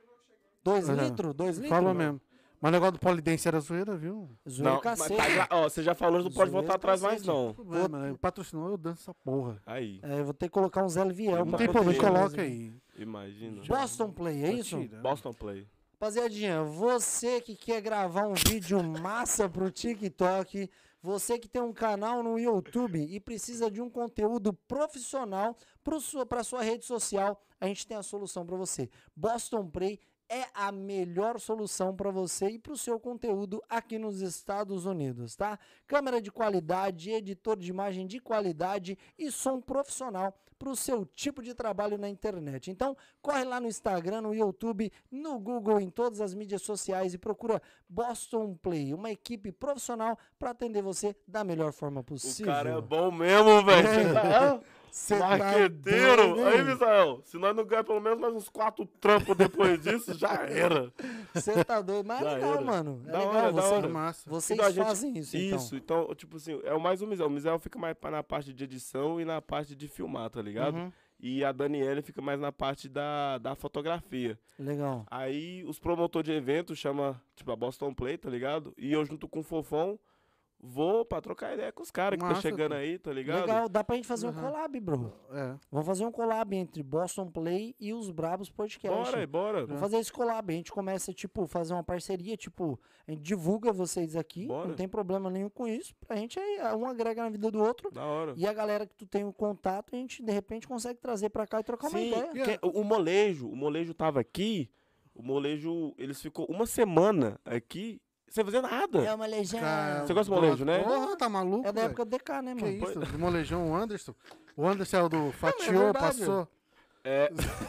2 Aham. litros? 2 litros? Falou mesmo. Mas o negócio do polidense era zoeira, viu? Zoeira Não, mas cacete. tá ó, você já falou, não pode Zoeira voltar atrás mais, cacete. não. Problema, né? Patrocinou, eu danço essa porra. Aí, É, eu vou ter que colocar um Zé Viel Não Não pra tem problema, proteger coloca mesmo. aí. imagina. Boston Play, é isso? Tira. Boston Play. Rapaziadinha, você que quer gravar um vídeo massa pro TikTok, você que tem um canal no YouTube e precisa de um conteúdo profissional para sua rede social, a gente tem a solução para você. Boston Play é a melhor solução para você e para o seu conteúdo aqui nos Estados Unidos, tá? Câmera de qualidade, editor de imagem de qualidade e som profissional para o seu tipo de trabalho na internet. Então, corre lá no Instagram, no YouTube, no Google, em todas as mídias sociais e procura Boston Play, uma equipe profissional para atender você da melhor forma O possível. cara é bom mesmo, velho. Você tá... Cê tá Marqueteiro! doido, Aí, hein? Misael, se nós não ganhar pelo menos mais uns 4 trampos depois disso, já era. Você tá doido, mas é Já legal, era. mano. É Da legal, hora, da você- hora. Massa. vocês Então, a gente- fazem isso, então. Isso, então, tipo assim, é o mais o Misael. O Misael fica mais na parte de edição e na parte de filmar, tá ligado? Uhum, E a Daniela fica mais na parte da fotografia. legal. Aí os promotores de evento chama, tipo, a Boston Play, tá ligado? E eu junto com o Fofão vou pra trocar ideia com os caras que tá Massa, chegando pô. aí, tá ligado? Legal, dá pra gente fazer um Uhum. collab, bro. É. Vamos fazer um collab entre Boston Play e os Brabos Podcast. Bora aí, bora. Vamos fazer esse collab. A gente começa, tipo, fazer uma parceria, tipo, a gente divulga vocês aqui, Bora. não tem problema nenhum com isso. Pra gente aí, um agrega na vida do outro. Da hora. E a galera que tu tem o contato, a gente de repente consegue trazer pra cá e trocar uma Sim, ideia. o molejo tava aqui, o molejo, eles ficou uma semana aqui sem fazer nada. É uma legenda. Cara, Você gosta de molejo, né? Porra, tá maluco, É da velho? época do DK, né, Que mano? isso? Do molejão, o Anderson. O Anderson é o do Fatiou, verdade. passou. É,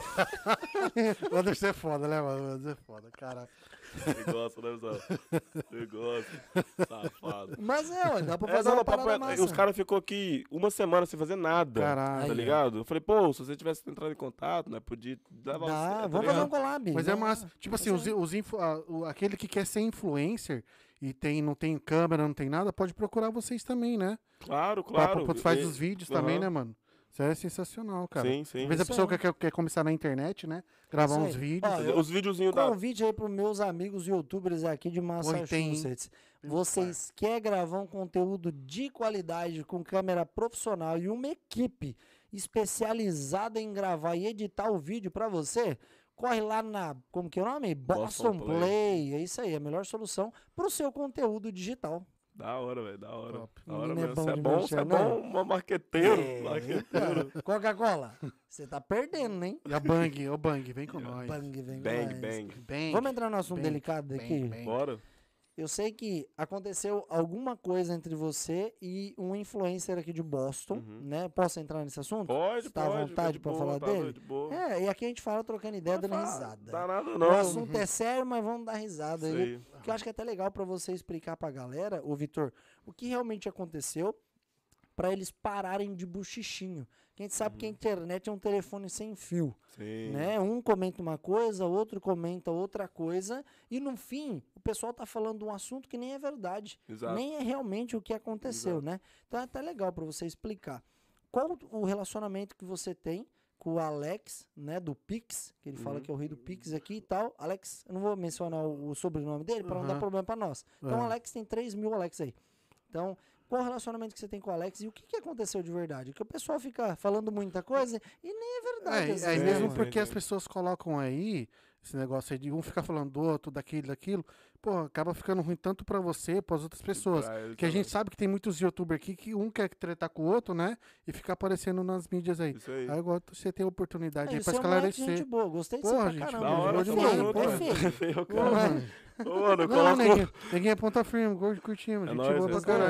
O Anderson é foda, né, mano? O Anderson é foda, caralho. você gosta, né, Zé? Você gosta, safado. Mas é, ó, dá pra É, fazer não, uma papo parada é- massa. os caras ficou aqui uma semana sem fazer nada. Caralho. Tá Aí, ligado? Eu falei, pô, se você tivesse entrado em contato, né, podia levar Dá, você, tá vamos fazer um ligado? collab. Mas é massa. Tipo assim, Fazer. aquele que quer ser influencer e não tem câmera, não tem nada, pode procurar vocês também, né? Claro, Pra- claro. faz E- os vídeos aham. também, né, mano? Isso é sensacional, cara. Sim, sim. Às vezes a Isso pessoa aí. quer começar na internet, né? Gravar Isso uns aí. vídeos. Ó, Os videozinhos da... Convite aí pros meus amigos youtubers aqui de Massachusetts. Vocês querem gravar um conteúdo de qualidade com câmera profissional e uma equipe especializada em gravar e editar o vídeo pra você? Corre lá na, como que é o nome? Boston Boston Play. Play. É isso aí, a melhor solução pro seu conteúdo digital. Da hora, velho, da hora. Top. Da hora Menino é mesmo. bom Você é de bom, mexer, você é né? bom, marqueteiro. É, Marqueteiro. Coca-Cola, você tá perdendo, hein? E a Bang, ô Bang, vem com nós. Bang, vem com Bang, nós. bang. Bang. Vamos entrar no assunto Bang, delicado bang, aqui? bang. Bora. Eu sei que aconteceu alguma coisa entre você e um influencer aqui de Boston, Uhum. né? Posso entrar nesse assunto? Pode, Você tá à pode. vontade de pra boa, falar tá dele? de boa. É, e aqui a gente fala trocando ideia, dando Fala, risada. Dá nada O não. assunto é sério, mas vamos dar risada Isso aí. aí. Que eu acho que é até legal pra você explicar pra galera, ô Vitor, o que realmente aconteceu pra eles pararem de buchichinho. Que a gente sabe que a internet é um telefone sem fio. Sim. Né? Um comenta uma coisa, outro comenta outra coisa, e no fim, o pessoal tá falando um assunto que nem é verdade, Exato. nem é realmente o que aconteceu, Exato. né? Então é até legal para você explicar. Qual o relacionamento que você tem com o Alex, né, do Pix, que ele fala Uhum. que é o rei do Pix aqui e tal. Alex, eu não vou mencionar o sobrenome dele para não dar Uhum. problema para nós. Então, É. Alex tem 3 mil Alex aí. Então, qual o relacionamento que você tem com o Alex e o que aconteceu de verdade? Que o pessoal fica falando muita coisa e nem é verdade. às É, vezes, mesmo né, porque sim, as sim. pessoas colocam aí esse negócio aí de um ficar falando do outro, daquilo, pô, acaba ficando ruim tanto pra você, pras outras pessoas. Pra ele Que a também. gente sabe que tem muitos youtubers aqui que um quer tretar com o outro, né? E ficar aparecendo nas mídias aí. Isso aí. Aí agora você tem a oportunidade É, aí e pra você é um moleque de gente esclarecer. boa, gostei de Porra, você pra gente, caramba. Da hora, Boa é demais, feio, pô. é feio. Feio, Pô, cara. mano. Ô, mano, Não, coloca... ninguém é ponta firme, curtimos, É gente nóis, boa pra né? caralho.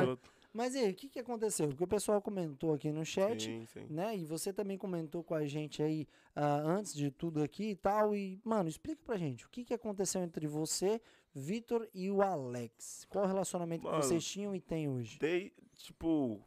Mas e aí, o que aconteceu? Porque o pessoal comentou aqui no chat, Sim. né? E você também comentou com a gente aí antes de tudo aqui e tal. E, mano, explica pra gente, o que aconteceu entre você, Vitor e o Alex? Qual o relacionamento que Mano, vocês tinham e têm hoje? Tipo,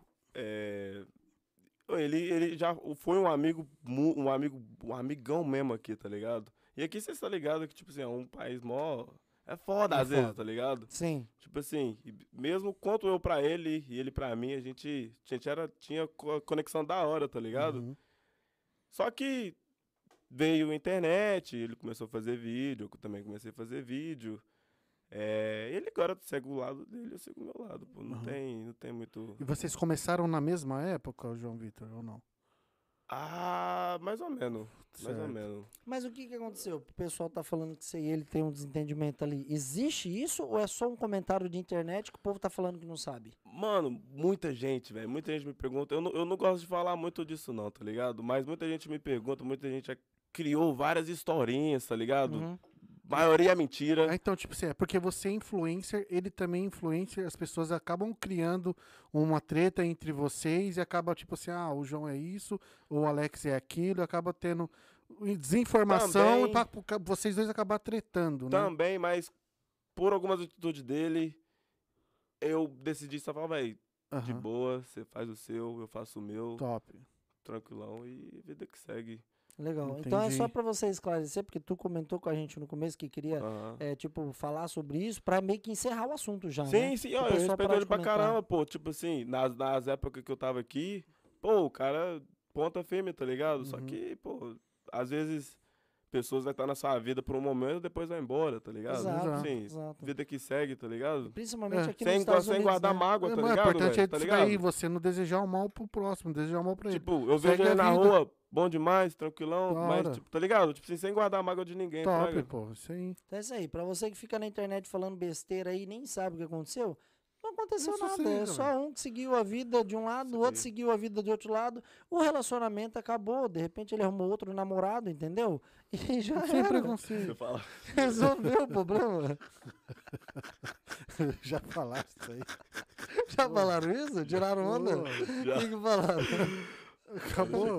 ele já foi um amigo, um amigão mesmo aqui, tá ligado? E aqui você tá ligado que, tipo assim, é um país mó... É foda às vezes, tá ligado? Sim. Tipo assim, mesmo quanto eu pra ele e ele pra mim, a gente tinha conexão da hora, tá ligado? Uhum. Só que veio a internet, ele começou a fazer vídeo, eu também comecei a fazer vídeo. Ele agora segue o lado dele, eu sigo o meu lado, pô. Não tem muito... E vocês começaram na mesma época, João Vitor, ou não? Ah, mais ou menos. Mais ou Certo. menos. Mas o que aconteceu? O pessoal tá falando que você e ele tem um desentendimento ali. Existe isso ou é só um comentário de internet que o povo tá falando que não sabe? Mano, muita gente, velho. Muita gente me pergunta. Eu não gosto de falar muito disso, não, tá ligado? Mas muita gente me pergunta, muita gente já criou várias historinhas, tá ligado? Uhum. Maioria é mentira. Então, tipo assim, é porque você é influencer, ele também é influencer, as pessoas acabam criando uma treta entre vocês e acaba, tipo assim, o João é isso, o Alex é aquilo, acaba tendo desinformação Também. e vocês dois acabam tretando, né? Também, mas por algumas atitudes dele, eu decidi só falar, velho, de Aham. boa, você faz o seu, eu faço o meu, Top. tranquilão e vida que segue. Legal. Então é Entendi. só pra você esclarecer, porque tu comentou com a gente no começo que queria, Aham. tipo, falar sobre isso pra meio que encerrar o assunto já, Sim, né? sim, Tipo, ó, eu só respeito parar ele de pra comentar. caramba, pô. Tipo assim, nas épocas que eu tava aqui, pô, o cara ponta firme, tá ligado? Só Uhum. que, pô, às vezes pessoas vai estar na sua vida por um momento e depois vai embora, tá ligado? Exato, Assim, exato. vida que segue, tá ligado? Principalmente É. aqui nos Estados Unidos, guardar né? mágoa, tá Mas o ligado, importante velho? é Tá isso ligado? daí, você não desejar o mal pro próximo, desejar o mal pra ele. Tipo, eu Segue vejo ele a na vida. rua, bom demais, tranquilão, Da mas, hora. tipo, tá ligado? Tipo assim, sem guardar mágoa de ninguém, Top, fraga. pô, isso aí. Então é isso aí. Pra você que fica na internet falando besteira aí e nem sabe o que aconteceu, não aconteceu Não nada. sossega, É só um que seguiu a vida de um lado, o outro Sim. seguiu a vida de outro lado. O relacionamento acabou. De repente ele arrumou outro namorado, entendeu? E já Sem era. preconceito. Você fala. Resolveu o problema. Já falaste isso aí. Já falaram isso? Tiraram onda? Pô, O que falaram? acabou.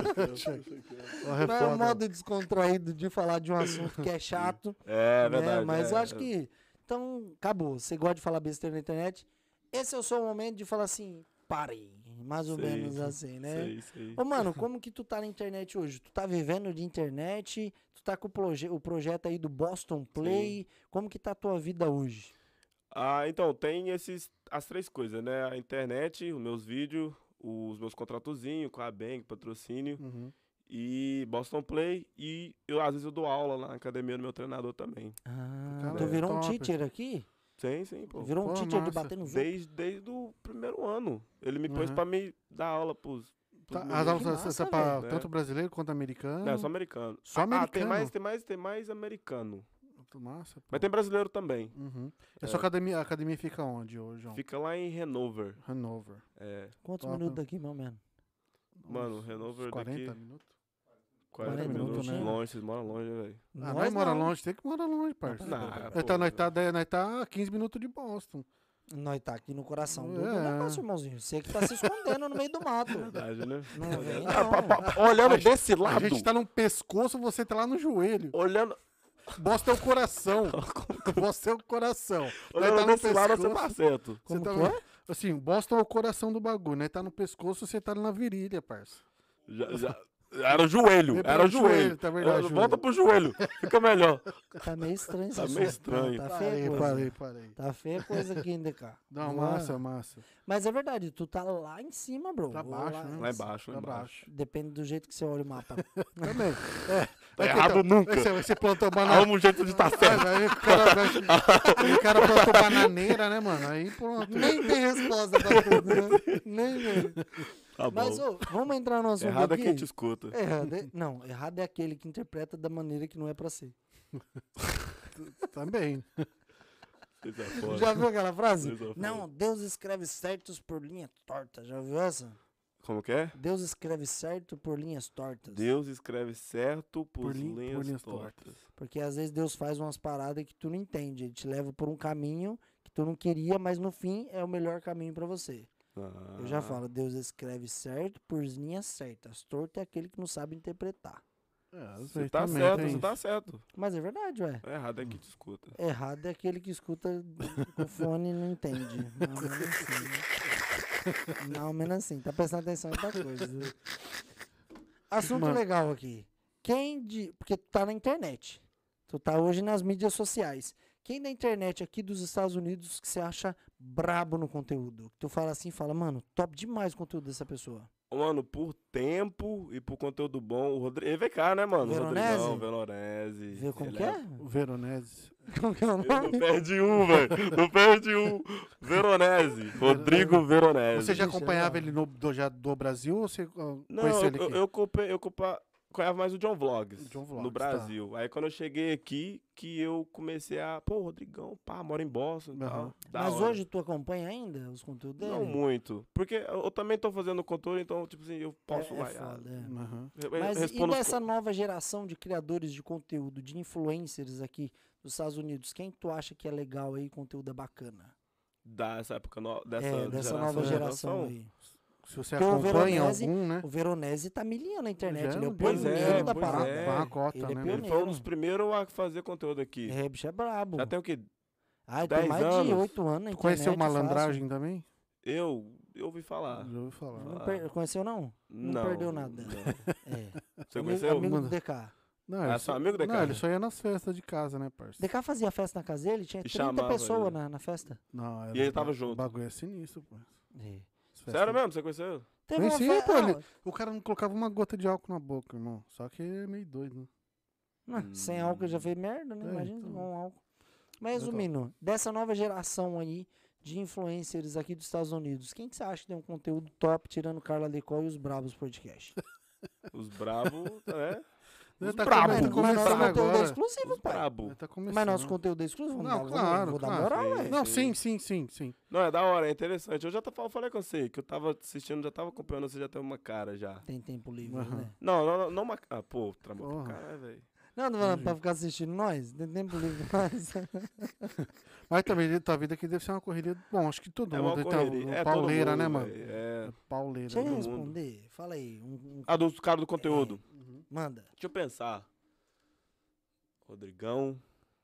Ó, Não é um foda. modo descontraído de falar de um assunto que é chato. É né? verdade. Mas eu é. acho que. Então, acabou. Você gosta de falar besteira na internet? Esse é o seu momento de falar assim, parei. Mais ou Sei, menos assim, né? Sei. Ô, mano, como que tu tá na internet hoje? Tu tá vivendo de internet? Tu tá com o projeto aí do Boston Play? Como que tá a tua vida hoje? Ah, então, tem as três coisas, né? A internet, os meus vídeos, os meus contratozinhos com a Bang, patrocínio, Uhum. e Boston Play, e às vezes eu dou aula lá na academia do meu treinador também. Ah, Cara, tu virou um top. teacher aqui? Sim, pô. Virou um Pô, teacher de massa. bater nos outros? Desde o primeiro ano. Ele me pôs Uhum. pra me dar aula pros Tá, meninos. as aulas massa, são pra velho. tanto brasileiro quanto americano. Não, é só americano. Só americano? Tem mais americano. Massa, pô. Mas tem brasileiro também. Uhum. A sua academia, a academia fica onde, ô, João? Fica lá em Hanover. Hanover. É. Quantos Top. minutos daqui, meu mano? Mano, Uns Hanover 40 daqui. minutos? 40 40 minutos, minutos, né? longe, vocês moram longe, né, velho? Ah, Nós nós mora não. longe, tem que morar longe, parça. Não, Nós tá a 15 minutos de Boston. Nós tá aqui no coração do É. negócio, irmãozinho. Você que tá se escondendo no meio do mato. Verdade, né? Não vem, Ah, não. olhando desse A lado. gente tá no pescoço, você tá lá no joelho. Olhando, Boston é o coração. Boston é o coração. Nós olhando tá no desse lado, você pescoço. tá certo. Você Como tá que no- é? Assim, Boston é o coração do bagulho, né? Tá no pescoço, você tá na virilha, parça. Era o joelho, É era o pro joelho, joelho. tá verdade, Volta pro joelho, fica melhor. Tá meio estranho esse Tá meio som. estranho. Tá feia a coisa. Parei. Tá feia a coisa aqui ainda, cara. Não, é? massa. Mas é verdade, tu tá lá em cima, bro. Pra baixo, né? Lá embaixo, lá Pra embaixo. baixo. Depende do jeito que você olha o mapa. Também. Tá errado nunca. Você plantou banana. Arruma um jeito de estar certo. Aí o cara plantou bananeira, né, mano? Aí pronto. Nem tem resposta pra tudo, né? Nem vem. Tá bom. Mas, ô, vamos entrar no assunto Errado é aqui? quem te escuta. Não, errado é aquele que interpreta da maneira que não é pra ser. Também. Vocês é foda. Já viu aquela frase? Vocês é foda. Não, Deus escreve certos por linha torta. Já viu essa? Como que é? Deus escreve certo por linhas tortas. Deus escreve certo por linhas linhas tortas. tortas. Porque às vezes Deus faz umas paradas que tu não entende. Ele te leva por um caminho que tu não queria, mas no fim é o melhor caminho pra você. Eu já falo, Deus escreve certo por linhas certas. Torto é aquele que não sabe interpretar. Você tá certo, você tá certo. Mas é verdade, ué. Errado é que te escuta. Errado é aquele que escuta com fone e não entende. Não, menos assim. Não, menos assim. Tá prestando atenção em outra coisa. Assunto legal aqui. Porque tu tá na internet. Tu tá hoje nas mídias sociais. Quem da internet aqui dos Estados Unidos que você acha brabo no conteúdo? Tu fala assim, mano, top demais o conteúdo dessa pessoa. Mano, por tempo e por conteúdo bom, o Rodrigo. Ele veio cá, né, mano? Veronese? Rodrigão, Veronese. Viu como Ele que é? O Veronese. Como que é o Ele nome? não perde um, velho. Não perde um. Veronese. Rodrigo Veronese. Você já Bicho, acompanhava legal. ele já do Brasil ou você Não, conheceu ele aqui? eu acompanhava mais o John Vlogs, John Vlogs, no Brasil. Aí quando eu cheguei aqui, que eu comecei pô, o Rodrigão, mora em Boston e tal. Da Mas hora. hoje tu acompanha ainda os conteúdos dele? Não muito. Porque eu também tô fazendo conteúdo, então, tipo assim, eu posso lá. foda, é. Aham. Mas e respondo dessa nova geração de criadores de conteúdo, de influencers aqui dos Estados Unidos, quem tu acha que é legal aí, conteúdo é bacana? dessa época, dessa Dessa nova geração aí. Se você Porque o acompanha Veronese- algum, né? O Veronese tá milhando na internet, Já, ele é o pois pioneiro da pois parada. é. Vai uma cota, Ele é né? pioneiro. Ele foi um dos primeiros a fazer conteúdo aqui. É, bicho, é brabo. Já tem o quê? Ah, ele 10 tem mais de anos. 8 anos na Tu internet. conheceu fácil. malandragem também? Eu ouvi falar. Já ouvi falar. Não conheceu, não? Não perdeu nada. não. É. Você Amigo, conheceu? amigo do Mano. DK. Não, Ah, ele seu amigo da Não, casa? ele só ia nas festas de casa, né, parça? DK fazia festa na casa dele, tinha E 30 chamava pessoas ele. na festa. Não, E ele tava o junto. bagulho é sinistro, pô. É. Sério mesmo? Você conheceu? Teve uma Conheci, fe- pô, não, ele- O cara não colocava uma gota de álcool na boca, irmão. Só que ele é meio doido, né? Sem álcool já fez merda, né? É, Imagina então. com álcool. Mas resumindo, dessa nova geração aí de influencers aqui dos Estados Unidos, quem que você acha que tem um conteúdo top tirando Carla Decol e os Brabos Podcast? Os bravos, né? Ele Os tá brabo. come- Mas tá nosso começando conteúdo é agora. exclusivo, Os pai. brabo. Ele tá começando. Mas nosso conteúdo é exclusivo. Não, vamos claro, vou dar claro. moral, Sim. ué. Não, sim. Não, é da hora, é interessante. Eu já falei com você, que eu tava assistindo, já tava acompanhando, você já tem uma cara já. Tem tempo livre, Aham. né? Não uma... Ah, pô, tramou Porra. pro caralho, velho. Não, tô falando pra ficar assistindo nós. Tem tempo livre nós. Mas também tua vida aqui deve ser uma corrida. Bom, acho que todo É mundo uma tem correria. uma É pauleira, todo né, mundo, mano? velho. É. Pauleira. Chega a né? mundo. responder. Fala aí. Ah, dos caras do conteúdo. Manda. Deixa eu pensar. Rodrigão,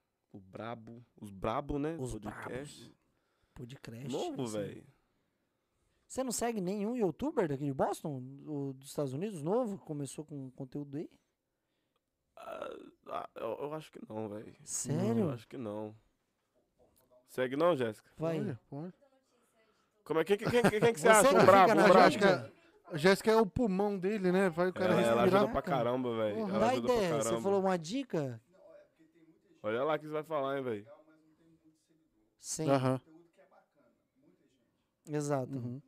os brabo, né? Os Podcast. Podcast. Novo, assim. velho. Você não segue nenhum youtuber daqui de Boston? Dos Estados Unidos, novo? Que começou com conteúdo aí? Eu acho que não, velho. Eu Sério? acho que não. Segue não, Jéssica? Vai. Olha, pô. Como é que quem que você Você acha? que Um fica brabo, na um A brabo. Jéssica, a Jéssica é o pulmão dele, né? Vai o cara Ela respirar. ajuda pra caramba, velho. Porra. Ela Dá ajuda pra ideia. Você caramba. falou uma dica? Olha lá o que você vai falar, hein, velho. Sim. Aham. Exato. Uhum.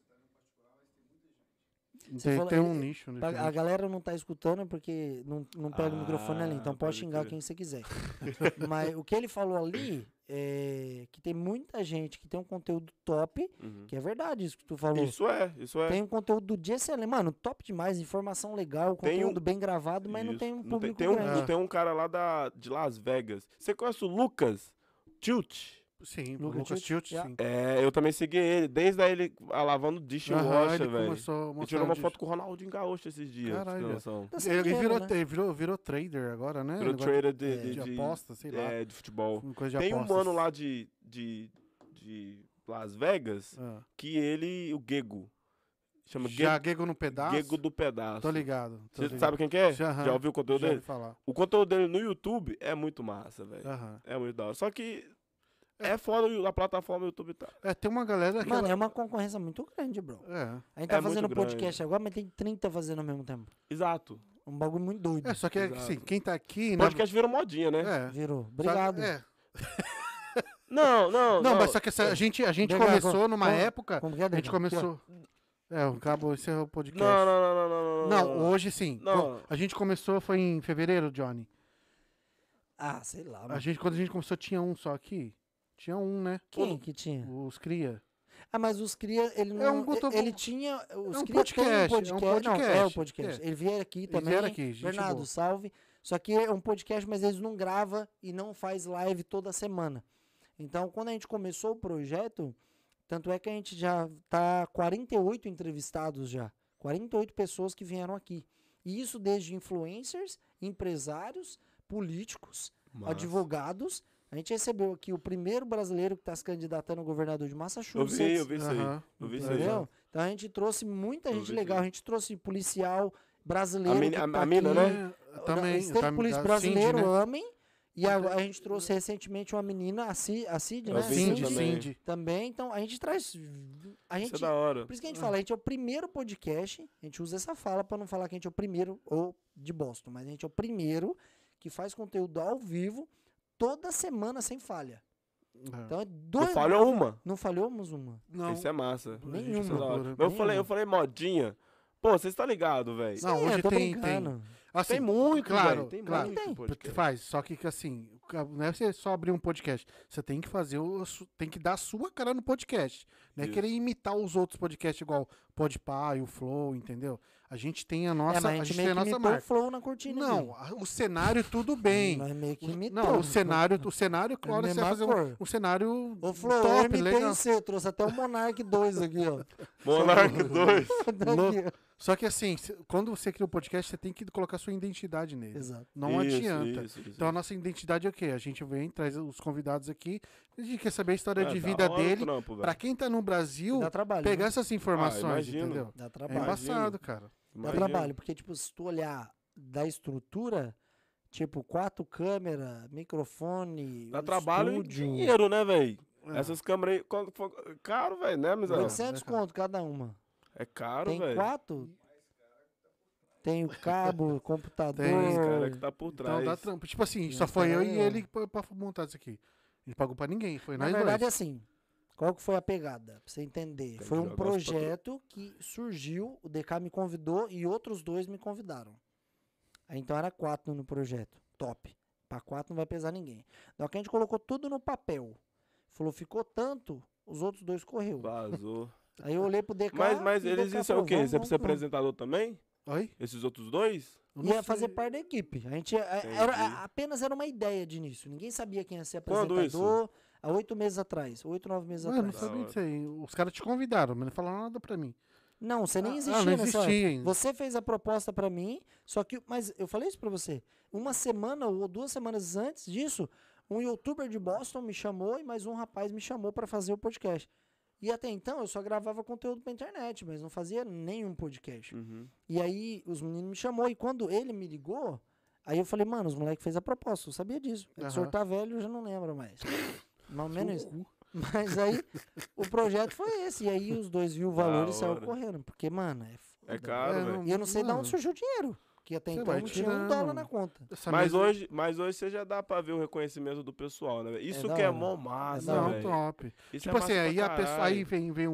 Você Tem, falou- tem um ele- nicho, né? A galera não tá escutando porque não pega o microfone ali, então pode pode xingar crer. quem você quiser. Mas o que ele falou ali é que tem muita gente que tem um conteúdo top, Uhum. que é verdade isso que tu falou. Isso é. Tem um conteúdo de excelente, mano, top demais, informação legal, Tem conteúdo um- bem gravado, mas não Isso. tem um público tem grande. tem um cara lá de Las Vegas. Você conhece o Lucas Tilt? Sim, Lucas Lucas Tilt, Tilt, yeah. sim. É, eu também segui ele, desde aí ele lavando dishwasher, Aham, ele velho. começou a Ele mostrar tirou uma de- foto com o Ronaldinho Gaúcho esses dias, pra você Caralho. ter noção. Tá sem Ele dinheiro, né? virou trader agora, né? Virou Negócio trader de aposta, sei lá. de futebol. Coisa de Tem um apostas. mano lá de Las Vegas Ah. que ele, o Gego, chama Já Gego no pedaço? Gego do Pedaço. Tô ligado. Você sabe quem que é? Já, Já ouviu o conteúdo Já dele? ouvi falar. O conteúdo dele no YouTube é muito massa, velho. Aham. É muito da hora. Só que é foda a plataforma YouTube tá. É, tem uma galera que... Mano, é uma concorrência muito grande, bro. É. A gente tá É muito fazendo grande. podcast agora, mas tem 30 fazendo ao mesmo tempo. Exato. Um bagulho muito doido. É, só que Exato. assim, quem tá aqui... Podcast virou modinha, né? É. Virou. Só- Obrigado. É. Não. Não, mas só que a gente Obrigado. começou numa Como- época... Como que é, A gente Dedão? começou... É, o Cabo encerrou o podcast. Não. Não, hoje sim. Não. A gente começou, foi em fevereiro, Johnny. Ah, sei lá. A Mano. gente, quando a gente começou, tinha um só aqui. Tinha um, né? Quem que tinha? Os cria. Ah, mas os Cria, ele não. É um botou- ele tinha. Os é um Cria podcast, tem é um Não, é podcast, o podcast. é. Ele vier aqui Eles também. vieram aqui, gente Bernardo, boa. salve. Só que é um podcast, mas eles não gravam e não faz live toda semana. Então, quando a gente começou o projeto, Tanto é que a gente já tá 48 entrevistados já. 48 pessoas que vieram aqui. E isso desde influencers, empresários, políticos, Massa. advogados. A gente recebeu aqui o primeiro brasileiro que está se candidatando ao governador de Eu Massachusetts. vi isso aí. Aham. Eu vi isso aí. Entendeu? Então a gente trouxe muita Eu gente vi legal. isso A gente trouxe policial brasileiro. mina- que a tá mina, aqui. né? Também. Esteve polícia brasileiro, Cindy, né? homem. E a gente trouxe recentemente uma menina, a Cid, Eu né? vi Cindy, também. Cindy. Também. Então a gente traz. A Isso gente, é da hora. por isso que a gente fala, a gente é o primeiro podcast. A gente usa essa fala para não falar que a gente é o primeiro ou de Boston, mas a gente é o primeiro que faz conteúdo ao vivo toda semana sem falha. Então é Não doido. falhou uma. Não falhamos uma. Não. Isso é massa. Nenhuma. Isso é da hora. Nenhuma. Mas eu falei modinha. Pô, vocês estão ligados, velho. Não, Sim, hoje eu tô tem. brincando. Assim, Tem muito, claro, velho. Tem claro. muito Tem. podcast. Faz, só que assim, não é você só abrir um podcast. Você tem que fazer tem que dar a sua cara no podcast. Não é Isso. querer imitar os outros podcasts igual o Podpah e o Flow, entendeu? A gente tem a nossa, mas a gente tem meio a que nossa imitou o marca. flow na cortina. Não, o cenário tudo bem. Nós meio que imitou. Não, o cenário, claro, você vai fazer cor. um cenário O Flow, top, eu legal. MTC, trouxe até o Monark 2 aqui, ó. Monark 2. Daqui, ó. Só que assim, quando você cria um podcast, você tem que colocar sua identidade nele. Exato. Não Isso, adianta. isso. Então a nossa identidade é o quê? A gente vem, traz os convidados aqui, a gente quer saber a história de É, da vida hora o dele. trampo, velho. Pra quem tá no Brasil, Dá trabalho. pegar né? essas informações, imagino. entendeu? Dá É trabalho. embaçado, cara. Dá Imagina. trabalho, porque, tipo, se tu olhar da estrutura, tipo, 4 câmeras, microfone, Dá um trabalho e estúdio, dinheiro, né, velho? É. Essas câmeras aí, caro, velho, né, Mizão? 800 né, cara? conto cada uma. É caro, Tem velho. 4? Tem o cabo, computador. Tem, Esse cara que tá por Então trás. dá trampo. Tipo assim, Tem só essa foi eu galera e aí, ó. ele pra montar isso aqui. A gente pagou pra ninguém, foi Na nós verdade, dois. assim, qual que foi a pegada? Pra você entender. que Foi um jogar os projeto que surgiu, o DK me convidou e outros 2 me convidaram. Aí, então era 4 no projeto. Top. Pra 4 não vai pesar ninguém. Então que a gente colocou tudo no papel. Falou, ficou tanto, os outros 2 correu. Vazou. Aí eu olhei pro DK. Mas e eles DK isso é o falou, quê? vamos, Você é vamos, vamos. apresentador também? Oi? Esses outros dois? Eu não Ia sei. fazer parte da equipe. A gente apenas era uma ideia de início. Ninguém sabia quem ia ser Quando apresentador. Há 8 meses atrás. 8, 9 meses Mano, não atrás. sabia disso aí. Os caras te convidaram, mas não falaram nada pra mim. Não, você nem Ah, existia não nessa existia época. ainda. Você fez a proposta pra mim, só que, mas eu falei isso pra você. Uma semana ou 2 semanas antes disso, um youtuber de Boston me chamou e mais um rapaz me chamou pra fazer o podcast. E até então eu só gravava conteúdo pra internet, mas não fazia nenhum podcast. Uhum. E aí os meninos me chamou e quando ele me ligou, aí eu falei, mano, os moleques fez a proposta, eu sabia disso. É que o senhor Aham. tá velho, eu já não lembro mais. Mais ou menos isso. Cu. Mas aí o projeto foi esse. E aí os 2 viu o valor Da e saiu hora. correndo. Porque, mano, é foda. É caro, É, velho. E eu não sei de Mano. onde surgiu o dinheiro. Que até Você então vai não tinha tirando. $1 na conta. Essa Mas mesa- hoje você já dá pra ver o reconhecimento do pessoal, né? Isso da que é hora. mó massa, da Não, hora. velho. top. Isso Tipo é assim, massa aí pra a pessoa caralho. aí vem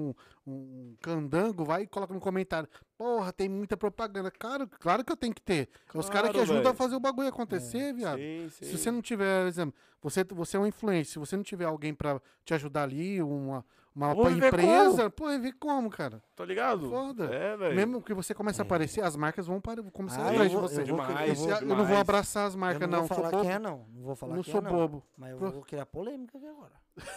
um candango, vai e coloca no comentário. Porra, tem muita propaganda. Claro que eu tenho que ter. Os caras que Claro, ajudam velho. a fazer o bagulho acontecer, viado. Sim, sim. Se você não tiver, por exemplo, você é um influencer, se você não tiver alguém pra te ajudar ali, uma Vou viver empresa, pô, vai ver como, cara. Tá ligado? Foda. É, velho. Mesmo que você comece a aparecer, as marcas vão começar Ah, atrás de eu vou- você. eu vou- Demais, Eu não vou demais. abraçar as Eu marcas, não não. vou Sou falar bobo. quem é, não. Não vou falar Não quem sou é, não. bobo. Mas eu Pro- vou criar polêmica aqui agora.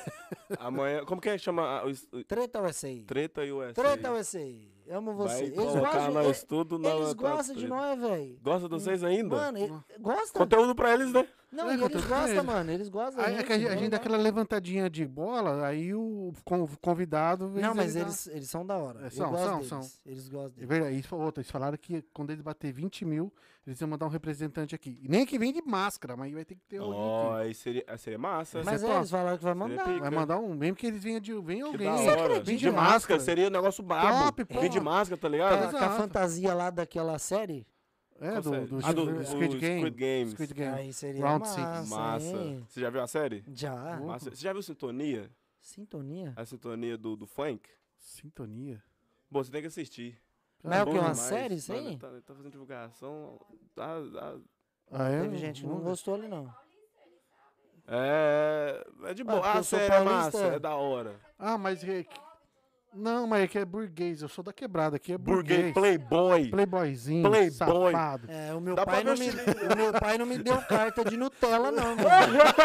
Amanhã, como que é que chama Treta USA. Treta e USA? Treta USA. Amo você. Vai Eles colocar gostam, nós tudo na eles na gostam de treta. nós, velho. Gosta de vocês ainda? Mano, gosta. Conteúdo pra eles, né? Não, É, e conteúdo eles pra gostam, eles. mano. Eles gostam. Aí é que a gente dá aquela levantadinha de bola, aí o convidado... às Não, vezes, mas ele eles são da hora. É, Eu são, gosto são, deles. são. Eles gostam É deles. verdade, isso foi outra. Eles falaram que quando eles bater 20 mil, eles iam mandar um representante aqui. E nem que vem de máscara, mas vai ter que ter um Ó, aqui. aí seria massa. Mas é é, top. eles falaram que vai mandar. pica. Vai mandar um, mesmo que eles venham Que alguém. da hora. Vem De máscara, seria um negócio brabo. Top, pô. Vem de máscara, tá Com ligado? a Exato. fantasia lá daquela série. É, Qual do série? Squid Squid Game. Games. Squid Game. Aí seria Round massa, six. Massa. hein? Você já viu a série? Já. Uhum. Massa. Você já viu Sintonia? Sintonia. A sintonia do funk? Sintonia. Bom, você tem que assistir. Mas é o Bom que, uma demais. série, isso Mano, aí? Tá fazendo divulgação. Ah, é? Teve gente que não Vamos ver. gostou ali, não. É de boa. porque A eu sou série é paulista. massa, é da hora. Ah, mas Não, mas aqui é burguês. Eu sou da quebrada. Aqui é Burguês, burguês. playboy. Playboyzinho, Playboy. safado. É, o meu Dá pai pra não ver me, o meu pai não me deu carta de Nutella, não, meu.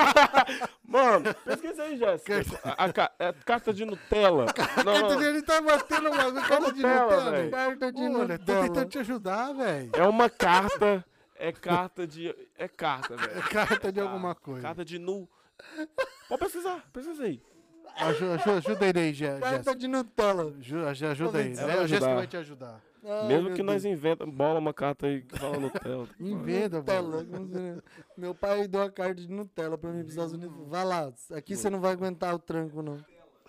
Mano, pesquisa aí, Jéssica. É carta de Nutella. Não. Ele tá batendo uma carta de Nutella, Nutella. velho. Carta de Olha, tô Nutella. tentando te ajudar, velho. É uma carta. É carta de. É carta, velho. É carta de alguma coisa. Carta de nu. Pode pesquisar, pesquisa aí. Ajuda ele aí, Carta Jéssica. de Nutella. Ajuda aí. Ela vai A Jéssica ajudar. vai te ajudar. Ai, Mesmo meu que nós Deus. inventamos, bola uma carta aí que fala Nutella. Inventa, Nutella. mano. Meu pai deu a carta de Nutella pra mim pros Estados Unidos. Vai lá, aqui você não vai aguentar o tranco, não.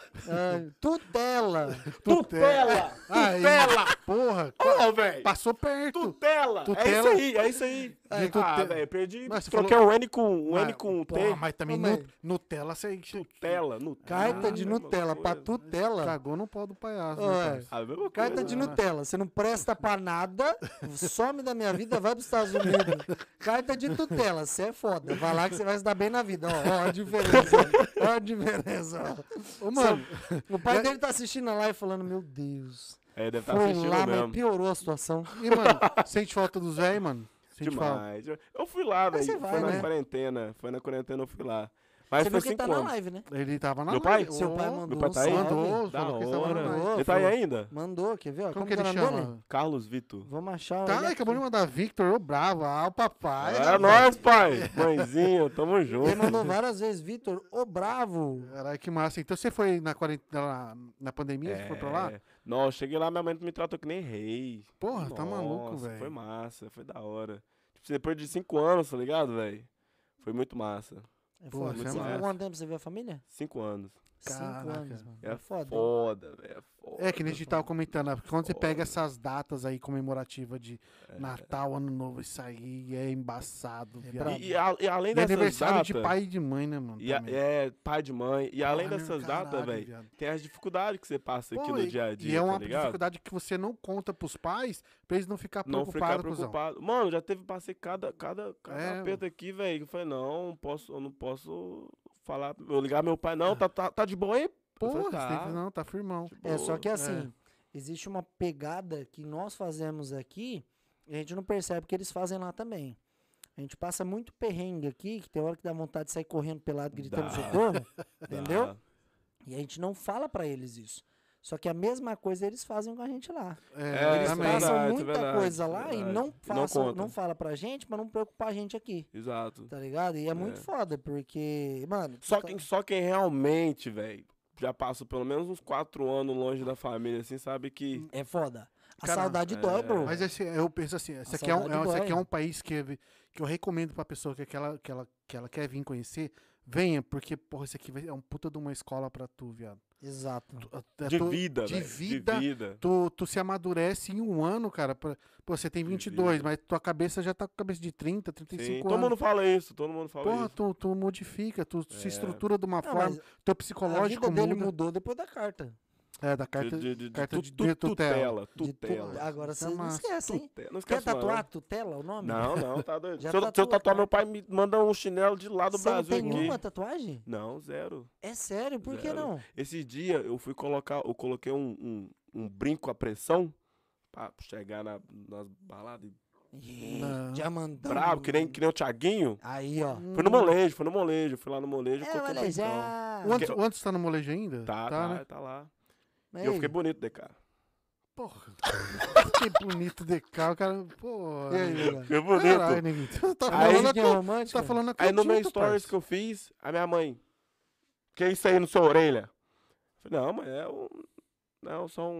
Ai, tutela. Tutela! Aí, Tutela! porra. Ô, velho! Passou perto. Tutela! Tutela. É isso aí. De Ah, tutela. velho, perdi. Mas você Troquei um N com um T. Porra, mas também Ô, mas- Nutella, você Tutela, Nutella. Carta de mesma Nutella pra coisa. tutela. cagou no pau do palhaço. Ué. Né, parça? A mesma Carta coisa. de Nutella, você não presta pra nada, some da minha vida, vai pros Estados Unidos. Carta de tutela, você é foda. Vai lá que você vai se dar bem na vida. Ó a diferença. Ó a diferença. Ó. Ô, mano, O pai dele tá assistindo a live falando, meu Deus. É, deve estar Foi assistindo lá, mesmo. mas piorou a situação. e, mano, sente falta dos velhos, mano? Sente falta. Demais. Eu fui lá, Mas velho. você Foi vai, na né? quarentena. Foi na quarentena, eu fui lá. Mas Você foi viu que ele 5 tá na anos. live, né? Ele tava na Meu pai? live. Seu pai Ô, mandou Meu pai tá um aí? salve. Mandou, Da falou que estava na hora. live. Ele tá aí ainda? Mandou, quer ver? Ó, Como que é ele o nome dele? chama? Carlos Vitor. Vamos achar Tá, ele acabou de aqui. mandar Victor, ô bravo. Ah, o papai. É né, nóis, pai. Mãezinho, tamo junto. Ele mandou várias vezes, Vitor, ô bravo. Caralho, que massa. Então você foi na quarentena, na pandemia? Você foi pra lá? Não, eu cheguei lá, minha mãe me tratou que nem rei. Porra, tá maluco, Nossa, velho. Foi massa, foi da hora. Tipo, depois de 5 anos, tá ligado, velho? Foi muito massa. É Pô, foda. isso é Você ficou massa. quanto tempo você viu a família? 5 anos. 5 Caraca. anos, mano. É foda. foda, velho. É foda. É, que nem a gente tava comentando, né? Quando você Foda. pega essas datas aí comemorativas de Natal, Ano Novo, isso aí é embaçado, viado. brabo. E além E dessas aniversário datas... de pai e de mãe, né, mano? também. É, pai de mãe. E além Porra, dessas caralho, datas, velho, viado. tem as dificuldades que você passa aqui Pô, no dia a dia, E é uma tá ligado? dificuldade que você não conta pros pais, pra eles não ficar Não ficar preocupados, cuzão. preocupado. Mano, já passei cada É, aperto aqui, velho. Eu falei, eu não posso falar. Eu ligar meu pai, não, tá de boa aí? Eu Porra, falei, você tem que... Não, tá firmão. de É, só boa. que assim, existe uma pegada que nós fazemos aqui e a gente não percebe que eles fazem lá também. A gente passa muito perrengue aqui, que tem hora que dá vontade de sair correndo pelado, gritando Dá. socorro, entendeu? Tá. E a gente não fala pra eles isso. Só que a mesma coisa eles fazem com a gente lá. É, Eles também. passam verdade, muita verdade, coisa lá e verdade. não, E não conta. não fala pra gente, pra não preocupar a gente aqui. Exato. Tá ligado? E é muito foda, porque, mano. Só quem realmente, velho, já passa pelo menos uns 4 anos longe da família, assim, sabe que. É foda. A Cara, saudade dói, bro. Mas eu penso assim, esse aqui, saudade esse aqui é dói. um país que eu recomendo pra pessoa que ela quer vir conhecer, venha, porque, porra, esse aqui é um puta de uma escola pra tu, viado. Exato. De vida, de velho. vida, De vida. Tu se amadurece em um ano, cara. Pô, você tem 22, mas tua cabeça já tá com cabeça de 30, 35 Sim, anos. todo mundo fala isso, todo mundo fala Porra, isso. tu modifica, tu se É. estrutura de uma Não, forma, mas teu a psicológico vida dele muda. mudou depois da carta. É, da carta carta tu- de tu- tutela. De Tutela. Agora Isso você é não massa. esquece, hein? Tutela. Não Quer esquece mais, tatuar tutela o nome? Não, tá doido. Já Se eu tatua, tatuar, cara. meu pai me manda um chinelo de lá do Você não Brasil tem aqui. nenhuma tatuagem? Não, zero. É sério? Por que Zero. não? Esse dia eu coloquei um brinco à pressão pra chegar nas baladas. Não. Diamantão. Bravo, que nem o Thiaguinho. Aí, ó. Fui no molejo. Fui lá no molejo. É, coloquei um olha brincão. já. O Antes tá no molejo ainda? Tá, né? tá lá. Mas E eu aí, fiquei bonito, de cara. Porra. Que bonito de carro, cara. Porra. E aí, galera? Fiquei bonito. Caralho, neguinho. Tu tá Aí- falando Musiquinha a romântica? tá falando Aí no meu acredito, stories parça. que eu fiz, a minha mãe, que é isso aí no sua orelha? Eu falei, não, mas é um... Não, só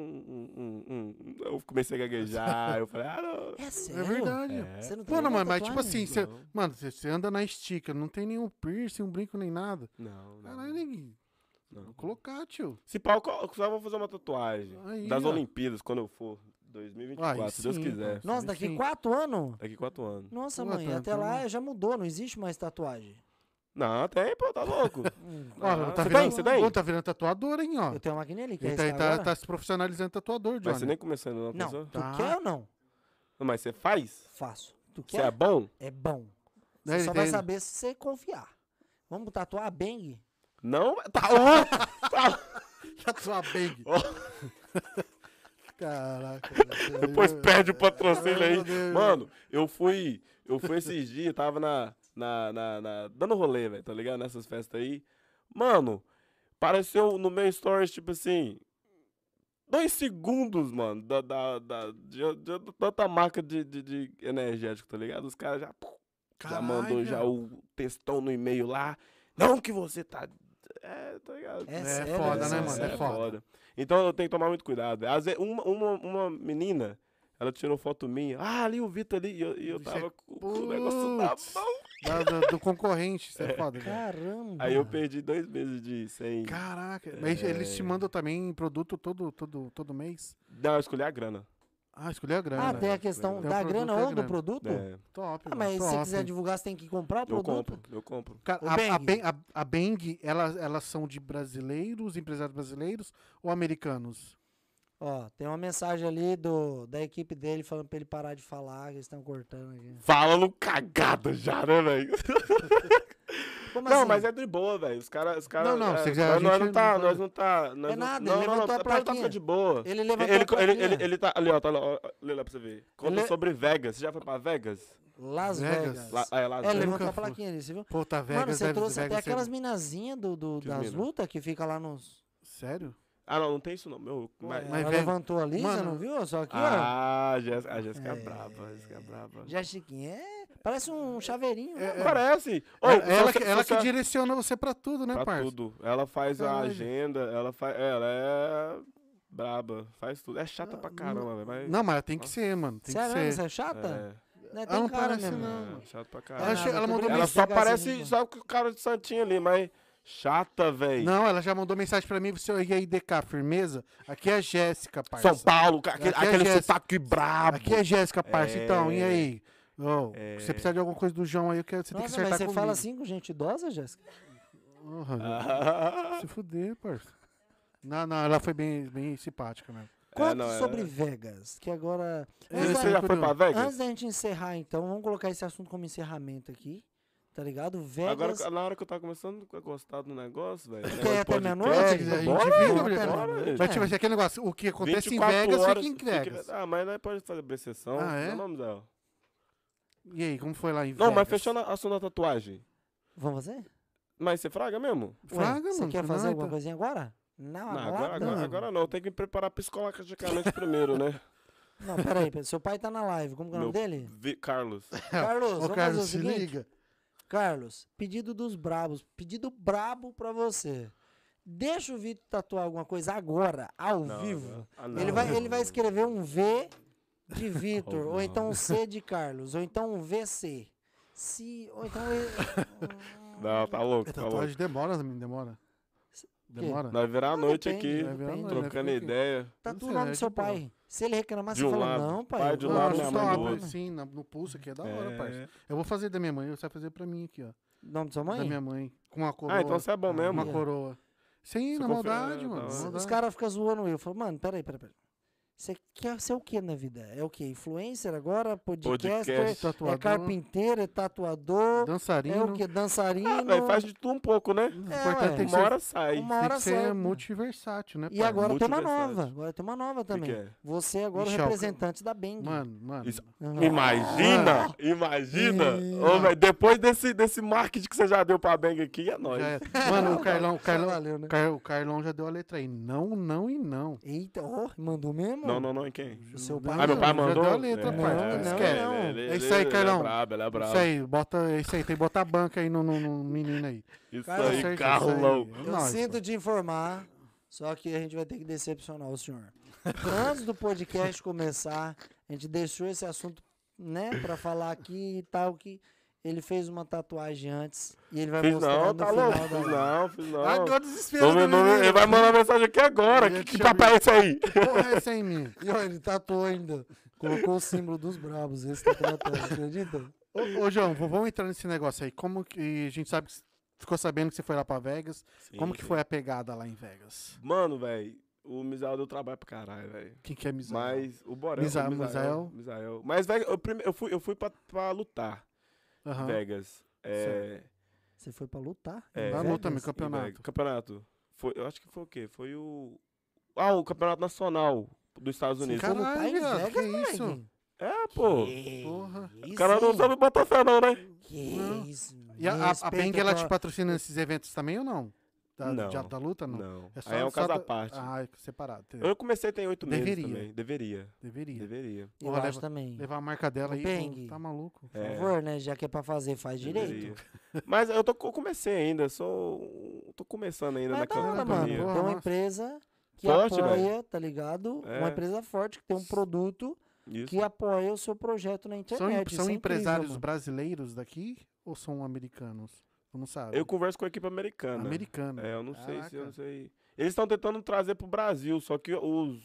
Eu comecei a gaguejar, eu falei, não. É sério? É verdade. É. Você não tem Pô, não, nenhuma mas tipo tatuagem? assim, você, Não. mano, você anda na estica, não tem nenhum piercing, um brinco nem nada. Não, Caralho, neguinho. não. Vou colocar, tio. Se pau, eu só vou fazer uma tatuagem Aí, das ó. Olimpíadas, quando eu for. 2024, Aí se Deus sim, quiser. pô. Nossa, daqui Sim. 4 anos? Daqui 4 anos. Nossa, Pô, mãe, tá- até tá lá bom. já mudou, não existe mais tatuagem. Não, tem, pô, tá louco. Ó, tá você virando, tem, você tem? Ô, tá virando tatuador, hein, ó. Eu tenho uma maquininha ali, quer Ele riscar tá agora? tá se profissionalizando tatuador, Mas Johnny. você nem começou ainda, não, Não, pensou? tu Tá. quer ou não? Não, mas você faz? Faço. Tu Você quer? é bom? É bom. Você Ele só vai tem- saber se você confiar. Vamos tatuar a Bang? Não, tá louco. Tatuar bang. Caraca. Depois perde o patrocínio Ai, aí. meu Deus. Mano, eu fui esses dias, tava dando rolê, velho, tá ligado? Nessas festas aí. Mano, apareceu no meu stories, tipo assim, 2 segundos, mano, de tanta marca de energético, tá ligado? Os caras já mandou já o textão no e-mail lá. Não que você tá... tá ligado? É É sério, foda, né, é mano? sério. É foda. Então eu tenho que tomar muito cuidado. Às vezes, uma menina, ela tirou foto minha. Ah, ali o Vitor ali. E eu tava com o negócio na Putz. mão. Do concorrente, isso é foda, velho. Caramba. Aí eu perdi 2 meses de sem. Caraca. Mas eles te mandam também produto todo mês? Não, eu escolhi a grana. Ah, escolhi a grana. Ah, tem a questão Tem o da produto grana e a ou do grana. produto? É, Top, Ah, mano, mas se você top. quiser divulgar, você tem que comprar o eu produto. compro. Cara, O a Bang, elas são de brasileiros, empresários brasileiros ou americanos? Ó, tem uma mensagem ali da equipe dele falando pra ele parar de falar, que eles estão cortando aqui. Falando cagada já, né, velho? Como Não, assim? mas é de boa, velho. Os caras. Não, se quiser, nós, a nós gente não tá. não Nós não tá. É nada, não, ele não, levantou a pode plaquinha. ficar de boa. Ele levantou a plaquinha. Ele tá ali, ó. Tá lá, ó, lê lá pra você ver. Conta Ele- sobre Vegas. Você já foi pra Vegas? Las Vegas. Vegas. Las Ele Vegas. nunca levantou a fui. plaquinha ali, você viu? Pô, tá Mano, Vegas, você trouxe até Vegas ser- aquelas minazinhas Que das mina? lutas que fica lá nos... Sério? Ah, não tem isso não. Meu, Mas Ela velho, levantou ali, você mano, não viu? Só aqui, ó. Ah, a Jéssica é braba. A Jéssica é braba. Jéssiquinha, parece um chaveirinho, né? mano? Parece. Ô, ela só- ela só- que direciona você pra tudo, né, Pra parça? tudo. Ela faz a Caralho. agenda, ela é braba, faz tudo. É chata pra caramba, velho. Mas... Não, mas tem que ser, mano. Tem Sério, que mesmo? ser. Você é chata? É, Não, Ela tem não cara parece, mesmo. não. chato pra Ela, caramba. ela mandou Ela mensagem. só pegar essa parece gente, só com o cara de santinho ali, mas chata, velho. Não, ela já mandou mensagem pra mim. Você, e aí, DK, firmeza? Aqui é a Jéssica, parça. São Paulo, Aqui é aquele Jéssica. sotaque brabo. Aqui é Jéssica, parça. É. Então, e aí? Ô, É. você precisa de alguma coisa do João aí, você tem que Nossa, acertar mas você comigo. fala assim com gente idosa, Jéssica? Porra, Ah, se fuder, parça. Não, ela foi bem simpática mesmo. Conta não, é- sobre Vegas, que agora... Você já foi pra Antes Vegas? da gente encerrar, então, vamos colocar esse assunto como encerramento aqui, tá ligado? Agora, Vegas... na hora que eu tava começando a gostar do negócio, velho. Quer ir até meia-noite? A gente fica, bora, velho. Mas, tipo assim, aquele negócio, o que acontece em 24 Vegas horas, fica em Vegas. Ah, mas nós pode fazer exceção. Ah, é? Não, vamos dar. E aí, como foi lá em Vegas? Não, mas fechando a assunto da tatuagem. Vamos fazer? Mas você fraga mesmo? Fraga, Você mano. quer fazer não, alguma então. coisinha agora? Não, Não, agora agora, não. agora não. Eu tenho que me preparar psicologicamente primeiro, né? Não, peraí, seu pai tá na live, como que é o nome Meu- dele? Carlos. Carlos, Ô, vamos Carlos, fazer o se seguinte. liga. Carlos, pedido dos brabos, pedido brabo pra você. Deixa o Vitor tatuar alguma coisa agora, ao Não, vivo. não. Ah, não. Ele vai escrever um V de Vitor, Oh, ou não. então um C de Carlos, ou então um VC. Ou então... Não, tá louco, A tá louco. tatuagem demora, menino, demora. Demora. Nós virar a noite depende, aqui, vai virar a noite, trocando né? Fica aqui. ideia. Tatua Não o sei, nome é do seu de boa. pai. Se ele reclamar, De você um fala, lado. não, pai. Pai de um eu lado, gosto minha do mãe seu do nome. outro. Sim, no pulso aqui, é da hora, parça. Eu vou fazer da minha mãe, você vai fazer pra mim aqui, ó. Nome da sua Da mãe? minha mãe. Com uma coroa. Ah, então você é bom mesmo. Uma Aí, ó. coroa. Sim, Você na confia- maldade, é, mano. da na hora. maldade. Os caras ficam zoando eu. Eu falo, mano, peraí. Você quer ser o que na vida? É o que? Influencer agora? Podcaster? Podcast. É Tatuador, carpinteiro? É tatuador? dançarino. É o que? Dançarino? Ah, velho, faz de tudo um pouco, né? O É, importante ué. tem que Uma ser, hora sai. Uma tem hora que ser sai. multiversátil, né, E pai? agora tem uma Multiversátil. nova. Agora tem uma nova também. que é? Você agora o Ixi, representante da Bang. Mano. Isso- Aham. Imagina! Imagina! Ô, velho, depois desse marketing que você já deu pra Bang aqui, é nóis. Já é. Mano, o Carlão, Valeu, né? o Carlão já deu a letra aí. Não e não. Eita, ó, mandou mesmo? Não, em quem? O seu Não, pai? Ah, meu pai já mandou? deu a letra, Não, pai. não, Esquece. não. É isso aí, Carlão. Ele é brabo. Isso aí, bota isso aí, tem que botar a banca aí no menino aí. Isso Cara, aí, certo, Carlão. isso aí. Eu Nós, sinto te informar, só que a gente vai ter que decepcionar o senhor. Antes do podcast começar, a gente deixou esse assunto, né, pra falar aqui e tal, que ele fez uma tatuagem antes e ele vai Fiz mostrar não, no tá final louco. da Fiz live. não, fiz não. Agora desespero do menino. Ele vai mandar mensagem aqui agora. Ele Que te papo é esse aí? Porra, é essa aí, menino. E olha, ele tatuou ainda. Colocou o símbolo dos brabos, esse tatuador, acredita? Ô, João, vamos entrar nesse negócio aí. Como que a gente sabe que ficou sabendo que você foi lá pra Vegas? Como que foi a pegada lá em Vegas? Mano, velho, o Misael deu trabalho pra caralho, velho. Quem que é Misael? Mas o Borel. Misael? Misael. Mas, velho, eu fui pra lutar. Aham. Vegas. Você foi pra lutar? É. Na Em luta, meu Vegas? campeonato. Campeonato. Eu acho que foi o quê? Foi o o campeonato nacional dos Estados Unidos. Caralho, Você não tá em viado, Vegas, que moleque? isso? É, pô. Porra. O cara não sabe botar fé não, né? Que Não. isso, E a respeita Bang, ela com te a- patrocina nesses eventos também ou não? Não. Da luta, não? Não. É só- Aí é um só caso à da- parte. Ah, é separado. entendeu? Eu comecei tem 8 meses Deveria. também. Deveria. Deveria. Eu Ó, acho leva- também. Levar a marca dela O aí, Bang. pô, tá maluco. Por favor, né? Já que é pra fazer, faz Deveria. direito. Mas eu comecei ainda, tô começando ainda Mas na da hora, mano. companhia. Porra, Tem uma massa. empresa que Forte, apoia, tá ligado? É. Uma empresa forte que tem um produto Isso. que apoia o seu projeto na internet. São Isso é empresários incrível, mano. brasileiros daqui ou são americanos? Eu não sabe. Eu converso com a equipe americana. Americano. É, eu não sei se Caraca. eu não sei. Eles estão tentando trazer pro Brasil, só que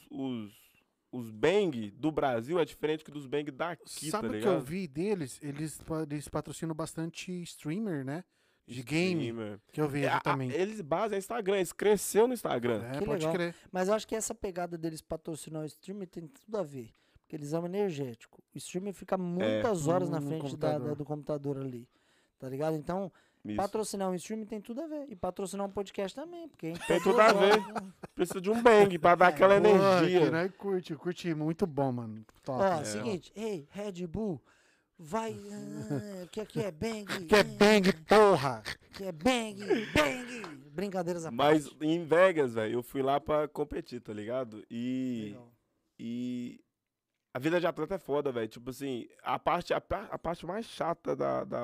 os Bang do Brasil é diferente que dos Bang daqui, Sabe tá o que ligado? eu vi deles? Eles patrocinam bastante streamer, né? De game. Streamer. Que eu vejo também. Eles basam Instagram, eles cresceu no Instagram. É, Que pode legal. crer. Mas eu acho que essa pegada deles patrocinar o streamer tem tudo a ver. Porque eles amam energético. O streamer fica muitas horas na No frente computador. do computador ali. Tá ligado? Então, Isso. patrocinar um streamer tem tudo a ver. E patrocinar um podcast também. Porque a gente Tem tá tudo a duas ver. horas, né? Precisa de um Bang pra dar aquela Pô, energia. que nós curti muito bom, mano. Top. Ó, seguinte. Ei, Red Bull, vai... que aqui é bang. Que é bang, porra! Que é bang, bang. Brincadeiras à Mas parte. em Vegas, velho, eu fui lá pra competir, tá ligado? Legal. E a vida de atleta é foda, velho. Tipo assim, a parte mais chata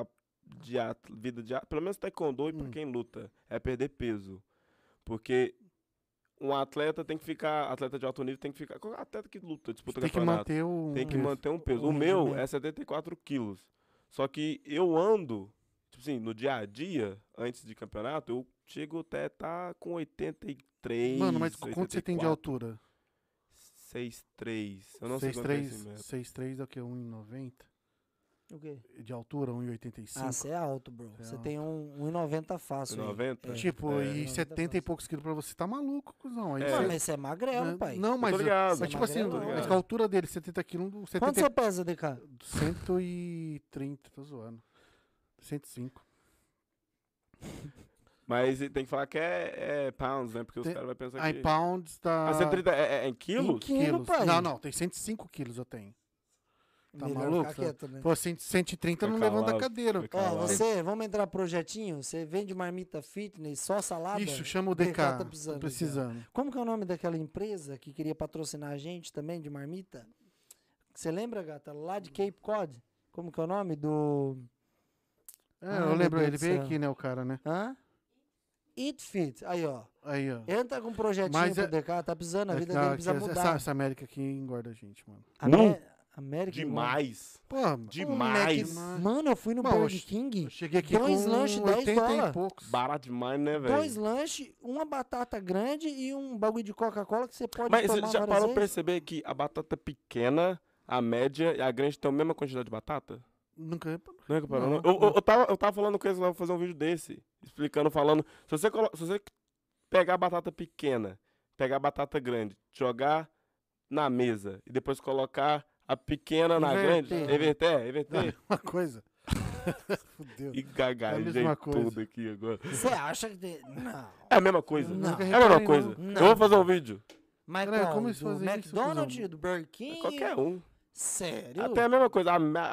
vida de pelo menos taekwondo e pra quem luta, é perder peso. Porque um atleta tem que ficar, atleta de alto nível tem que ficar, qualquer atleta que luta, disputa Tem que campeonato, manter o. tem que peso. manter um peso. o O meu rendimento. é 74 quilos. Só que eu ando, tipo assim, no dia a dia, antes de campeonato, eu chego até estar com 83. Mano, mas quanto você tem de 84? altura? 6'3". Eu não sei quanto é esse metro. 6'3 é o que? 1,90? O quê? De altura, 1,85? Ah, você é alto, bro. Você é Você alto. tem 1,90 fácil. aí. 1,90? É. Tipo, É. e Não, 70 e tá poucos quilos pra você, tá maluco, cuzão. Aí É. Ah, você- mas você é magrelo, pai. Não, mas, tô ligado. mas tipo assim, Magrelo, mas ligado. com a altura dele, 70 quilos, Quanto 70, você pesa, DK? 130, tô zoando. 105. Mas tem que falar que é pounds, né? Porque os Tem- caras vão pensar Aí que... pounds tá... Ah, 130 é em quilos? Quilo, pai. Não, tem 105 quilos eu tenho. Tá Melhor maluco? ficar quieto, né? Pô, 130 não Fica levanta a calado. cadeira. Fica Ó, calado. você, vamos entrar projetinho? Você vende marmita fitness, só salada? Isso, chama o DK DK. tá Tô precisando aqui, ó. precisando. Como que é o nome daquela empresa que queria patrocinar a gente também, de marmita? Você lembra, gata? Lá de Cape Cod? Como que é o nome do... É, Ai, eu meu lembro, Deus ele do veio céu. aqui, né, o cara, né? Hã? Eat Fit. Aí, ó. Aí, ó. Entra com um projetinho Mas pro é- DK, tá precisando, a vida Não, dele precisa que mudar. essa América aqui engorda a gente, mano. América Demais. Pô, Demais. Mano, eu fui no Bom, Burger King. eu cheguei aqui Dois com lanches, 10 80 dólar. e poucos. Barato demais, né, velho? 2 lanches, uma batata grande e um bagulho de Coca-Cola que você pode Mas tomar você já várias parou pra vezes. perceber que a batata pequena, a média e a grande tem a mesma quantidade de batata? Nunca Não é que parou, Não, não? Eu tava falando com eles lá, vou fazer um vídeo desse, explicando, falando, se você pegar a batata pequena, pegar a batata grande, jogar na mesa e depois colocar a pequena na grande, Inverter. inverter, uma coisa. Fudeu. e É a gaguejei mesma coisa. tudo aqui agora. Você acha que... Não. É a mesma coisa. Não. Nunca É a mesma reparei, coisa. não. Eu vou fazer um vídeo. Mas Peraí, qual? como eles Do fazem isso, McDonald's, cuzão? do Burger King? Qualquer um. Sério? Até a mesma coisa.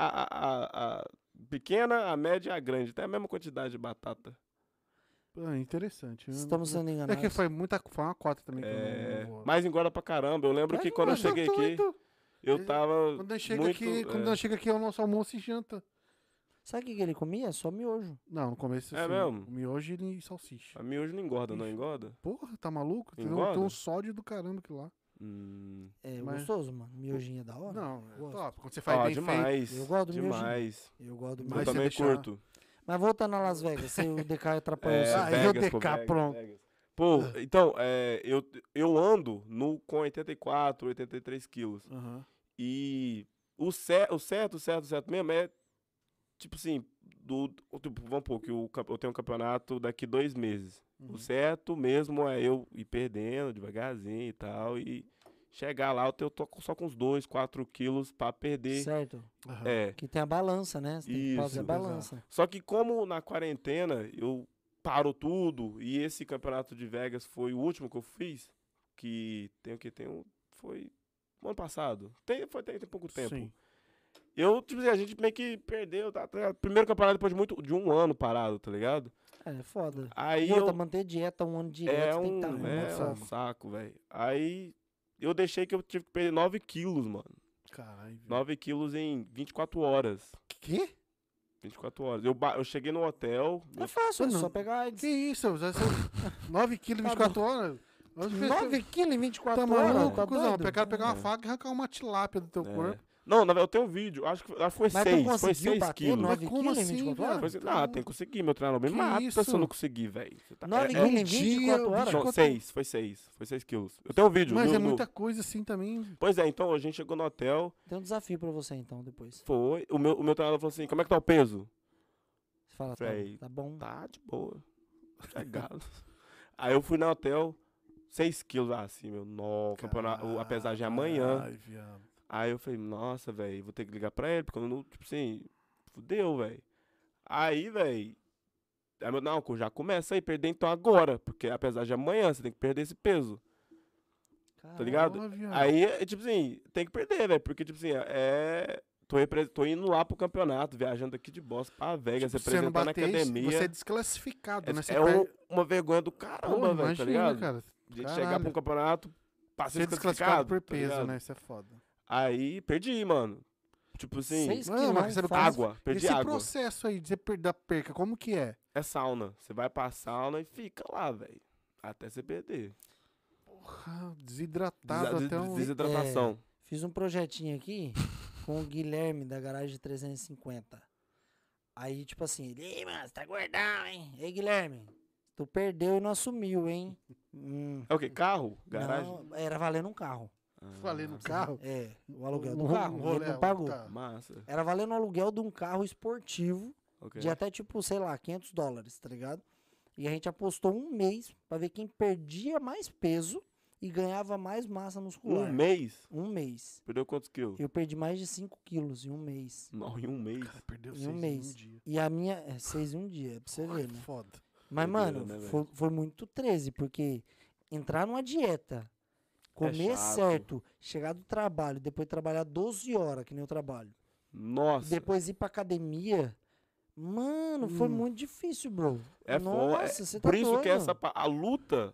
A pequena, a média e a grande. Tem a mesma quantidade de batata. Ah, interessante. Estamos sendo É enganados. que foi uma cota também que eu não vou. Mas engorda pra caramba. Eu lembro que quando eu cheguei aqui, eu tava Quando nós chega muito... aqui, quando nós chega aqui é o nosso almoço e janta. Sabe o que ele comia? Só miojo. Não, no começo É assim, mesmo? miojo e salsicha. A minha hoje não engorda, não engorda? Porra, tá maluco? Tem Engorda? um sódio do caramba aquilo lá. É Mas- gostoso, mano. Miojinho é da hora. Não, é gosto. top. Quando você faz bem feito. demais. Eu gosto do miojinho. Demais. Eu gosto do Eu Mas miojinho. você também deixar- curto. Mas voltando a Las Vegas, se o DK atrapalhou você. Ah, eu DK, pronto. Vegas. Pô, então, eu ando com 84, 83 quilos. Aham. E o certo mesmo é, tipo assim, tipo, vamos pôr que eu tenho um campeonato daqui 2 meses. O certo mesmo é eu ir perdendo devagarzinho e tal, e chegar lá, eu tô só com uns 2, 4 quilos pra perder. Certo. Aham. É. Que tem a balança, né? Você tem que fazer a Isso, balança. Só que como na quarentena eu paro tudo, e esse campeonato de Vegas foi o último que eu fiz, que tem o que? Foi ano passado. Tem pouco tempo. Sim. Eu, tipo assim, a gente meio que perdeu, tá ligado? Primeiro campeonato depois de um ano parado, tá ligado? É foda. Aí E outra, eu... manter dieta um ano direto, É você tem que estar ruim, é foda. um saco, velho. Aí eu deixei que eu tive que perder 9 quilos, mano. Caralho. 9 quilos em 24 horas. Que? 24 horas. Eu cheguei no hotel. É fácil, é Mano, só pegar AIDS. Que isso? 9 quilos em 24 horas? 9 quilos em 24 Tá horas? maluco, Tá cuzão? doido? Pegar uma faca e arrancar uma tilápia do teu corpo. Não, na verdade, eu tenho um vídeo. Acho que foi Mas tu 6. Foi conseguiu 6 bater quilos. 9 Mas como quilos em assim, 24 velho? horas? Tem que conseguir. Meu treinador me Que mata isso? se eu não conseguir, velho. 9 É um quilos em dia, 24 horas? bicho, Não, 6. Foi 6. Foi 6 quilos. Eu tenho um vídeo. Mas é muita coisa assim também. Pois é, então a gente chegou no hotel. Tem um desafio pra você então, depois. Foi. O meu treinador falou assim: como é que tá o peso? Você fala, Véi, tá bom. Tá de boa. Chegado. Aí eu fui no hotel. 6 quilos assim, meu. No campeonato. A pesagem é amanhã. Ai, viado. Aí eu falei, nossa, velho, vou ter que ligar pra ele, porque eu não, tipo assim, fudeu, velho. Aí, velho, não, já começa aí, perder então agora, porque apesar de amanhã, você tem que perder esse peso, tá ligado? Porra, viado. Aí, tipo assim, tem que perder, velho, porque, tipo assim, tô indo lá pro campeonato, viajando aqui de Boston pra Vegas, Tipo, se você não representando a bater isso, academia. você é desclassificado, né? Você É perde- uma vergonha do Pô, caramba, velho, tá imagina, ligado? cara. De Caralho. chegar pra um campeonato, pra ser Ser desclassificado desclassificado por tá peso, ligado? né? Isso é foda. Aí, perdi, mano. Tipo assim, 6 Mano, quilos mas não você não faz. água, perdi Esse água. processo aí de você da perca, como que é? É sauna. Você vai pra sauna e fica lá, velho. Até você perder. Porra, desidratado até um... Desidratação. Fiz um projetinho aqui com o Guilherme da garagem 350. Aí, tipo assim, ele, ei, mano, você tá gordão, hein? Ei, Guilherme, tu perdeu e não assumiu, hein? É o quê? Carro? Garagem? Não, era valendo um carro. Falei no carro. É, o aluguel do Um carro. rolê, Ele não pagou. tá. Massa. Era valendo o aluguel de um carro esportivo Ok. de até, tipo, sei lá, $500, tá ligado? E a gente apostou um mês pra ver quem perdia mais peso e ganhava mais massa muscular. Um mês? Um mês. Perdeu quantos quilos? Eu perdi mais de 5 quilos em um mês. Não, em um mês. Cara, perdeu Em 6 um mês. em um dia. E a minha... 6 em um dia, pra você ver, né? Foda. Mas, Doideira, mano, né, velho? foi muito 13, porque entrar numa dieta, comer chato. certo, chegar do trabalho, depois trabalhar 12 horas, que nem eu trabalho, Nossa. depois ir pra academia, mano, foi muito difícil, bro. É foda. Nossa, você tá Por isso que doido. a luta,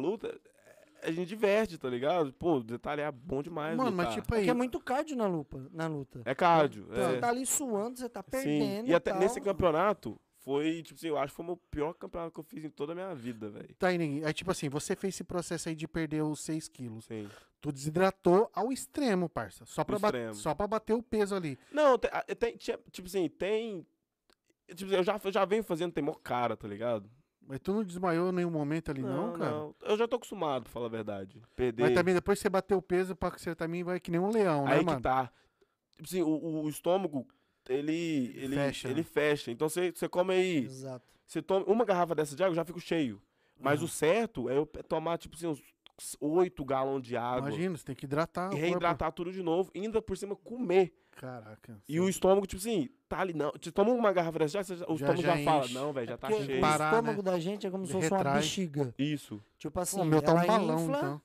a gente diverte, tá ligado? Pô, o detalhe é bom demais. Mano, mas lutar. tipo aí... Porque é muito cardio na luta. É cardio. Você É. tá ali suando, você tá Sim. perdendo E até tal. nesse campeonato, foi, tipo assim, eu acho que foi o meu pior campeonato que eu fiz em toda a minha vida, velho. Tá, aí, tipo assim, você fez esse processo aí de perder os 6 quilos. Sim. Tu desidratou ao extremo, parça. Só pra, extremo. só pra bater o peso ali. Não, tipo assim, tem... Tipo assim, eu já venho fazendo, tem mó cara, tá ligado? Mas tu não desmaiou em nenhum momento ali, não, cara? Não. Eu já tô acostumado, pra falar a verdade. Perder. Mas também depois que você bater o peso, você também vai que nem um leão, né, Aí mano? que tá. Tipo assim, o estômago, ele Fecha. ele fecha. Então você come aí, Exato. você toma uma garrafa dessa de água, eu já fico cheio. Mas Uhum. o certo é eu tomar, tipo assim, uns 8 galões de água. Imagina, você tem que hidratar E o reidratar tudo de novo, e ainda por cima comer. corpo. Caraca. E o estômago, tipo assim, tá ali, não. Você toma uma garrafa dessa, o Já- estômago já, já fala, enche. não, velho, já tá Porque cheio. o Parar, estômago né? da gente é como se fosse uma Retrai. bexiga. Isso. Tipo assim, O meu tá um ela balão, infla, então.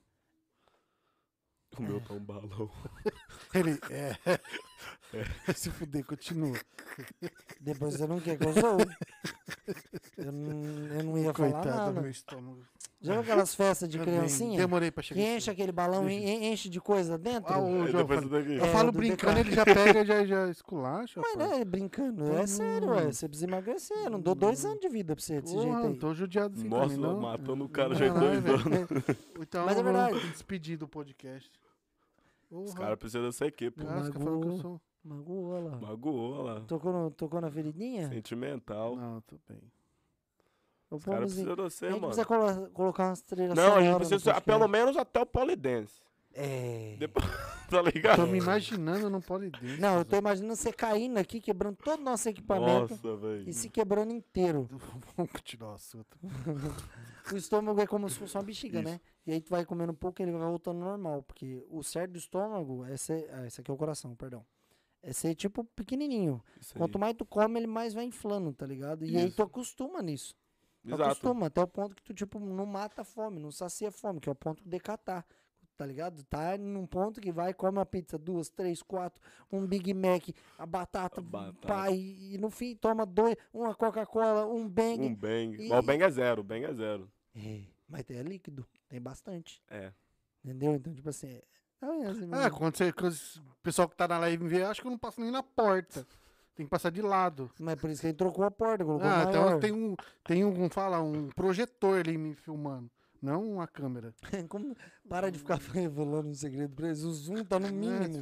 O meu tá um balão. Ele, Se fuder, continua. depois você não quer que eu sou. Eu não ia falar Coitado do nada. meu estômago. Já viu aquelas festas de Também criancinha? Demorei pra Que chegar. enche aquele balão e enche de coisa dentro? Ah, o Aí João depois fala- isso daqui. Eu É, falo do brincando, decor. ele já pega, já esculacha. Mas rapaz. não é brincando, é sério, ué. Você precisa emagrecer. Eu não dou 2 anos de vida pra você desse jeito Porra, aí. tô judiado assim Nossa, também, não. matando o cara Não, já em não, 2 velho. anos. Então, Mas é vamos verdade. despedir do podcast. Os caras precisam dessa equipe. Ah, os caras falaram que eu sou... Magoou lá. Magoou lá. Tocou na feridinha? Sentimental. Não, tô bem. O Os caras pombozinho. precisam de A você, gente mano. precisa colocar umas trilhas Não, a gente sonoras no precisa podcast. pelo menos até o polidense. É. Depois, tá ligado? Tô me imaginando no polidense. Não, eu tô imaginando você caindo aqui, quebrando todo o nosso equipamento Nossa, velho. e se quebrando inteiro. Vamos continuar o assunto. O estômago é como se fosse uma bexiga, Isso. né? E aí tu vai comendo um pouco e ele vai voltando ao normal. Porque o certo do estômago é ser... Ah, esse aqui é o coração, perdão. É ser tipo pequenininho. Isso aí. Quanto mais tu come, ele mais vai inflando, tá ligado? E aí Isso. tu acostuma nisso. Exato. Acostuma, até o ponto que tu, tipo, não mata a fome, não sacia a fome, que é o ponto de decatar. Tá ligado? Tá num ponto que vai, come uma pizza, 2, 3, 4, um Big Mac, a batata, pá, e no fim toma uma Coca-Cola, um Bang. Um Bang. E- Mas o Bang é zero, o Bang é zero. Mas é líquido, tem bastante. É. Entendeu? Então, tipo assim. Quando o pessoal que tá na live vê, acho que eu não passo nem na porta. Tem que passar de lado. Mas por isso que ele trocou a porta, colocou Então maior. tem um projetor ali me filmando, não uma câmera. Como? Para de ficar revelando um segredo pra eles. O zoom tá no mínimo.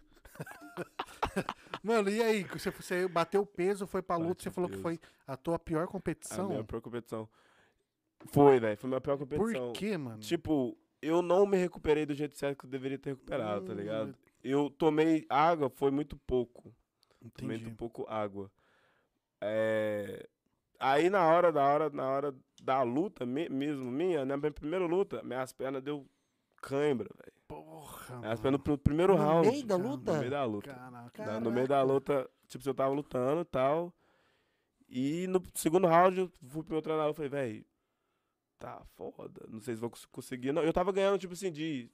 Mano, e aí? Você bateu o peso, foi pra luta, Bati você o falou que peso. foi a tua pior A competição? minha pior competição. Foi, velho. Foi a minha pior competição. Por quê, mano? Tipo, eu não me recuperei do jeito certo que eu deveria ter recuperado, tá ligado? Eu tomei água, foi muito pouco. Tomei muito pouco água. Aí na hora da luta mesmo, na minha primeira luta, minhas pernas deu cãibra, velho. Porra, Minhas mano. pernas no primeiro No round. meio da luta? No meio da luta. Caraca. No meio da luta, tipo, eu tava lutando e tal. E no segundo round, eu fui pro meu treinador e falei, velho, tá foda. Não sei se vou conseguir. Não, eu tava ganhando, tipo assim, de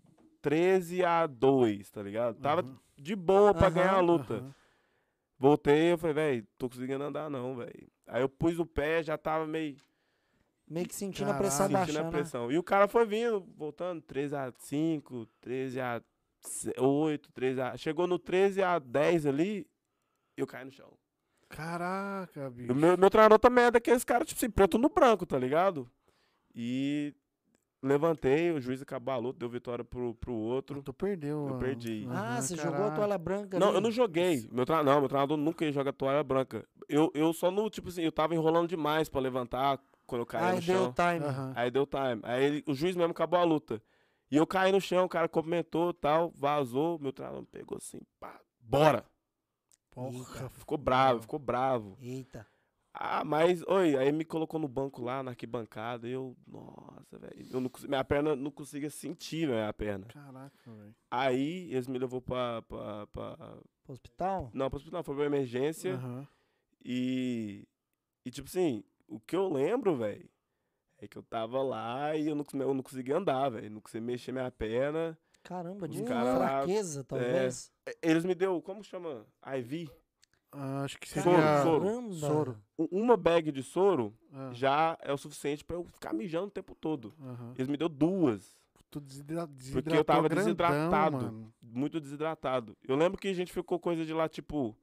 13-2, tá ligado? Tava de boa pra ganhar a luta. Voltei, eu falei, velho, tô conseguindo andar não, velho. Aí eu pus o pé, já tava meio que sentindo a Caralho. pressão sentindo baixar, a pressão. E o cara foi vindo, voltando, 13-5, 13-8, 13-... Chegou no 13-10 ali, eu caí no chão. Caraca, bicho. O meu treinador também é daqueles caras, tipo assim, preto no branco, tá ligado? E levantei, o juiz acabou a luta, deu vitória pro outro. Tu perdeu. Eu perdi. Você jogou a toalha branca Não, ali? eu não joguei. Meu treinador nunca joga toalha branca. Eu só no, tipo assim, eu tava enrolando demais pra levantar quando eu caí no chão. time. Aí deu time. Aí o juiz mesmo acabou a luta. E eu caí no chão, o cara cumprimentou e tal, vazou. Meu treinador me pegou assim, pá, bora. Porra. Ficou bravo. Eita. Mas, aí me colocou no banco lá, na arquibancada, e eu, nossa, velho, minha perna não conseguia sentir, né, a perna. Caraca, velho. Aí, eles me levou pra Pro hospital? Não, pro hospital, foi pra emergência, e, tipo assim, o que eu lembro, velho, é que eu tava lá e eu não conseguia andar, velho, não conseguia mexer minha perna. Caramba, de Os cara lá, fraqueza, talvez. Eles me deu, como chama? IV? Acho que seria Soro. Uma bag de soro já é o suficiente pra eu ficar mijando o tempo todo. Eles me deu 2. Tu desidratou porque eu tava grandão, desidratado. Mano. Muito desidratado. Eu lembro que a gente ficou coisa de lá, tipo,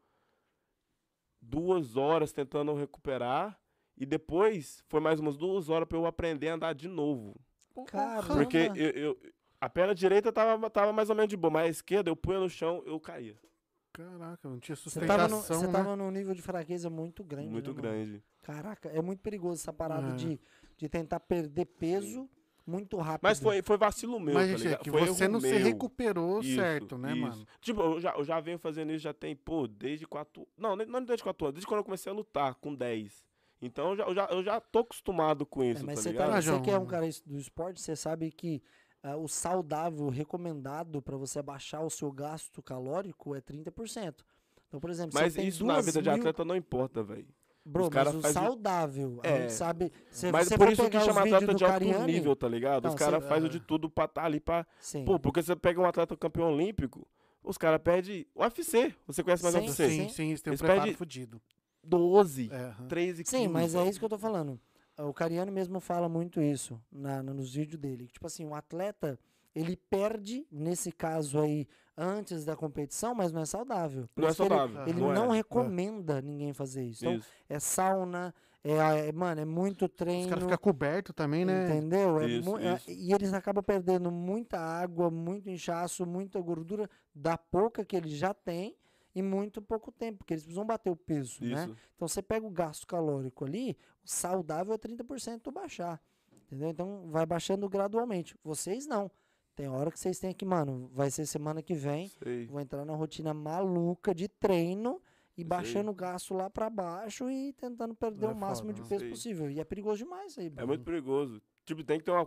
2 horas tentando recuperar. E depois foi mais umas 2 horas pra eu aprender a andar de novo. Caramba. Porque a perna direita tava mais ou menos de boa, mas a esquerda eu punha no chão, eu caía. Caraca, não tinha Você sustentação, tava num nível de fraqueza muito grande. Muito né, grande. mano? Caraca, é muito perigoso essa parada de tentar perder peso muito rápido. Mas foi vacilo meu, Mas, tá gente, ligado? que foi você não se recuperou certo, né, isso. mano? Tipo, eu já venho fazendo isso já tem, desde 4... Não desde 4 anos, desde quando eu comecei a lutar, com 10. Então eu já tô acostumado com isso, mas tá você ligado? você que é um cara do esporte, você sabe que o saudável recomendado para você abaixar o seu gasto calórico é 30%. Então, por exemplo, Mas você tem isso na vida de atleta não importa, velho. Bro, mas o saudável, a gente sabe... Mas você por isso que pegar chama os vídeos atleta do de alto Cariani, nível, tá ligado? Os caras fazem de tudo pra estar ali pra... Sim. Pô, porque você pega um atleta campeão olímpico, os caras pedem o UFC. Você conhece mais o UFC? Sim, eles têm um Eles preparo pedem fudido. 12, 13 quilos. Sim, mas é isso que eu tô falando. O Cariani mesmo fala muito isso nos vídeos dele. Tipo assim, um atleta, ele perde, nesse caso aí, antes da competição, mas não é saudável. Não é saudável. Ele não recomenda ninguém fazer isso. Então, é sauna, é muito treino. Os caras ficam cobertos também, né? Entendeu? Isso. E eles acabam perdendo muita água, muito inchaço, muita gordura da pouca que eles já têm em muito pouco tempo, porque eles precisam bater o peso, né? Então você pega o gasto calórico ali, o saudável é 30% tu baixar, entendeu? Então vai baixando gradualmente. Vocês não. Tem hora que vocês têm que, mano, vai ser semana que vem, vou entrar na rotina maluca de treino e baixando o gasto lá pra baixo e tentando perder o máximo de peso possível. E é perigoso demais aí, É muito perigoso. Tipo, tem que ter um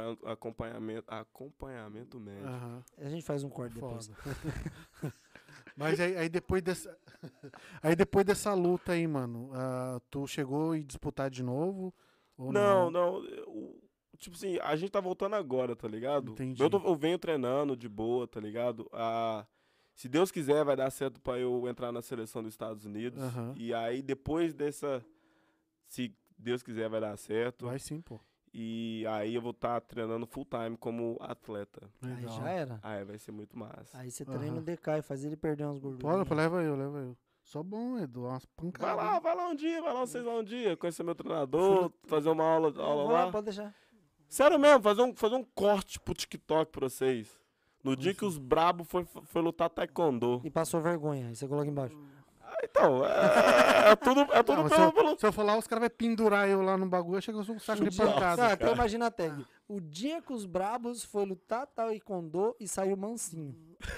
acompanhamento médico. A gente faz um corte depois. Mas aí depois dessa. Aí depois dessa luta aí, mano, tu chegou e disputar de novo? Ou Não, não? não. Tipo assim, a gente tá voltando agora, tá ligado? Entendi. Eu venho treinando de boa, tá ligado? Se Deus quiser, vai dar certo pra eu entrar na seleção dos Estados Unidos. Aham. E aí, depois dessa. Se Deus quiser, vai dar certo. Vai sim, pô. E aí eu vou estar treinando full time como atleta. Aí Legal. já era. Aí vai ser muito massa. Aí você treina o Aham. DK e faz ele perder umas gorduras. Bora, pô, leva eu. Só bom, Edu, umas pancadas. Vai lá um dia, vocês lá um dia, conhecer meu treinador, fazer uma aula lá. Pode deixar. Sério mesmo, fazer um corte pro TikTok pra vocês. No dia que os brabos foi lutar taekwondo. E passou vergonha. Aí você coloca embaixo. Então, é tudo Não, pelo... se eu for lá, os caras vão pendurar eu lá no bagulho, chega um saco de pancada. Cara, até imagina a tag. O dia que os brabos foi lutar taekwondo e saiu mansinho.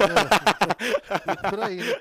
Por aí, né?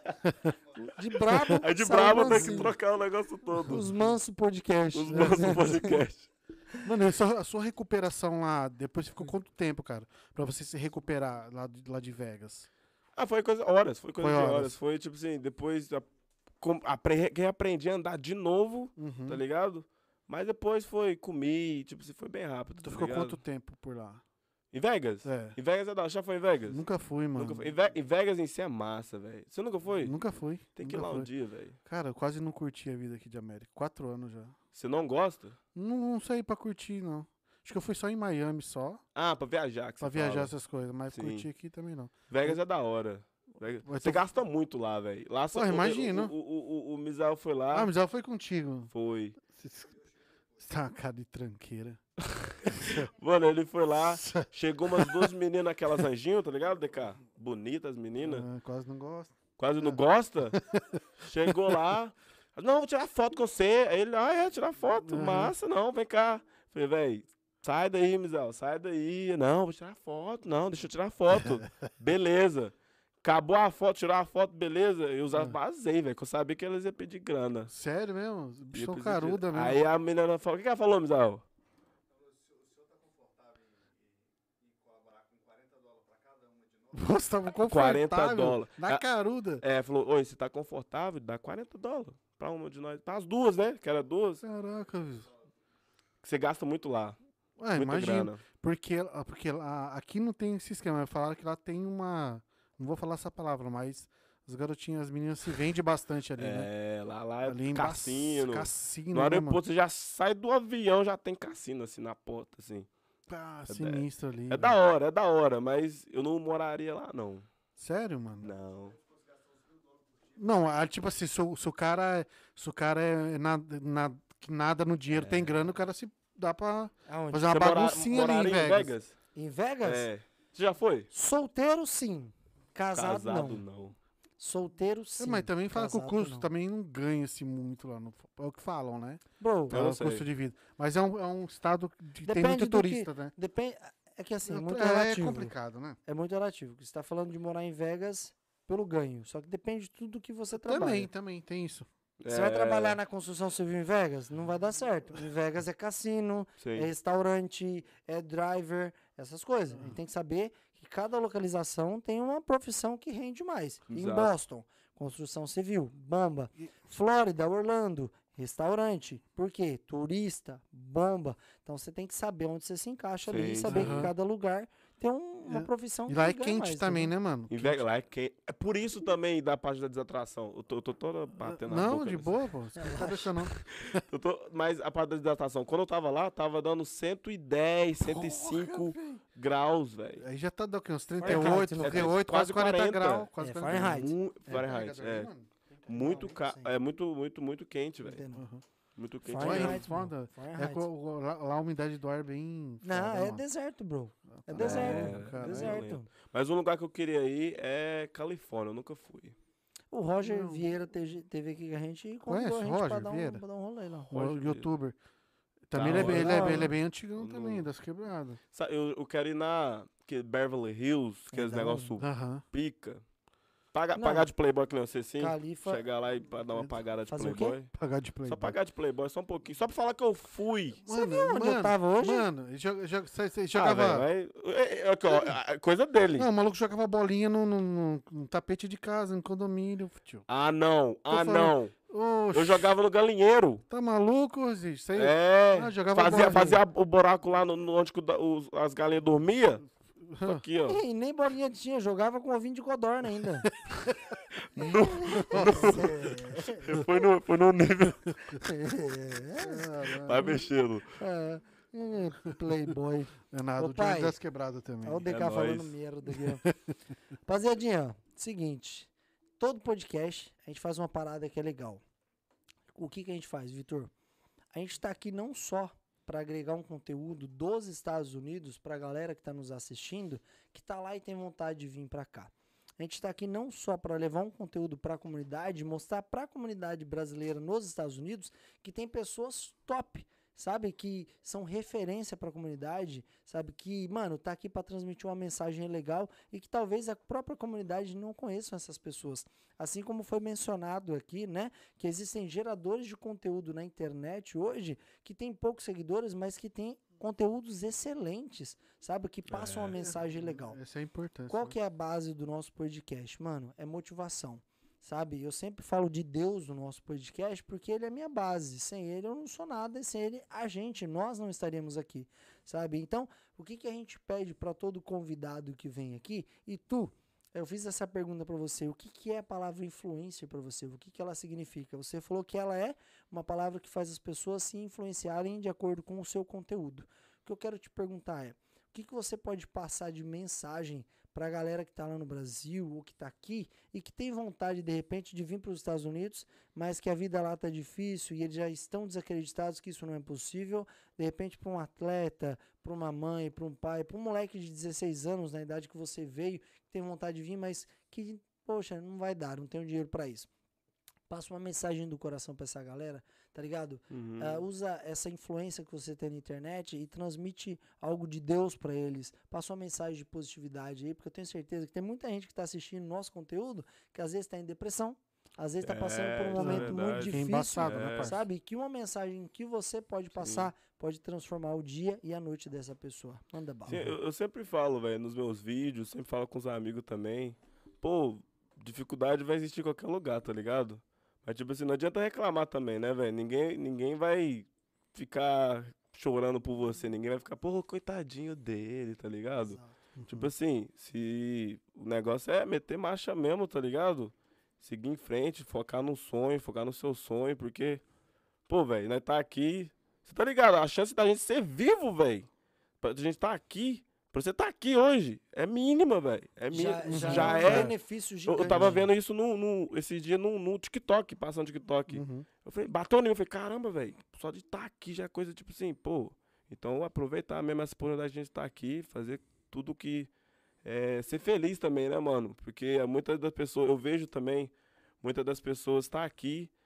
De brabo, Aí de saiu brabo tem que mansinho. trocar o negócio todo. Os manso podcast. Os nossos podcasts. Mano, a sua recuperação lá, depois ficou quanto tempo, cara? Pra você se recuperar lá de Vegas? Foi coisa horas, foi coisa Foi de horas. horas. Foi tipo assim, depois quem aprendi a andar de novo, Uhum. tá ligado? Mas depois comi, tipo assim, foi bem rápido, Tu tá ficou ligado? quanto tempo por lá? Em Vegas? É. Em Vegas é da... Já foi em Vegas? Nunca fui, mano. Nunca foi. Em Vegas em si é massa, velho. Você nunca foi? Nunca fui. Tem que ir nunca lá um fui. dia, velho. Cara, eu quase não curti a vida aqui de América. 4 anos já. Você não gosta? Não saí pra curtir, não. Acho que eu fui só em Miami só, Ah, pra viajar, que pra você viajar fala. essas coisas. Mas Sim. curtir aqui também não. Vegas é da hora. Mas Você tu- gasta muito lá, velho. Lá Porra, imagino. O Misael foi lá. Ah, mas ela foi contigo. Foi. Você tá uma cara de tranqueira. Mano, ele foi lá. Chegou umas duas meninas, aquelas anjinhos, tá ligado, DK? Bonitas meninas. Ah, quase não gosto. Quase não gosta. Chegou lá. Não, vou tirar foto com você. Aí ele, tirar foto. Uhum. Massa, não, vem cá. Falei, velho, sai daí, Misael, sai daí. Não, vou tirar foto. Não, deixa eu tirar foto. Beleza. Acabou a foto, tirou a foto, beleza. Eu vazei, velho, que eu sabia que eles iam pedir grana. Sério mesmo? Os Ia bichos são pedir caruda dinheiro. mesmo. Aí a menina falou, o que ela falou, Misael? Nossa, tava confortável. 40 dólares. Na caruda. Falou, oi, você tá confortável? Dá 40 dólares pra uma de nós. Pra as duas, né? Que era duas. Caraca, viu? Que você gasta muito lá. Ué, Muita imagina. grana. Porque lá, aqui não tem esse esquema. Falaram que lá tem uma. Não vou falar essa palavra, mas as garotinhas, as meninas se vendem bastante ali, né? Lá é Ali em cassino. Cassino, No né, mano? aeroporto você já sai do avião, já tem cassino assim na porta, assim. Ah, sinistro ali. É velho. da hora, mas eu não moraria lá, não. Sério, mano? Não. Não, tipo assim, se o cara é que nada no dinheiro, tem grana, o cara se dá pra Aonde? fazer uma Você baguncinha ali em moraria Vegas. Em Vegas? É. Você já foi? Solteiro, sim. Casado, não. não. Solteiro, sim. Mas também fala que o Casado, custo não. também não ganha-se muito lá. É o que falam, né? Bro, Eu não o sei. custo de vida. Mas é um estado que tem Depende muito do turista, né? depende. É que assim, muito É relativo. complicado, né? É muito relativo. Você tá falando de morar em Vegas pelo ganho. Só que depende de tudo que você trabalha. Também tem isso. Você vai trabalhar na construção civil em Vegas? Não vai dar certo. Em Vegas é cassino, Sim. é restaurante, é driver, essas coisas. A gente tem que saber que cada localização tem uma profissão que rende mais. Em Exato. Boston, construção civil, bamba. Flórida, Orlando, restaurante. Por quê? Turista, bomba. Então você tem que saber onde você se encaixa ali e Sim, saber aham. que cada lugar tem uma profissão E lá é ganha quente mais, também, entendeu? né, mano? Em Vegas, lá é quente. É por isso também da parte da desatração. Eu tô toda batendo na Não, boca. de nessa- boa, pô. Não tá deixando, não. Mas a parte da desidratação, quando eu tava lá, tava dando 110, 105 graus, velho. Aí já tá dando o quê? Uns Fahrenheit, 38, no 38, caso. quase 40 Quase 40. graus. Quase É, 40 Fahrenheit. graus. Fahrenheit, Pega é. ali, mano. É muito quente, velho. Entendeu? Muito quente. Fahrenheit, mesmo. foda. Fahrenheit. É lá a umidade do ar é bem. Não, foda, é mano. deserto, bro. É É, deserto. cara, deserto. Mas um lugar que eu queria ir é Califórnia, eu nunca fui. O Roger Não. Vieira teve aqui com a gente e convidou Conhece a o gente Roger Vieira? pra dar um rolê lá. O Roger youtuber. Também Da ele é, hora. ele, Da é, hora. ele é bem antigão No- também, das quebradas. Eu quero ir na Beverly Hills, que é os da hora. negócios Aham. pica. Pagar de playboy que nem você, sim. Califa... Chegar lá e pra dar uma pagada de Fazer o quê? playboy. Pagar de playboy. Só pagar de playboy, só um pouquinho. Só pra falar que eu fui. Você viu onde eu tava hoje? Mano, você jogava... Aqui, ó, a coisa dele. Não, o maluco jogava bolinha no tapete de casa, no condomínio, tio. Ah, não. Ah, falando. não. Oxi, Eu jogava no galinheiro. tá maluco, Ziz? Você jogava Fazia o buraco lá onde que as galinhas dormiam. Aqui, ó. E nem bolinha tinha, jogava com ovinho de codorna ainda. Foi no nível. É. Vai mexendo. Playboy. É nada, Ô, o pai, Johnny das quebradas também. Olha o DK É falando nóis. merda aqui, ó. Rapaziadinha, ó, seguinte. Todo podcast, a gente faz uma parada que é legal. O que a gente faz, Vitor? A gente tá aqui não só para agregar um conteúdo dos Estados Unidos pra galera que tá nos assistindo, que tá lá e tem vontade de vir pra cá. A gente tá aqui não só para levar um conteúdo pra comunidade, mostrar pra comunidade brasileira nos Estados Unidos que tem pessoas top, sabe, que são referência para a comunidade, sabe, que, mano, tá aqui para transmitir uma mensagem legal e que talvez a própria comunidade não conheça essas pessoas. Assim como foi mencionado aqui, né, que existem geradores de conteúdo na internet hoje que tem poucos seguidores, mas que tem conteúdos excelentes, sabe, que passam uma mensagem legal. Essa é a importância. Qual que é a base do nosso podcast? Mano, é motivação. Sabe, eu sempre falo de Deus no nosso podcast porque ele é minha base. Sem ele eu não sou nada e sem ele nós não estaríamos aqui, sabe? Então, o que a gente pede para todo convidado que vem aqui? E tu, eu fiz essa pergunta para você, o que é a palavra influencer para você? O que ela significa? Você falou que ela é uma palavra que faz as pessoas se influenciarem de acordo com o seu conteúdo. O que eu quero te perguntar é, o que você pode passar de mensagem para a galera que está lá no Brasil ou que está aqui e que tem vontade, de repente, de vir para os Estados Unidos, mas que a vida lá está difícil e eles já estão desacreditados que isso não é possível, de repente para um atleta, para uma mãe, para um pai, para um moleque de 16 anos, na idade que você veio, que tem vontade de vir, mas que, poxa, não vai dar, não tenho dinheiro para isso. Passa uma mensagem do coração para essa galera, tá ligado? Usa essa influência que você tem na internet e transmite algo de Deus para eles. Passa uma mensagem de positividade aí, porque eu tenho certeza que tem muita gente que tá assistindo nosso conteúdo que às vezes tá em depressão, às vezes tá passando por um momento muito difícil, embaçado, né, parceiro? sabe? Que uma mensagem que você pode passar pode transformar o dia e a noite dessa pessoa. Manda bala. Sim, eu sempre falo, velho, nos meus vídeos, sempre falo com os amigos também. Pô, dificuldade vai existir em qualquer lugar, tá ligado? Mas, tipo assim, não adianta reclamar também, né, velho? Ninguém vai ficar chorando por você. Ninguém vai ficar, pô, coitadinho dele, tá ligado? Exato. Tipo assim, se o negócio é meter marcha mesmo, tá ligado? Seguir em frente, focar no sonho, focar no seu sonho, porque, pô, velho, nós tá aqui. Você tá ligado? A chance da gente ser vivo, velho, pra gente tá aqui. Pra você estar aqui hoje, é mínima, velho. Já é um é. benefício gigante. Eu tava vendo isso esse dia no TikTok, passando no TikTok. Eu falei, bateu em mim, eu falei, caramba, velho, só de estar aqui já é coisa tipo assim, pô. Então aproveitar mesmo essa oportunidade de a gente estar aqui, fazer tudo que... ser feliz também, né, mano? Porque muitas das pessoas, eu vejo também, muitas das pessoas tá aqui